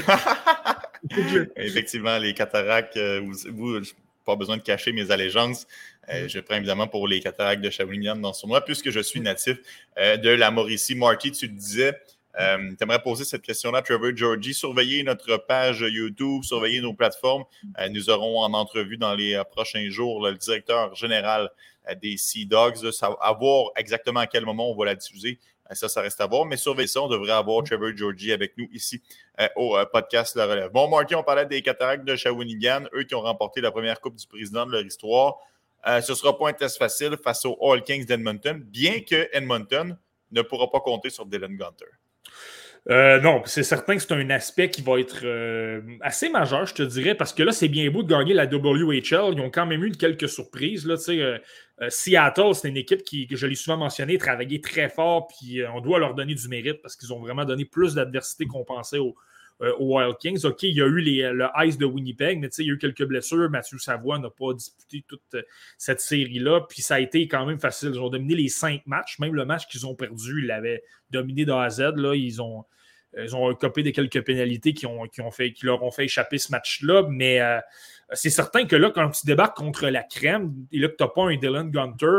Effectivement, les Cataractes, euh, vous, vous pas besoin de cacher mes allégeances. Euh, je prends évidemment pour les Cataractes de Shawinigan dans ce tournoi, puisque je suis natif euh, de la Mauricie. Marty, tu le disais, euh, tu aimerais poser cette question-là à Trevor Georgie. Surveillez notre page YouTube, surveillez nos plateformes. Euh, nous aurons en entrevue dans les euh, prochains jours là, le directeur général euh, des Sea Dogs. Là, ça, à voir exactement à quel moment on va la diffuser. Ça, ça reste à voir. Mais surveillez ça, on devrait avoir Trevor Georgie avec nous ici euh, au euh, podcast La Relève. Bon, Marty, on parlait des Cataractes de Shawinigan, eux qui ont remporté la première Coupe du Président de leur histoire. Euh, ce ne sera pas un test facile face aux Oil Kings d'Edmonton, bien que Edmonton ne pourra pas compter sur Dylan Gunter. Euh, non, c'est certain que c'est un aspect qui va être euh, assez majeur, je te dirais, parce que là, c'est bien beau de gagner la W H L. Ils ont quand même eu quelques surprises. Là, euh, euh, Seattle, c'est une équipe qui, que je l'ai souvent mentionné, travaillait très fort, puis euh, on doit leur donner du mérite parce qu'ils ont vraiment donné plus d'adversité qu'on pensait aux, euh, aux Wild Kings. OK, il y a eu les, le Ice de Winnipeg, mais il y a eu quelques blessures. Mathieu Savoie n'a pas disputé toute euh, cette série-là, puis ça a été quand même facile. Ils ont dominé les cinq matchs. Même le match qu'ils ont perdu, ils l'avaient dominé de A à Z. Là, ils ont... Ils ont copé de quelques pénalités qui, ont, qui, ont fait, qui leur ont fait échapper ce match-là, mais euh, c'est certain que là, quand tu débarques contre la crème et là que tu n'as pas un Dylan Gunter,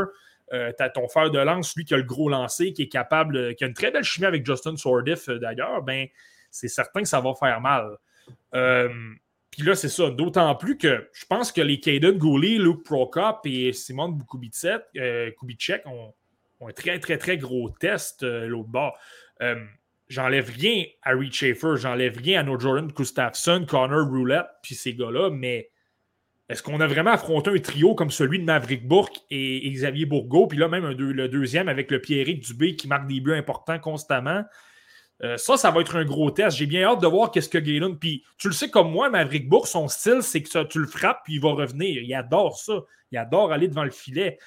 Euh, tu as ton fer de lance, lui qui a le gros lancer, qui est capable, qui a une très belle chimie avec Justin Sourdif euh, d'ailleurs, ben c'est certain que ça va faire mal. Euh, Puis là, c'est ça. D'autant plus que je pense que les Caden Goulet, Luke Prokop et Simon Kubicek, euh, Kubicek ont, ont un très, très, très gros test euh, l'autre bord. Euh, j'enlève rien à Reed Schaefer, j'enlève rien à No Jordan Gustafsson, Connor Roulette, puis ces gars-là, mais est-ce qu'on a vraiment affronté un trio comme celui de Maverick Bourque et, et Xavier Bourgault, puis là, même un deux, le deuxième avec le Pierrick Dubé qui marque des buts importants constamment? Euh, ça, ça va être un gros test. J'ai bien hâte de voir qu'est-ce que Galen... Puis tu le sais comme moi, Maverick Bourque, son style, c'est que ça, tu le frappes puis il va revenir. Il adore ça. Il adore aller devant le filet.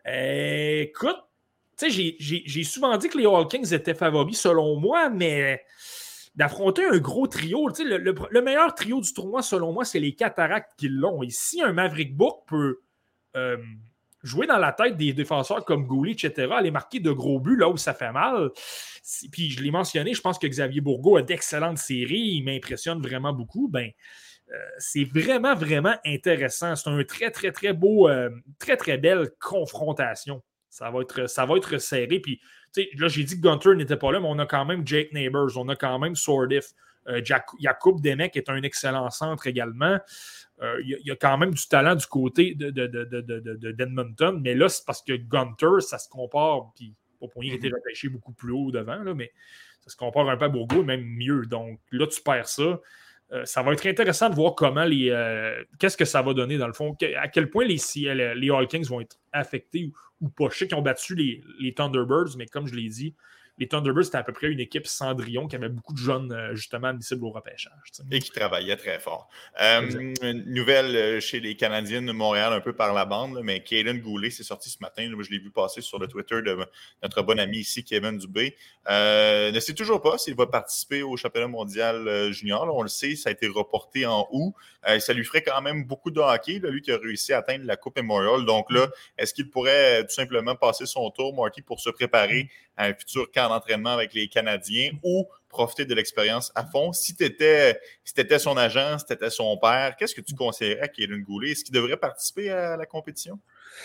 Euh, écoute, tu sais, j'ai, j'ai, j'ai souvent dit que les All Kings étaient favoris selon moi, mais d'affronter un gros trio, tu sais, le, le, le meilleur trio du tournoi, selon moi, c'est les Cataractes qui l'ont. Et si un Maverick Bourque peut euh, jouer dans la tête des défenseurs comme Goulet, et cetera, aller marquer de gros buts là où ça fait mal. Puis je l'ai mentionné, je pense que Xavier Bourgault a d'excellentes séries, il m'impressionne vraiment beaucoup. Ben, euh, c'est vraiment, vraiment intéressant. C'est un très, très, très beau, euh, très, très belle confrontation. Ça va être, ça va être serré. Puis, tu sais, là, j'ai dit que Gunter n'était pas là, mais on a quand même Jake Neighbors, on a quand même Sourdif. Euh, Jakub Demek est un excellent centre également. Il euh, y, y a quand même du talent du côté de, de, de, de, de, de, d'Edmonton, mais là, c'est parce que Gunter, ça se compare, puis pas pour rien qu'il a été repêché beaucoup plus haut devant, là, mais ça se compare un peu à Bourgault, même mieux. Donc là, tu perds ça. Euh, ça va être intéressant de voir comment les. Euh, qu'est-ce que ça va donner dans le fond, que, à quel point les, les All Kings vont être affectés ou, ou pas. Je sais qu'ils ont battu les, les Thunderbirds, mais comme je l'ai dit, les Thunderbirds, c'était à peu près une équipe Cendrillon qui avait beaucoup de jeunes, euh, justement, admissibles au repêchage. T'sais. Et qui travaillait très fort. Euh, une nouvelle chez les Canadiens de Montréal, un peu par la bande, là, mais Caden Goulet, c'est sorti ce matin. Là, je l'ai vu passer sur le Twitter de notre bon ami ici, Kevin Dubé. Euh, ne sait toujours pas s'il va participer au championnat mondial junior. Là, on le sait, ça a été reporté en août. Euh, ça lui ferait quand même beaucoup de hockey, là, lui qui a réussi à atteindre la Coupe Memorial. Donc là, est-ce qu'il pourrait tout simplement passer son tour, Marty, pour se préparer à un futur camp d'entraînement avec les Canadiens ou profiter de l'expérience à fond? Si tu étais si t'étais son agent, si tu étais son père, qu'est-ce que tu conseillerais à Caden Goulet? Est-ce qu'il devrait participer à la compétition?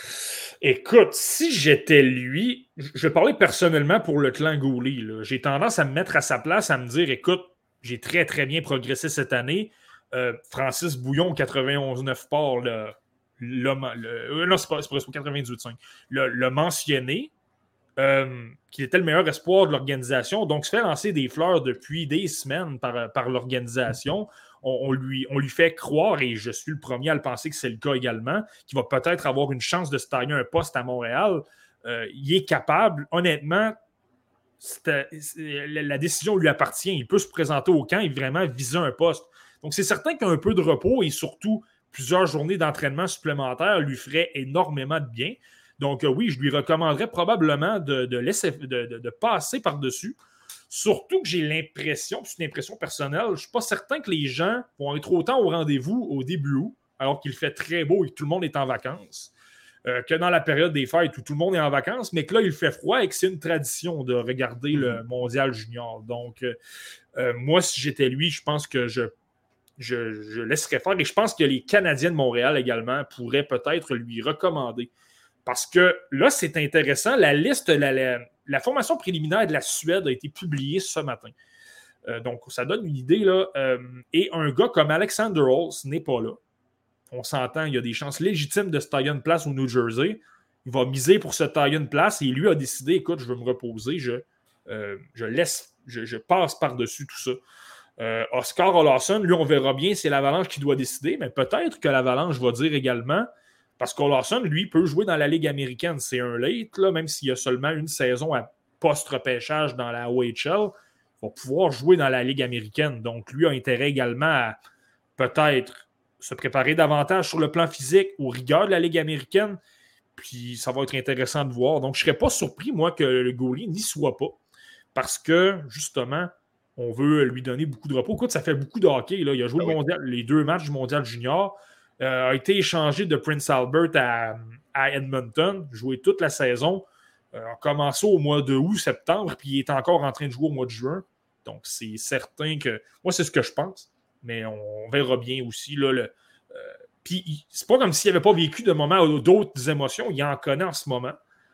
Écoute, si j'étais lui, je vais parler personnellement pour le clan Goulet. Là. J'ai tendance à me mettre à sa place, à me dire, écoute, j'ai très, très bien progressé cette année. Euh, Francis Bouillon, quatre-vingt-onze neuf parts, le, le, le, non, c'est pas, c'est pas quatre-vingt-dix-huit cinq, le, le mentionné, euh, qui était le meilleur espoir de l'organisation. Donc, se fait lancer des fleurs depuis des semaines par, par l'organisation. On, on, lui, on lui fait croire, et je suis le premier à le penser que c'est le cas également, qu'il va peut-être avoir une chance de se tailler un poste à Montréal. Euh, il est capable, honnêtement, c'est, c'est, la décision lui appartient. Il peut se présenter au camp et vraiment viser un poste. Donc, c'est certain qu'un peu de repos et surtout plusieurs journées d'entraînement supplémentaires lui feraient énormément de bien. Donc, euh, oui, je lui recommanderais probablement de, de, laisser, de, de, de passer par-dessus. Surtout que j'ai l'impression, c'est une impression personnelle, je ne suis pas certain que les gens vont être autant au rendez-vous au début août, alors qu'il fait très beau et que tout le monde est en vacances, euh, que dans la période des fêtes où tout le monde est en vacances, mais que là, il fait froid et que c'est une tradition de regarder le mondial junior. Donc, euh, moi, si j'étais lui, je pense que je Je, je laisserais faire. Et je pense que les Canadiens de Montréal également pourraient peut-être lui recommander. Parce que là, c'est intéressant. La liste, la, la, la formation préliminaire de la Suède a été publiée ce matin. Euh, donc, ça donne une idée. Là. Euh, et un gars comme Alexander Holtz n'est pas là. On s'entend, il y a des chances légitimes de se tailler une place au New Jersey. Il va miser pour se tailler une place et lui a décidé, écoute, je veux me reposer. Je, euh, je laisse, je, je passe par-dessus tout ça. Euh, Oscar Olausson, lui, on verra bien, c'est l'Avalanche qui doit décider, mais peut-être que l'Avalanche va dire également, parce qu'Olausson, lui, peut jouer dans la Ligue américaine. C'est un late, là, même s'il y a seulement une saison à post-repêchage dans la O H L, il va pouvoir jouer dans la Ligue américaine. Donc, lui a intérêt également à peut-être se préparer davantage sur le plan physique aux rigueurs de la Ligue américaine, puis ça va être intéressant de voir. Donc, je ne serais pas surpris, moi, que le Goulet n'y soit pas, parce que, justement, on veut lui donner beaucoup de repos. Écoute, ça fait beaucoup de hockey. Là. Il a joué ah oui. le mondial, les deux matchs du mondial junior. Euh, a été échangé de Prince Albert à, à Edmonton. Joué toute la saison. Euh, a commencé au mois de août, septembre, puis il est encore en train de jouer au mois de juin. Donc, c'est certain que... Moi, c'est ce que je pense. Mais on, on verra bien aussi. Là, le, euh, puis, c'est pas comme s'il n'avait pas vécu de moments ou d'autres émotions. Il en connaît en ce moment.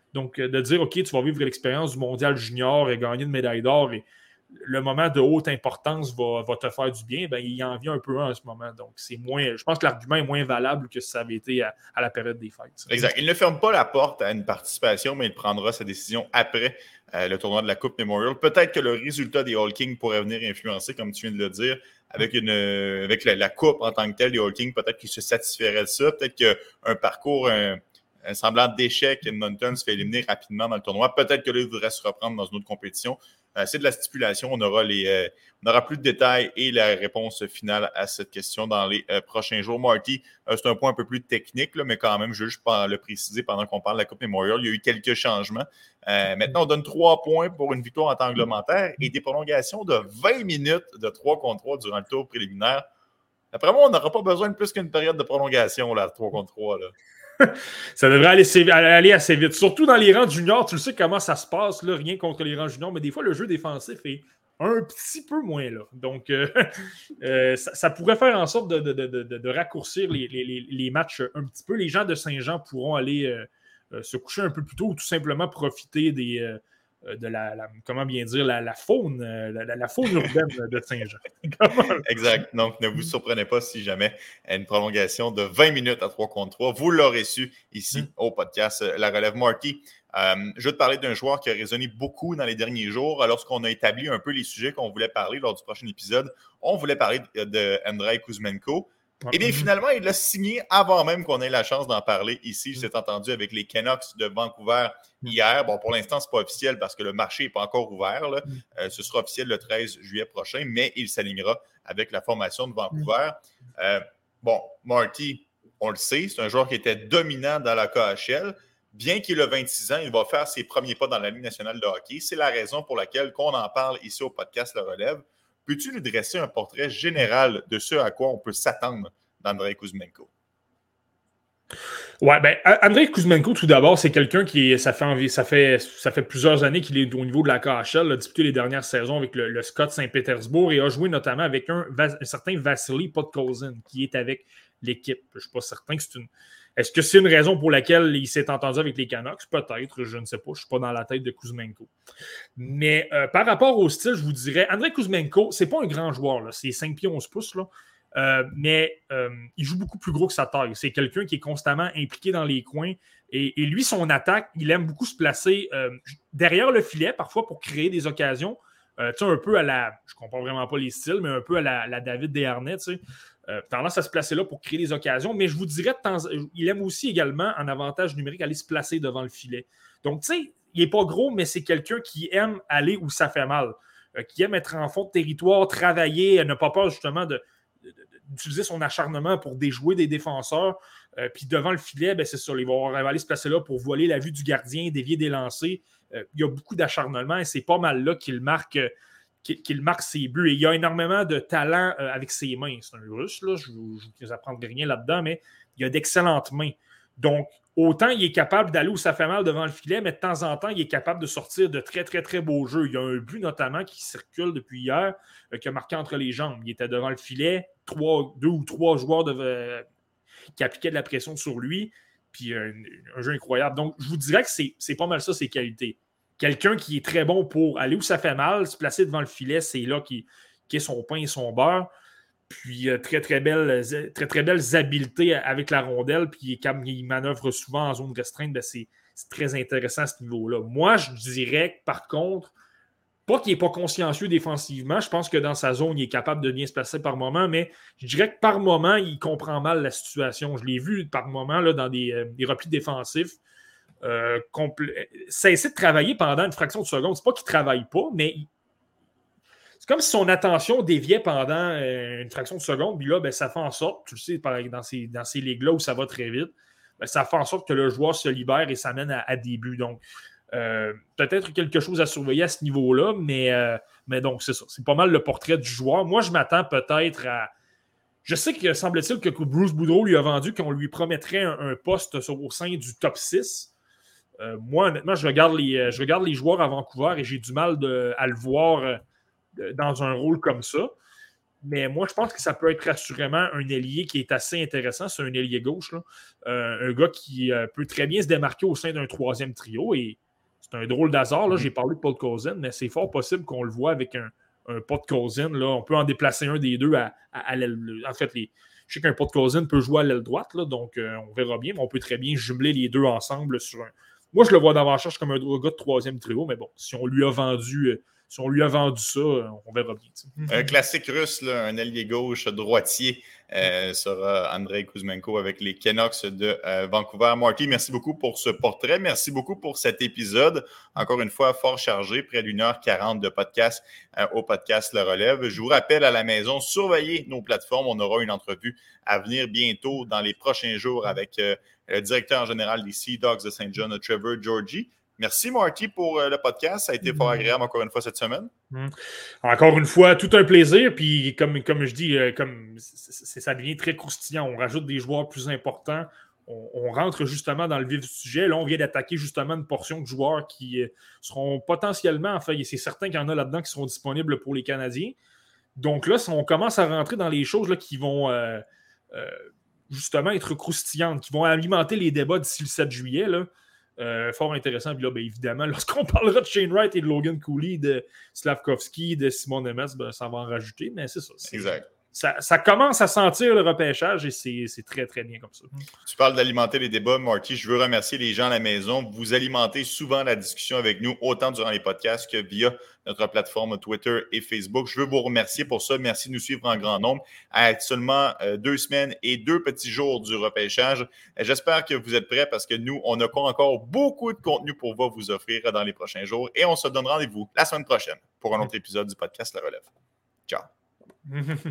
Donc, de dire, OK, tu vas vivre l'expérience du mondial junior et gagner une médaille d'or et le moment de haute importance va, va te faire du bien, ben, il en vient un peu un en ce moment. Donc, c'est moins. Je pense que l'argument est moins valable que si ça avait été à, à la période des fêtes. Exact. Il ne ferme pas la porte à une participation, mais il prendra sa décision après euh, le tournoi de la Coupe Memorial. Peut-être que le résultat des All Kings pourrait venir influencer, comme tu viens de le dire, avec, une, euh, avec la, la Coupe en tant que telle des All Kings. Peut-être qu'il se satisferait de ça. Peut-être qu'un parcours, un, un semblant d'échec, Edmonton se fait éliminer rapidement dans le tournoi. Peut-être que là, il voudrait se reprendre dans une autre compétition. Euh, c'est de la stipulation. On aura, les, euh, on aura plus de détails et la réponse finale à cette question dans les euh, prochains jours. Marty, euh, c'est un point un peu plus technique, là, mais quand même, je veux juste le préciser pendant qu'on parle de la Coupe Memorial. Il y a eu quelques changements. Euh, maintenant, on donne trois points pour une victoire en temps réglementaire et des prolongations de vingt minutes de trois contre trois durant le tour préliminaire. Après moi, on n'aura pas besoin de plus qu'une période de prolongation, là, trois contre trois. Là. Ça devrait aller, aller assez vite. Surtout dans les rangs juniors, tu le sais comment ça se passe, là, rien contre les rangs juniors, mais des fois, le jeu défensif est un petit peu moins là. Donc, euh, euh, ça, ça pourrait faire en sorte de, de, de, de, de raccourcir les, les, les matchs un petit peu. Les gens de Saint-Jean pourront aller euh, euh, se coucher un peu plus tôt ou tout simplement profiter des... Euh, de la, la, comment bien dire, la, la faune, la, la faune urbaine de Saint-Jean. Exact. Donc, ne vous surprenez pas si jamais une prolongation de vingt minutes à trois contre trois. Vous l'aurez su ici mm. au podcast La Relève. Marty, euh, je veux te parler d'un joueur qui a résonné beaucoup dans les derniers jours. Lorsqu'on a établi un peu les sujets qu'on voulait parler lors du prochain épisode, on voulait parler de, de Andrei Kuzmenko. Eh bien, finalement, il l'a signé avant même qu'on ait la chance d'en parler ici. Il s'est entendu avec les Canucks de Vancouver hier. Bon, pour l'instant, ce n'est pas officiel parce que le marché n'est pas encore ouvert. Là. Euh, ce sera officiel le treize juillet prochain, mais il s'alignera avec la formation de Vancouver. Euh, bon, Marty, on le sait, c'est un joueur qui était dominant dans la K H L. Bien qu'il ait vingt-six ans, il va faire ses premiers pas dans la Ligue nationale de hockey. C'est la raison pour laquelle qu'on en parle ici au podcast La Relève. Peux-tu nous dresser un portrait général de ce à quoi on peut s'attendre d'Andrei Kuzmenko? Ouais, ben, Andrei Kuzmenko, tout d'abord, c'est quelqu'un qui, ça fait, ça fait, ça fait plusieurs années qu'il est au niveau de la K H L, a disputé les dernières saisons avec le, le Scott Saint-Pétersbourg et a joué notamment avec un, un certain Vassili Podkolzin qui est avec l'équipe. Je ne suis pas certain que c'est une... Est-ce que c'est une raison pour laquelle il s'est entendu avec les Canucks? Peut-être, je ne sais pas. Je ne suis pas dans la tête de Kuzmenko. Mais euh, par rapport au style, je vous dirais, Andrei Kuzmenko, c'est pas un grand joueur. Là. C'est cinq pieds onze pouces. Là. Euh, mais euh, il joue beaucoup plus gros que sa taille. C'est quelqu'un qui est constamment impliqué dans les coins. Et, et lui, son attaque, il aime beaucoup se placer euh, derrière le filet, parfois pour créer des occasions. Euh, tu sais, un peu à la... Je ne comprends vraiment pas les styles, mais un peu à la, la David Desharnais, tu sais. Euh, tendance à se placer là pour créer des occasions, mais je vous dirais, il aime aussi également, en avantage numérique, aller se placer devant le filet. Donc, tu sais, il n'est pas gros, mais c'est quelqu'un qui aime aller où ça fait mal, euh, qui aime être en fond de territoire, travailler, n'a pas peur justement de, de, de, d'utiliser son acharnement pour déjouer des défenseurs. Euh, puis devant le filet, ben, c'est ça, il va, il va aller se placer là pour voiler la vue du gardien, dévier des lancers. Euh, il y a beaucoup d'acharnement et c'est pas mal là qu'il marque... Euh, qu'il marque ses buts. Et il y a énormément de talent euh, avec ses mains. C'est un russe, là. Je ne vous apprendrai rien là-dedans, mais il a d'excellentes mains. Donc, autant il est capable d'aller où ça fait mal devant le filet, mais de temps en temps, il est capable de sortir de très, très, très beaux jeux. Il y a un but notamment qui circule depuis hier, euh, qui a marqué entre les jambes. Il était devant le filet, trois, deux ou trois joueurs de, euh, qui appliquaient de la pression sur lui, puis euh, un, un jeu incroyable. Donc, je vous dirais que c'est, c'est pas mal ça, ses qualités. Quelqu'un qui est très bon pour aller où ça fait mal, se placer devant le filet, c'est là qu'il est son pain et son beurre. Puis euh, très, très belles, très, très belles habiletés avec la rondelle. Puis comme il manœuvre souvent en zone restreinte, ben c'est, c'est très intéressant à ce niveau-là. Moi, je dirais par contre, pas qu'il n'est pas consciencieux défensivement. Je pense que dans sa zone, il est capable de bien se placer par moment, mais je dirais que par moment, il comprend mal la situation. Je l'ai vu par moment là, dans des, euh, des replis défensifs. Euh, compl- cesser de travailler pendant une fraction de seconde. C'est pas qu'il ne travaille pas, mais il... c'est comme si son attention déviait pendant euh, une fraction de seconde. Puis là, ben, ça fait en sorte, tu le sais, par, dans ces, dans ces ligues-là où ça va très vite, ben, ça fait en sorte que le joueur se libère et ça mène à, à des buts. Donc, euh, peut-être quelque chose à surveiller à ce niveau-là, mais, euh, mais donc, c'est ça. C'est pas mal le portrait du joueur. Moi, je m'attends peut-être à... Je sais que semble-t-il que Bruce Boudreau lui a vendu qu'on lui promettrait un, un poste au sein du top six. Euh, moi, honnêtement, je regarde, les, je regarde les joueurs à Vancouver et j'ai du mal de, à le voir euh, dans un rôle comme ça. Mais moi, je pense que ça peut être assurément un ailier qui est assez intéressant. C'est un ailier gauche. Là. Euh, un gars qui euh, peut très bien se démarquer au sein d'un troisième trio. Et c'est un drôle d'hasard. Là. J'ai parlé de Podkolzin, mais c'est fort possible qu'on le voit avec un, un Podkolzin. Là. On peut en déplacer un des deux à, à, à l'aile. En fait, les, je sais qu'un Podkolzin peut jouer à l'aile droite, là, donc euh, on verra bien. Mais on peut très bien jumeler les deux ensemble sur un. Moi, je le vois davantage comme un gars de troisième trio, mais bon, si on lui a vendu. Euh, Si on lui a vendu ça, on verra bien. T'sais. Un classique russe, là, un ailier gauche droitier euh, sera Andrei Kuzmenko avec les Canucks de euh, Vancouver. Marty, merci beaucoup pour ce portrait. Merci beaucoup pour cet épisode. Encore une fois, fort chargé, près d'une heure quarante de podcast euh, au podcast Le Relève. Je vous rappelle à la maison, surveillez nos plateformes. On aura une entrevue à venir bientôt dans les prochains jours avec euh, le directeur général des Sea Dogs de Saint John, Trevor Georgie. Merci, Marty, pour le podcast. Ça a été fort agréable encore une fois cette semaine. Mmh. Encore une fois, tout un plaisir. Puis, comme, comme je dis, comme c'est, ça devient très croustillant. On rajoute des joueurs plus importants. On, on rentre justement dans le vif du sujet. Là, on vient d'attaquer justement une portion de joueurs qui euh, seront potentiellement, enfin, c'est certain qu'il y en a là-dedans qui seront disponibles pour les Canadiens. Donc là, on commence à rentrer dans les choses là, qui vont euh, euh, justement être croustillantes, qui vont alimenter les débats d'ici le sept juillet, là. Euh, fort intéressant. Puis là, bien évidemment, lorsqu'on parlera de Shane Wright et de Logan Cooley, de Slavkovski, de Simon Nemeth, ben, ça va en rajouter, mais c'est ça. C'est, exact. Ça, ça commence à sentir le repêchage et c'est, c'est très, très bien comme ça. Tu parles d'alimenter les débats, Marty. Je veux remercier les gens à la maison. Vous alimentez souvent la discussion avec nous, autant durant les podcasts que via notre plateforme Twitter et Facebook. Je veux vous remercier pour ça. Merci de nous suivre en grand nombre. À seulement euh, deux semaines et deux petits jours du repêchage. J'espère que vous êtes prêts parce que nous, on a encore beaucoup de contenu pour vous offrir dans les prochains jours. Et on se donne rendez-vous la semaine prochaine pour un autre épisode du podcast La Relève. Ciao.